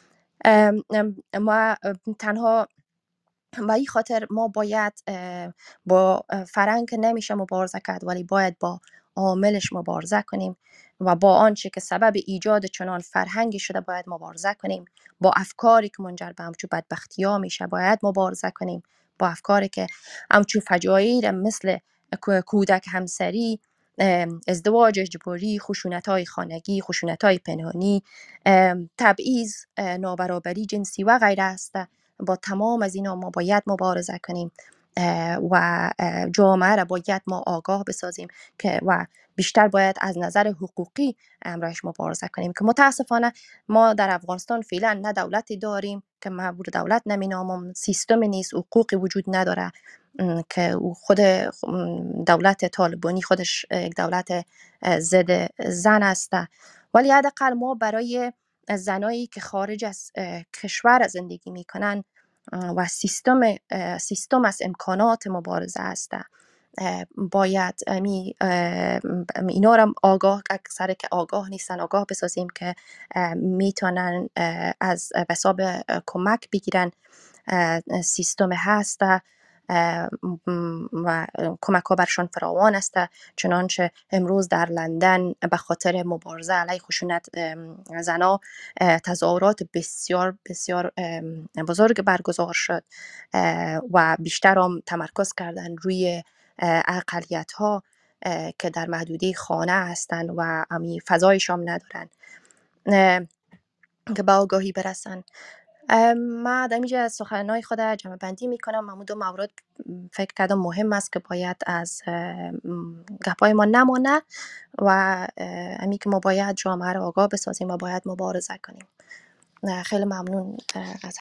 ما تنها و این خاطر ما باید با فرنگ نمیشه مبارزه کرد، ولی باید با عاملش مبارزه کنیم و با آنچه که سبب ایجاد چنان فرهنگی شده باید مبارزه کنیم. با افکاری که منجر به همچون بدبختی‌ها میشه باید مبارزه کنیم. با افکاری که همچون فجایع مثل کودک همسری، ازدواج اجباری، خشونت‌های خانگی، خشونت‌های پنهانی، تبعیض، نابرابری جنسی و غیره است. با تمام از اینا ما باید مبارزه کنیم و جامعه را باید ما آگاه بسازیم که و بیشتر باید از نظر حقوقی امرایش مبارزه کنیم که متاسفانه ما در افغانستان فعلا نه دولتی داریم که ما بر دولت نمینامم، سیستم نیست، حقوقی وجود نداره که خود دولت طالبانی خودش یک دولت ضد زن است. ولی حداقل ما برای زنایی که خارج از کشور زندگی میکنن و سیستم سیستم از امکانات مبارزه است، باید می اینا را آگاه، اکثر که آگاه نیستن آگاه بسازیم که میتونن از حساب کمک بگیرن. سیستم هست و کمک ها برشان فراوان است، چنانچه امروز در لندن به خاطر مبارزه علیه خشونت زنها تظاهرات بسیار بسیار بزرگ برگزار شد و بیشتر هم تمرکز کردن روی اقلیت ها که در محدوده خانه هستند و امی فضایشان ندارن که به آگاهی برسن. ما در اینجا سخنهای خود جمع بندی میکنم. من دو مورد فکر کردم مهم است که باید از گپای ما نمانه و امی که ما باید جامعه را آگاه بسازیم و باید مبارزه کنیم. خیلی ممنون از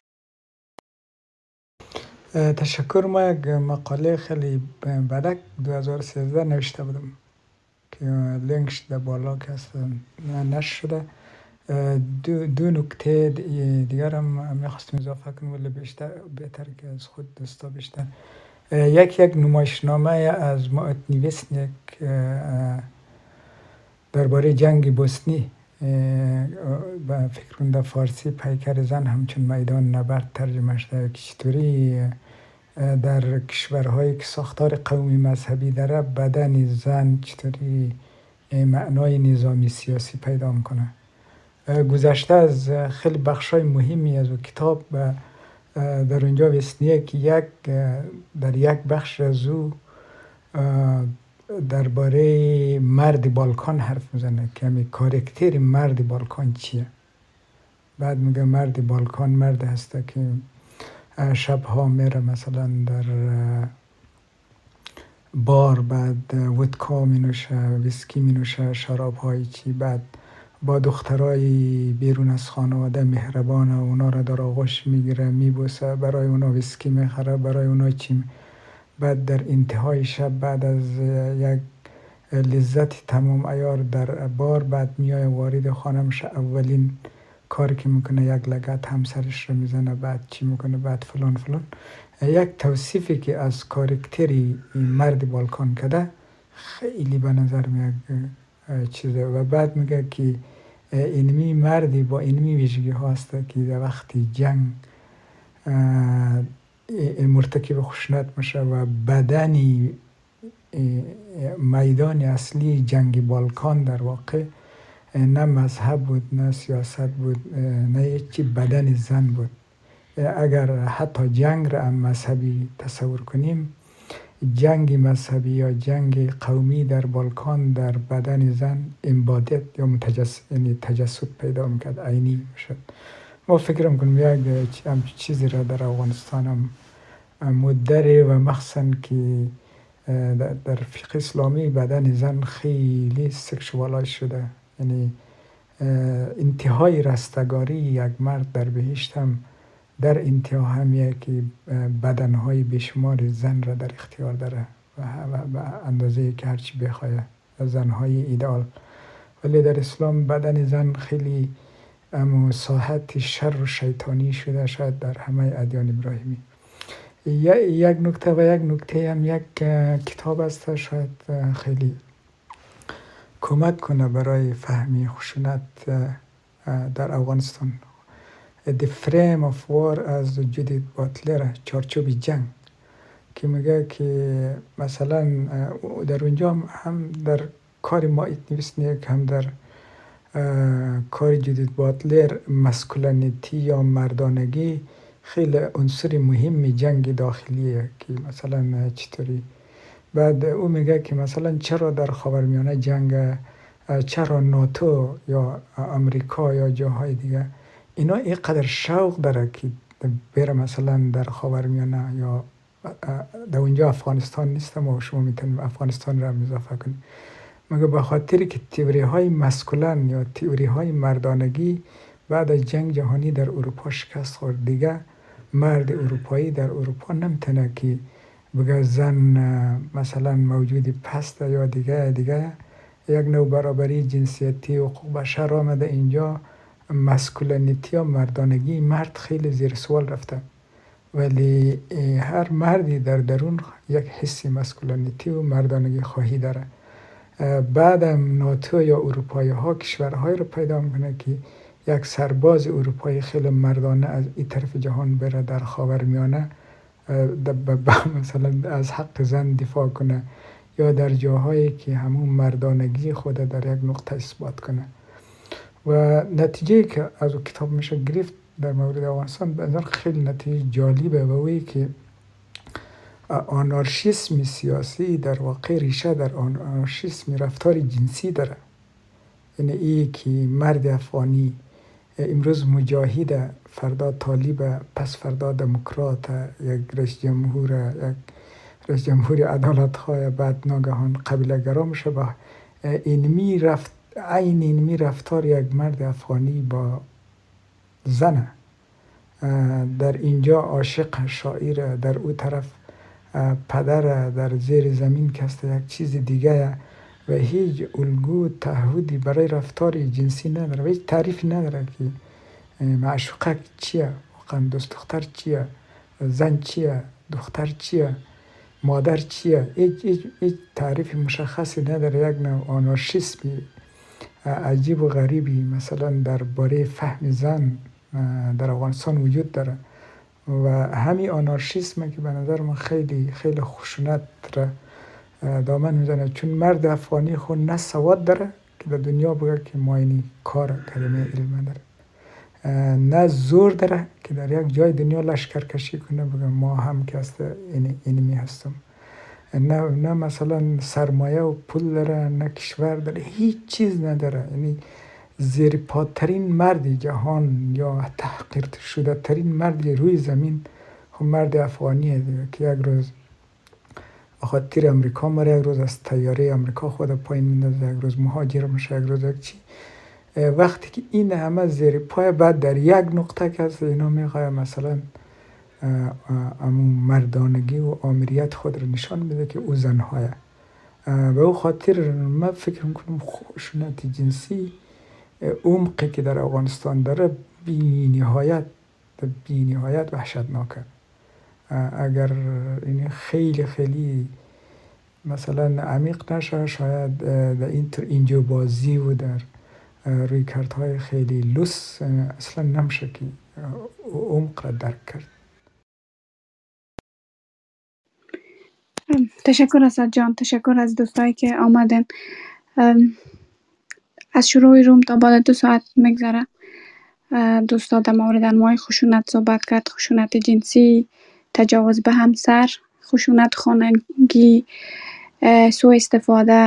تشکر. ما یک مقاله خیلی بدک دو هزار و سیزده نوشته بودم که لینکش در بالا که نشر شده. دو, دو نکته دیگر هم میخواستم اضافه کنم ولی بیشتر بهتر که از خود دوستا بیشتر. یک یک نمایشنامه از مائت نویسن یک درباره جنگ بوسنی و فکر در فارسی پیکر زن همچون میدان نبرد ترجمه شده که چطوری در کشورهایی که ساختار قومی مذهبی داره بدن زن چطوری معنای نظامی سیاسی پیدا میکنه. گذشته از خیلی بخشای مهمی از کتاب در اونجا بسنیه که یک در یک بخش از او درباره مرد بالکان حرف میزنه که همی کارکتر مرد بالکان چیه. بعد میگه مرد بالکان مرد هسته که شبها میره مثلا در بار، بعد ودکا می نوشه، ویسکی می نوشه، شراب های چی، بعد با دخترای بیرون از خانواده مهربانه اونا را در آغوش میگیره میبوسه، برای اونا ویسکی میخره، برای اونا چی. بعد در انتهای شب بعد از یک لذت تمام عیار در بار بعد میای وارد خانه میشه، اولین کاری که میکنه یک لگد همسرش رو میزنه، بعد چی میکنه، بعد فلان فلان. یک توصیفی که از کاراکتری مرد بالکان کده خیلی به نظر میاد چیزه. و بعد میگه که اینمی مردی با اینمی ویژگی هاست که در وقتی جنگ مرتکب خشونت میشه و بدنی میدان اصلی جنگ بالکان در واقع نه مذهب بود، نه سیاست بود، نه چی، بدن زن بود. اگر حتی جنگ را هم مذهبی تصور کنیم، جنگ مذهبی یا جنگ قومی در بالکان در بدن زن امبادت یا متجسد، یعنی تجسد پیدا میکرد، عینی میشد. ما فکر میکنم یک چیزی را در افغانستان هم مدره و مخصوصا که در فقه اسلامی بدن زن خیلی سکشوالایز شده، یعنی انتهای رستگاری یک مرد در بهشت هم در انتها همیه که بدنهای بیشمار زن را در اختیار داره و به اندازه که هرچی بخواه زنهای ایدئال. ولی در اسلام بدن زن خیلی ساحت شر و شیطانی شده، شاید در همه ادیان ابراهیمی. یک نکته و یک نکته هم یک کتاب است شاید خیلی کمک کنه برای فهمی خشونت در افغانستان. The Frame of War از جودیت باتلر، چارچوب جنگ، که میگه که مثلا در اونجا هم در کار مائت نویسنیک هم در کار جودیت باتلر مسکولینیتی یا مردانگی خیلی عنصر مهمی جنگ داخلیه که مثلا چطوری. بعد او میگه که مثلا چرا در خاورمیانه جنگ، چرا ناتو یا امریکا یا جاهای دیگه اینا اینقدر شوق داره که بره مثلا در خاورمیانه یا در اونجا افغانستان نیستم و شما میتونیم افغانستان را اضافه کنیم. مگه به خاطری که تئوری های مسکولن یا تئوری های مردانگی بعد از جنگ جهانی در اروپا شکست خورد. دیگه مرد اروپایی در اروپا نمیتونه که بگه زن مثلا موجود پست یا دیگه دیگه. یک نوع برابری جنسیتی و حقوق بشر آمده اینجا. مسکولینیتی یا مردانگی مرد خیلی زیر سوال رفته، ولی هر مردی در درون یک حسی مسکولینیتی و مردانگی خواهی داره. بعد ناتو یا اروپایی ها کشورهای رو پیدا میکنه که یک سرباز اروپایی خیلی مردانه از این طرف جهان بره در خاورمیانه مثلا از حق زن دفاع کنه یا در جاهایی که همون مردانگی خود در یک نقطه اثبات کنه. و نتیجه که از اون کتاب میشه گرفت در مورد افغانستان به نظر خیلی نتیجه جالبه و وی که آنارشیسم سیاسی در واقع ریشه در آنارشیسم رفتار جنسی داره. یعنی ای که مرد افغانی امروز مجاهد، فردا طالب، پس فردا دموکرات، یک رئیس جمهور، یک رئیس جمهوری عدالت خواه، بعد ناگهان قبیله گرا میشه. با اینمی رفت این اینمی رفتار یک مرد افغانی با زنه. در اینجا عاشق شاعر، در او طرف پدر، در زیر زمین کسته یک چیز دیگه و هیچ الگو تعهدی برای رفتار جنسی نداره و هیچ تعریفی نداره که معشوقه چیه، واقعا دوست دختر چیه، زن چیه، دختر چیه، مادر چیه. هیچ, هیچ, هیچ تعریف مشخصی نداره. یک نوع آنارشیسمی عجیب و غریبی مثلا درباره فهم زن در افغانستان وجود داره و همین آنارشیسم که به نظر من خیلی خیلی خشونت را دامن میزنه، چون مرد افغانی خود نه سواد داره که در دنیا بگه که ما اینی کار کلمه علم داره، نه زور داره که در یک جای دنیا لشکر کشی کنه بگه ما هم که هست اینمی هستم، نه نه مثلا سرمایه و پول داره، نه کشور داره، هیچ چیز نداره. یعنی زیر پاترین مرد جهان یا تحقیر شده ترین مرد روی زمین خب مرد افغانیه دیگه که یک روز خاطر امریکا مره، یک روز از تیاره امریکا خود پایین میندازه، یک روز مهاجر میشه، یک روز یک چی. وقتی که این همه زیر پای، بعد در یک نقطه که از اینا میخواه مثلا امون مردانگی و آمریت خود رو نشان میده که او زنهای به او خاطر من فکر میکنم خشونت جنسی عمقی که در افغانستان داره بی نهایت بی نهایت وحشتناکه. اگر این خیلی خیلی مثلا عمیق نشه شاید در این اینجا بازی و در روی کردهای خیلی لوس اصلا نمیشه که عمق را درک کرد.
تشکر اسد جان، تشکر از دوستایی که آمدن. از شروع روم تا بعد دو ساعت میگذره دوستا در مورد انواع خشونت صحبت کرد، خشونت جنسی، تجاوز به همسر، خشونت خانگی، سوء استفاده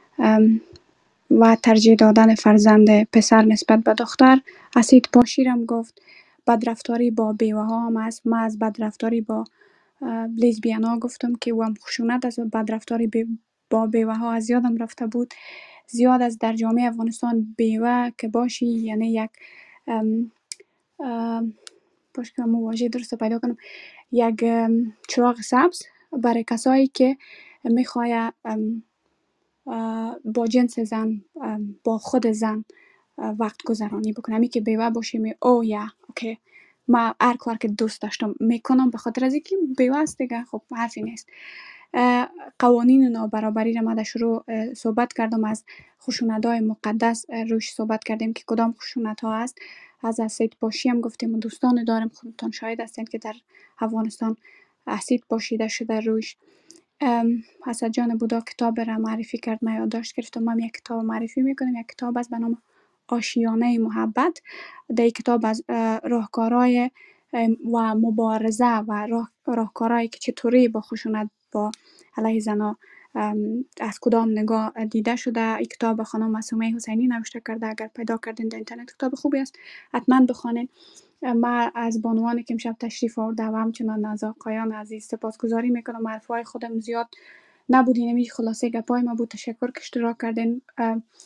و ترجیح دادن فرزند پسر نسبت به دختر. اسید پاشی هم گفت. بدرفتاری با بیوه ها هم هست. من از بدرفتاری با لیزبیان ها گفتم که او هم خشونت از بدرفتاری با بیوه ها از یادم رفته بود. زیاد از در جامعه افغانستان بیوه که باشی یعنی یک پاش که مواجه درست پیدا کنم یک چراغ سبز برای کسایی که میخواه با جنس زن با خود زن وقت گذرانی بکنم. همی که بیوه باشی می او یا اوکی ما هر کار که دوست داشتم میکنم به خاطر از اینکه بیوه است دیگه، خب حرفی نیست. قوانین نابرابری را ما در شروع صحبت کردم، از خشونت های مقدس روش صحبت کردیم که کدام خشونت ها است. از اسید پاشی هم گفتیم و دوستان داریم، خودتان شاهد هستین که در افغانستان اسید پاشیده شده روش. اسد جان بودا کتاب را معرفی کرد، من یادداشت گرفتم. ما یک کتاب معرفی میکنیم، یک کتاب است به نام آشیانه محبت. در این کتاب از راهکارهای و مبارزه و راه راهکارهایی که چطوری با خشونت با علیه زنا از کدام نگاه دیده شده. این کتاب خانم معصومه حسینی نوشته کرده، اگر پیدا کردین در اینترنت کتاب خوبی است، حتما بخوانید. من از بانوانی که امشب تشریف آورده و همچنان از آقایان عزیز سپاسگزاری میکنم. حرفای خودم زیاد نبود، اینمی خلاصه گپای ما بود. تشکر که اشتراک کردین.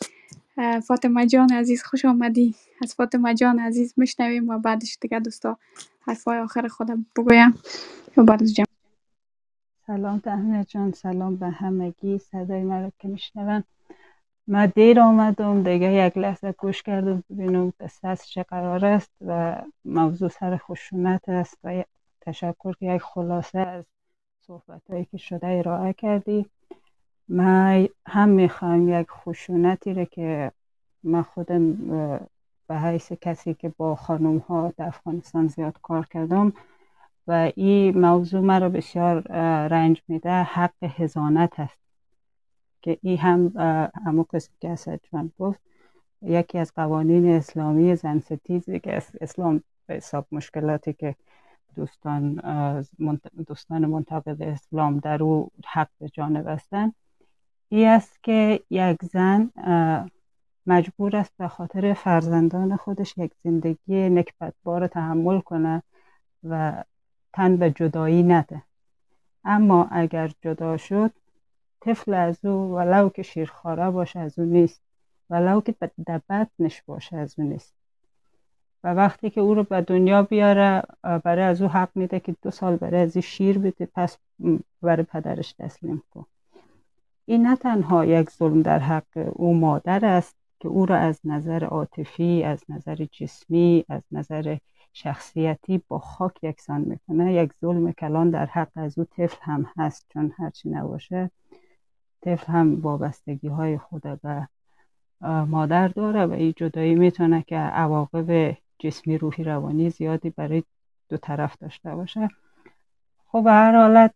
اه، فاطمه جان عزیز خوش آمدی. از فاطمه جان عزیز میشنویم و بعدش دیگه دوستا حرفای آخر خودم بگویم و بعد از جمع.
سلام تهمینه جان، سلام به همگی. صدای من رو که میشنون. من دیر آمدم دیگه، یک لحظه گوش کردم ببینم دست چه قرار است و موضوع سر خشونت است و تشکر که یک خلاصه از صحبت هایی که شده ارائه کردی. من هم میخوام یک خشونتی رو که من خودم به حیث کسی که با خانم ها در افغانستان زیاد کار کردم و این موضوع مرا بسیار رنج میده، حق حضانت است که این هم همون قسم که اسدجان گفت یکی از قوانین اسلامی زن ستیزی که اسلام به حساب مشکلاتی که دوستان دوستان منتقد اسلام در او حق به جانب هستند، این است که یک زن مجبور است به خاطر فرزندان خودش یک زندگی نکبتبار تحمل کنه و تن به جدایی نده. اما اگر جدا شد طفل از او ولو که شیرخواره باشه از او نیست، ولو که در بطنش باشه از او نیست. و وقتی که او رو به دنیا بیاره برای از او حق میده که دو سال برای از این شیر بده، پس برای پدرش تسلیم کن. این نه تنها یک ظلم در حق او مادر است که او را از نظر عاطفی، از نظر جسمی، از نظر شخصیتی با خاک یکسان میکنه، یک ظلم کلان در حق از او طفل هم هست، چون هرچی نباشه طفل هم وابستگی های خود به مادر داره و این جدایی میتونه که عواقب جسمی، روحی، روانی زیادی برای دو طرف داشته باشه. خب به هر حالت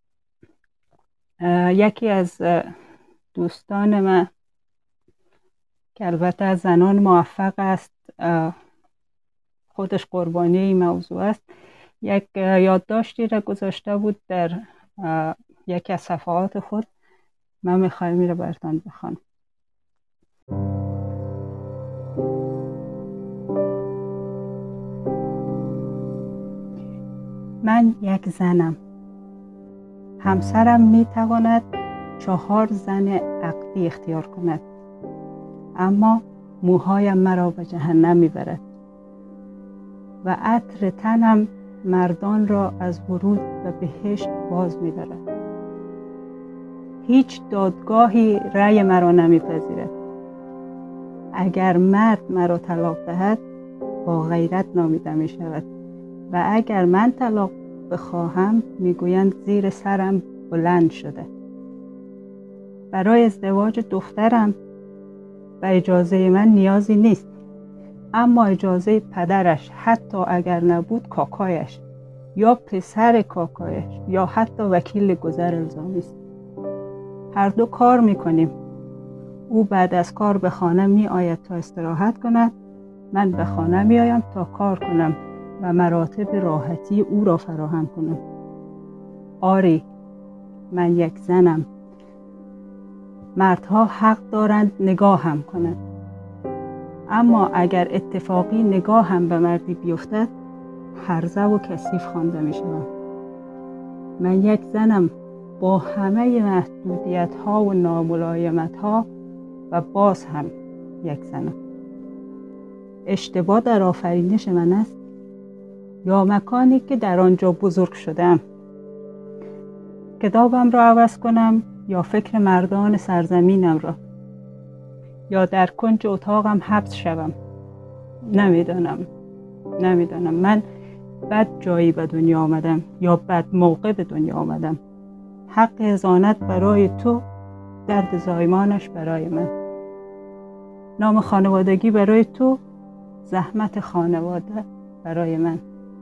یکی از دوستان من که البته از زنان موفق است، خودش قربانی این موضوع است، یک یادداشتی را گذاشته بود در یکی از صفحات خود. من میخوایم این را براتون بخوانم. من یک زنم. همسرم میتواند چهار زن عقدی اختیار کند، اما موهایم مرا به جهنم میبرد و عطر تنم مردان را از ورود به بهشت باز می‌دارد. هیچ دادگاهی رأی مرا نمی‌پذیرد. اگر مرد مرا طلاق دهد با غیرت نامیده می‌شود و اگر من طلاق بخواهم میگویند زیر سرم بلند شده. برای ازدواج دخترم به اجازه من نیازی نیست، اما اجازه پدرش، حتی اگر نبود کاکایش یا پسر کاکایش یا حتی وکیل گذر الزامی است. هر دو کار میکنیم. او بعد از کار به خانه می آید تا استراحت کند، من به خانه می آیم تا کار کنم و مراتب راحتی او را فراهم کنم. آری، من یک زنم. مردها حق دارند نگاه هم کنند، اما اگر اتفاقی نگاه هم به مردی بیفتد هرزه و کثیف خوانده می شود. من یک زنم با همه محدودیت ها و ناملایمت ها و باز هم یک زنم. اشتباه در آفرینش من است یا مکانی که در آنجا بزرگ شدم؟ کتابم را عوض کنم یا فکر مردان سرزمینم را؟ یا در کنج اتاقم حبس شوم؟ نمیدانم نمیدانم من بد جایی به دنیا آمدم یا بد موقع به دنیا آمدم. حق حضانت برای تو، درد زایمانش برای من. نام خانوادگی برای تو، زحمت خانواده برای من.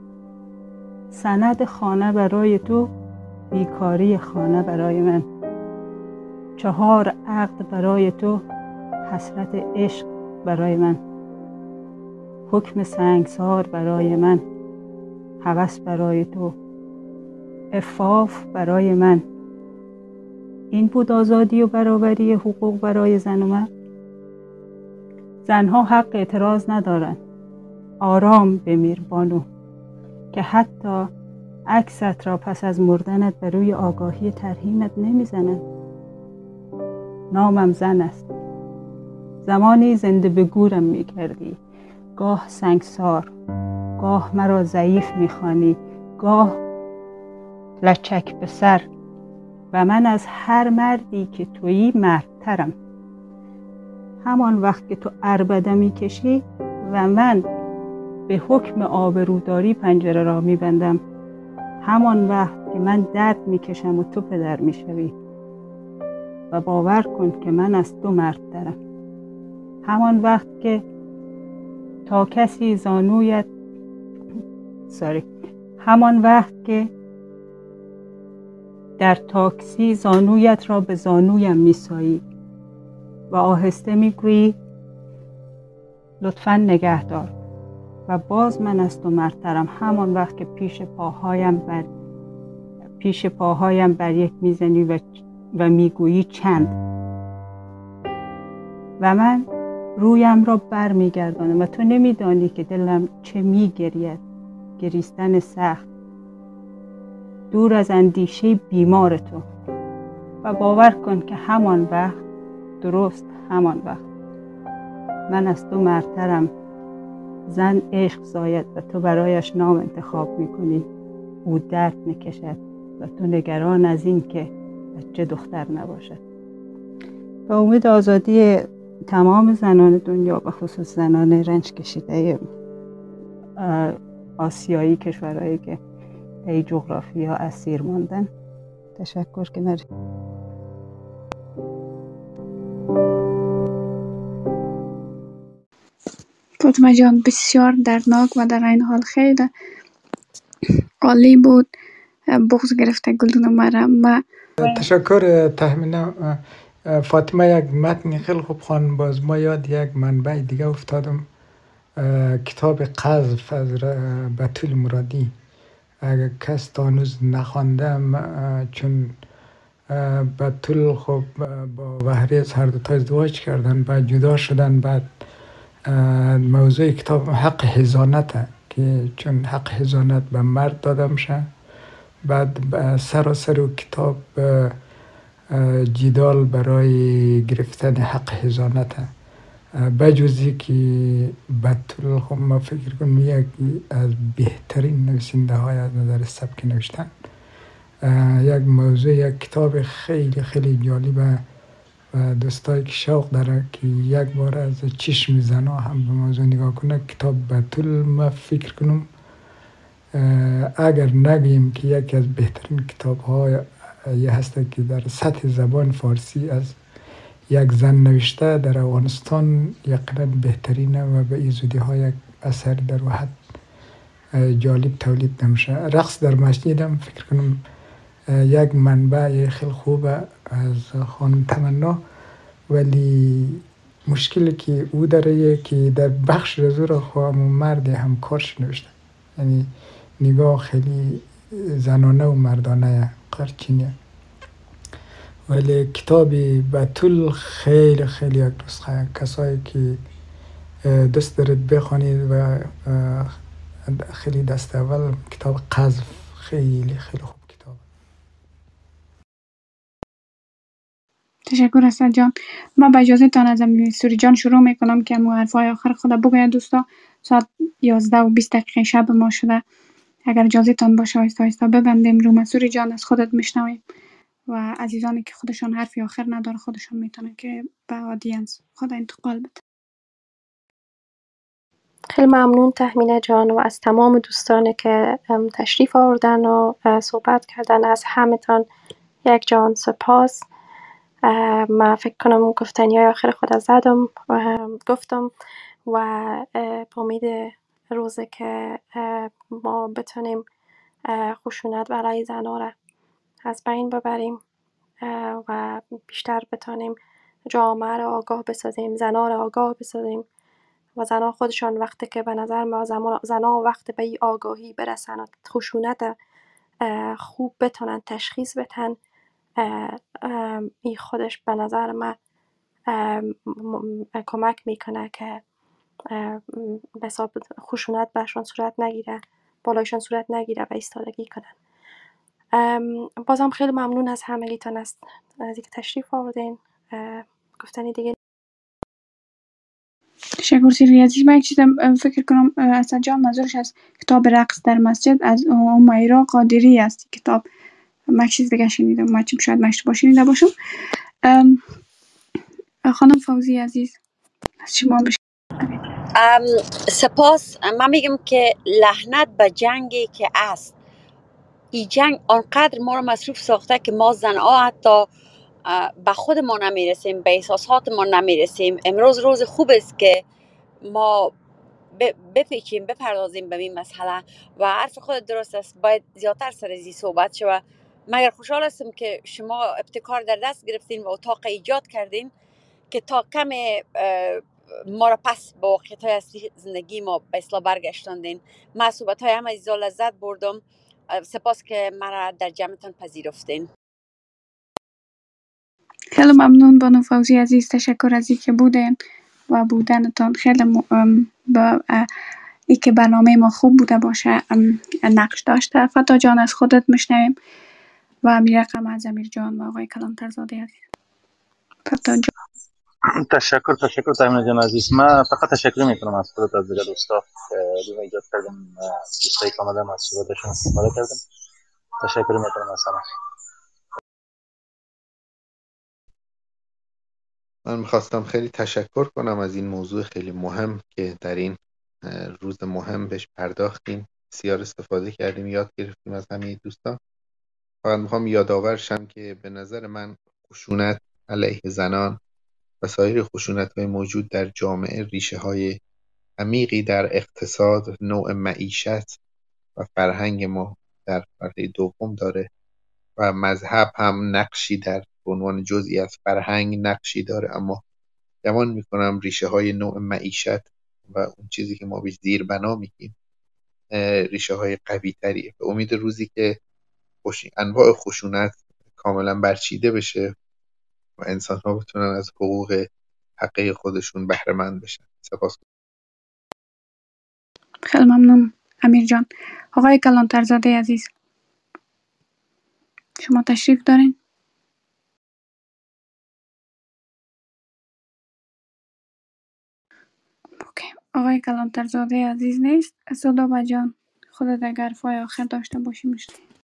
سند خانه برای تو، بیکاری خانه برای من. چهار عقد برای تو، حسرت عشق برای من. حکم سنگسار برای من، هوس برای تو، عفاف برای من. این بود آزادی و برابری حقوق برای زن و مرد. زنها حق اعتراض ندارند. آرام بمیر بانو که حتی عکست را پس از مردنت بر روی آگاهی ترحیمت نمیزنند. نامم زن است. زمانی زنده به گورم می کردی، گاه سنگسار، گاه مرا ضعیف می خوانی، گاه لچک به سر، و من از هر مردی که تویی مردترم. همان وقت که تو عربده می کشی و من به حکم آبروداری پنجره را می بندم، همان وقت که من درد می کشم و تو پدر می شوی، و باور کن که من از تو مردترم. همان وقت که تا کسی زانویت ساری همان وقت که در تاکسی زانویت را به زانویم می سایی و آهسته می گویی لطفاً نگهدار، و باز من از تو مردترم. همان وقت که پیش پاهایم بر پیش پاهایم بر یک میزنی و, و میگویی چند، و من رویم را بر میگردانم و تو نمیدانی که دلم چه میگرید، گریستن سخت دور از اندیشه بیمار تو. و باور کن که همان وقت، درست همان وقت، من از تو مردترم. زن عشق زاید و تو برایش نام انتخاب میکنی، او درد میکشد و تو نگران از این که بچه دختر نباشد. به امید آزادی تمام زنان دنیا، به خصوص زنان رنج کشیده آسیایی، کشورهایی که در این جغرافیا اسیر ماندن. تشکر که مری.
فاطمه جان بسیار دردناک و در این حال خیلی عالی بود. بغض گرفته گلدون مرا. ما
تشکر تهمینه. فاطمه یک متن خیلی خوب خوان. باز ما یاد یک منبع دیگه افتادم، کتاب قذف از بتول مرادی. اگر کس تا هنوز نخوانده، چون بتول خب با وهریز هر دو تا ازدواج کردن، بعد جدا شدن. بعد موضوع کتاب حق حضانته که چون حق حضانت به مرد داده میشه، بعد سراسر و کتاب جدال برای گرفتن حق حضانته. بجوزی که بتول خب ما فکر کنم یکی از بهترین نویسنده های از نظر سبک نوشتن. یک موضوع یک کتاب خیلی خیلی جالبه و دوستایی که شوق داره که یک بار از چشم زنا هم به موضوع نگاه کنه. کتاب بتول ما فکر کنم اگر نگیم که یکی از بهترین کتاب های یه هسته که در سطح زبان فارسی از یک زن نوشته در افغانستان، یقینا بهترینه و به این زودی ها یک اثر در واحد جالب تولید نمیشه. رقص در مسجد هم فکر کنم یک منبع خیلی خوبه از خانم تمنا، ولی مشکلی که او داره که در بخش رزور خواهم و مرد همکارش نوشته، یعنی نگاه خیلی زنانه و مردانه قرچینیه. ولی کتاب بتول خیلی خیلی یک نسخه. کسایی که دست دارید بخوانید و خیلی دست اول کتاب قذف خیلی خیلی خوب کتاب.
تشکر اسد جان. من با اجازه تان از امیر سوری جان شروع میکنم که مو حرفای آخر خود بگوید. دوستا ساعت یازده و بیست دقیقه شب ما شده. اگر اجازه تان باشه آهسته آهسته ببندیم رو. مسوری جان از خودت میشنویم و عزیزانی که خودشان حرفی آخر نداره خودشان میتونه که به آدینس خود انتقال بده.
خیلی ممنون تهمینه جان و از تمام دوستانی که تشریف آوردن و صحبت کردن. از همتان یک جان سپاس. من فکر کنم گفتنی های آخر خود زدم گفتم و به امید روزی که ما بتونیم خشونت علیه زنها را از بین ببریم و بیشتر بتونیم جامعه را آگاه بسازیم، زنها را آگاه بسازیم و زنها خودشان وقتی که به نظر ما زنها وقتی به این آگاهی برسن و خشونت خوب بتونن تشخیص بدن، این خودش به نظر من کمک میکنه که به حساب خشونت برشان صورت نگیره، بالایشان صورت نگیره و ایستادگی کنن. بازم خیلی ممنون از همگیتان از اینکه تشریف آوردین. گفتنی دیگه
تشکر سیری عزیز. من یک چیز فکر کنم اسد جان منظورش از کتاب رقص در مسجد از امیرا قادری است. کتاب من چیز دیگه شنیدم، من چیم شاید من اشتباه شنیده باشم. خانم فوزی عزیز از شما بشه.
سپاس. من میگم که لعنت به جنگی که است. این جنگ آنقدر ما رو مصروف ساخته که ما زنها حتی به خود ما نمیرسیم، به احساسات ما نمیرسیم. امروز روز خوب است که ما بپیچیم، بپردازیم به این مسئله و حرف خود درست است. باید زیادتر سر ازی صحبت شود. مگر خوشحال هستم که شما ابتکار در دست گرفتین و اتاق ایجاد کردین که تا کم ما را پس با واقعیت‌های اصلی زندگی ما به اصلاح برگشتاندین. من صحبت‌های همه عزیزا لذت بردم. سپاس که مرا در جمعتان پذیرفتین.
خیلی ممنون بانو فوزی عزیز. تشکر از اینکه بودین و بودنتان خیلی م... با ای که برنامه ما خوب بوده باشه نقش داشته. فتا جان از خودت میشنویم و امیر رقم از امیر جان و آقای کلانتر زاده عزیز. فتا جان.
تشکر تشکر تامین جان عزیز. من فقط تشکر میکنم از خودت، از دیگر دوستا که روم ایجاد کردم، دوستایی که آمدن از صحبتشون استفاده کردم. تشکر میکنم از همه.
من میخواستم خیلی تشکر کنم از این موضوع خیلی مهم که در این روز مهم بهش پرداختیم، بسیار استفاده کردیم، یاد گرفتیم از همه دوستان. فقط میخوام یادآورشم که به نظر من خشونت علیه زنان و سایر خشونت‌های موجود در جامعه ریشه‌های عمیقی در اقتصاد، نوع معیشت و فرهنگ ما در پرده دوم داره و مذهب هم نقشی در به عنوان جزئی از فرهنگ نقشی داره، اما گمان میکنم ریشه های نوع معیشت و اون چیزی که ما به زیربنا میگیم ریشه های قوی تریه. به امید روزی که انواع خشونت کاملا برچیده بشه و انسان ها بتونن از حقوق حقیقی خودشون بهره مند بشن. سپاس.
خیلی ممنون امیر جان. آقای کلانتر زاده عزیز شما تشریف دارین؟ اوکی. آقای کلانتر زاده عزیز نیست. سودابه جان خودت اگر فای آخر داشته باشی میشه.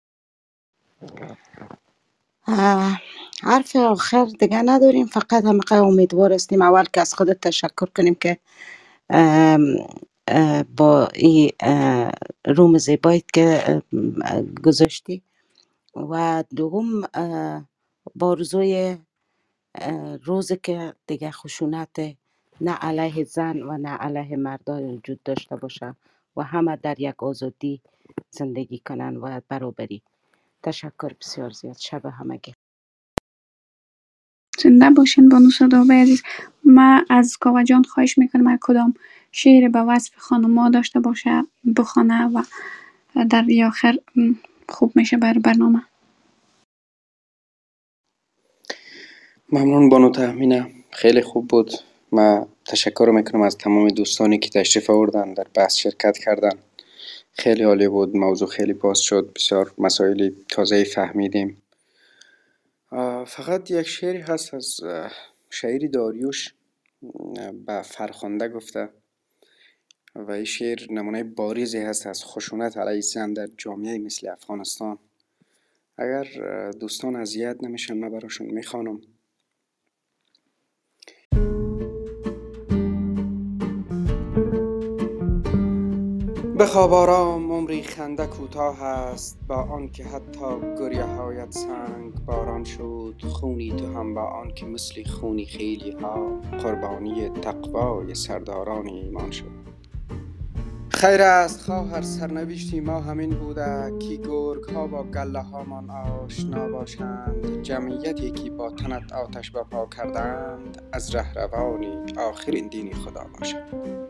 حرف آخر دیگه نداریم، فقط همه امیدوار هستیم اول که از خودت تشکر کنیم که ام ام با این روم زیبایی که گذاشتی و دوم با روزوی روزی که دیگه خشونت نه علیه زن و نه علیه مردا وجود داشته باشه و همه در یک آزادی زندگی کنن و برابری. تشکر بسیار زیاد. شب همگی
زنده باشین بانو سودابه عزیز. من از کاوه جان خواهش میکنم هر کدام شعر به وصف خانوما داشته باشه بخونه و در آخر خوب میشه بر برنامه.
ممنون بانو تهمینه، خیلی خوب بود. من تشکر میکنم از تمام دوستانی که تشریف آوردن در بحث شرکت کردن. خیلی عالی بود، موضوع خیلی باز شد، بسیار مسائل تازه فهمیدیم. فقط یک شعری هست از شاعری داریوش به فرخنده گفته و این شعر نمونه بارزی هست از خشونت علیه زن در جامعه مثل افغانستان. اگر دوستان اذیت نمیشن من براشون میخوانم. بخواب آرام، عمری خنده کوتاه است، با آن که حتی گریه هایت سنگ باران شد. خونی تو هم با آن که مثل خونی خیلی ها قربانی تقوای سرداران ایمان شد. خیر است خواهر سرنوشتی ما همین بوده که گرگ ها با گله هامان آشنا باشند. جمعیتی که با تنت آتش بپا کردند از رهروانی آخرین دین خدا باشند.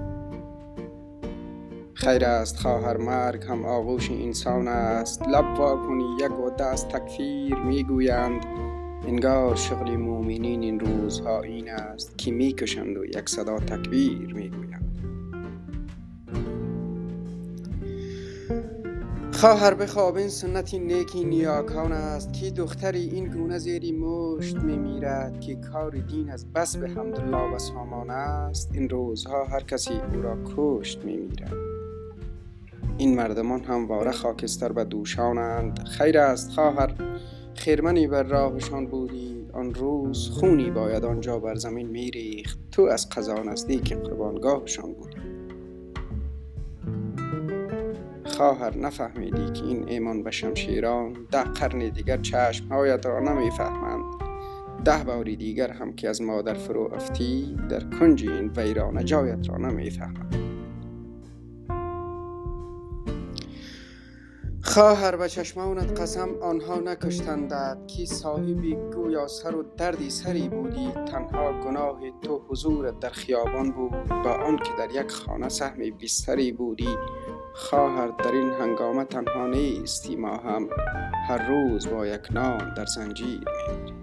خیر است خواهر مرگ هم آغوش انسان است، لب واکنی یک و دست تکفیر میگویند. انگار شغل مومنین این روزها این است که میکشند و یک صدا تکبیر میگویند. خواهر بخواب این سنتی نیکی نیاکان است که دختری این گونه زیری مشت میمیرد که کار دین از بس به حمدالله و سامان است. این روزها هر کسی او را کشت میمیرد. این مردمان همواره خاکستر به دوشانند. خیر است خواهر خیرمنی بر راهشان بودی، آن روز خونی باید آنجا بر زمین میریخت. تو از قضا نزدیک قربانگاهشان بودی. خواهر نفهمیدی که این ایمان به شمشیران ده قرن دیگر چشمهایت را نمیفهمند. ده باری دیگر هم که از مادر فرو افتی در کنج این ویرانه جایت را نمیفهمند. خواهر به چشمانت قسم آنها نکشتندت که صاحبی گویا سر و دردی سری بودی. تنها گناه تو حضورت در خیابان بود، با آن که در یک خانه سهم بستری بودی. خواهر در این هنگامه تنها نیستی، ما هم هر روز با یک نام در زنجیر می‌میریم.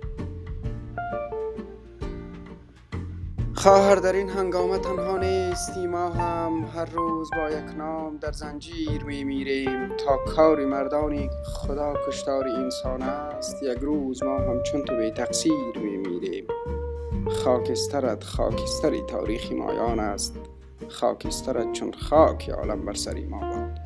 خواهر در این هنگامه تنها نیستی، ما هم هر روز با یک نام در زنجیر میمیریم. تا کار مردانی خدا کشتار انسان است، یک روز ما هم چون تو بی تقصیر میمیریم. خاکسترت خاکستری تاریخی مایان است، خاکسترت چون خاک عالم بر سری ما باد.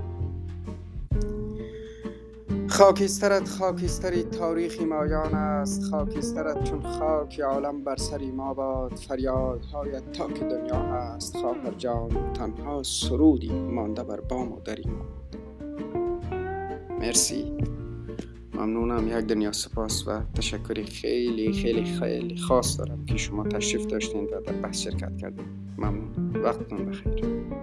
خاکسترت خاکستری تاریخی مایان است، خاکسترت چون خاک عالم بر سری ما باد. فریادهایت تا که دنیا هست خواهر جان، تنها سرودی مانده بر بام و دری ما. مرسی، ممنونم. یک دنیا سپاس و تشکری خیلی خیلی خیلی خاص دارم که شما تشریف داشتین و در بحث شرکت کردین. ممنون، وقتتون بخیر.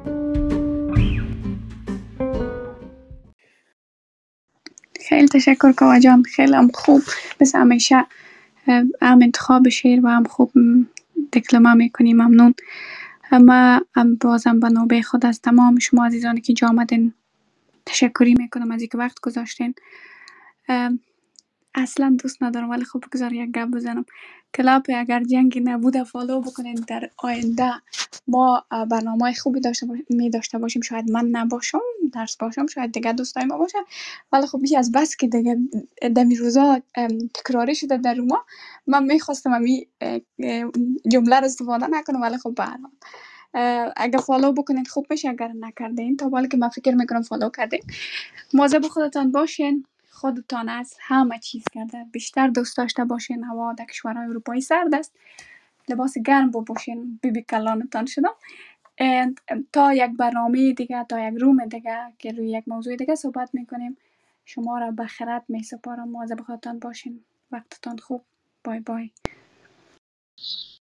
خیلی تشکر کاوه جان، خیلی هم خوب مثل همیشه هم انتخاب شعر و هم خوب دکلمه میکنی. ممنون. ما بازم به نوبه خود از تمام شما عزیزانی که جا آمدین تشکری میکنم از اینکه وقت گذاشتین. اصلا دوست ندارم ولی خب بگذار یک گپ بزنم. کلاب اگر جنگی نبوده فالو بکنین. در آینده ما برنامه خوبی داشته باشیم می داشته باشیم. شاید من نباشم، درس باشم، شاید دیگه دوستای ما باشن، ولی خب بیش از بس که دیگه دمی روزا تکراری شده در ما، من میخواستم امی جمله رو استفاده نکنم، ولی خب به هر حال اگر فالو بکنین خوب میشه، اگر نکردین تا بالا که من فکر میکنم فالو کردین. مواظب خودتان باشین. خودتان از همه چیز کرده بیشتر دوست داشته باشین. هوا در کشورهای اروپایی سرد است، لباس گرم بپوشین. بی بی کلانتان شدم. تا یک برنامه دیگه، تا یک روم دیگه که روی یک موضوع دیگه صحبت میکنیم، شما را به خیرات میسپارم. مواظب خودتان باشین. وقتتان خوب. بای بای.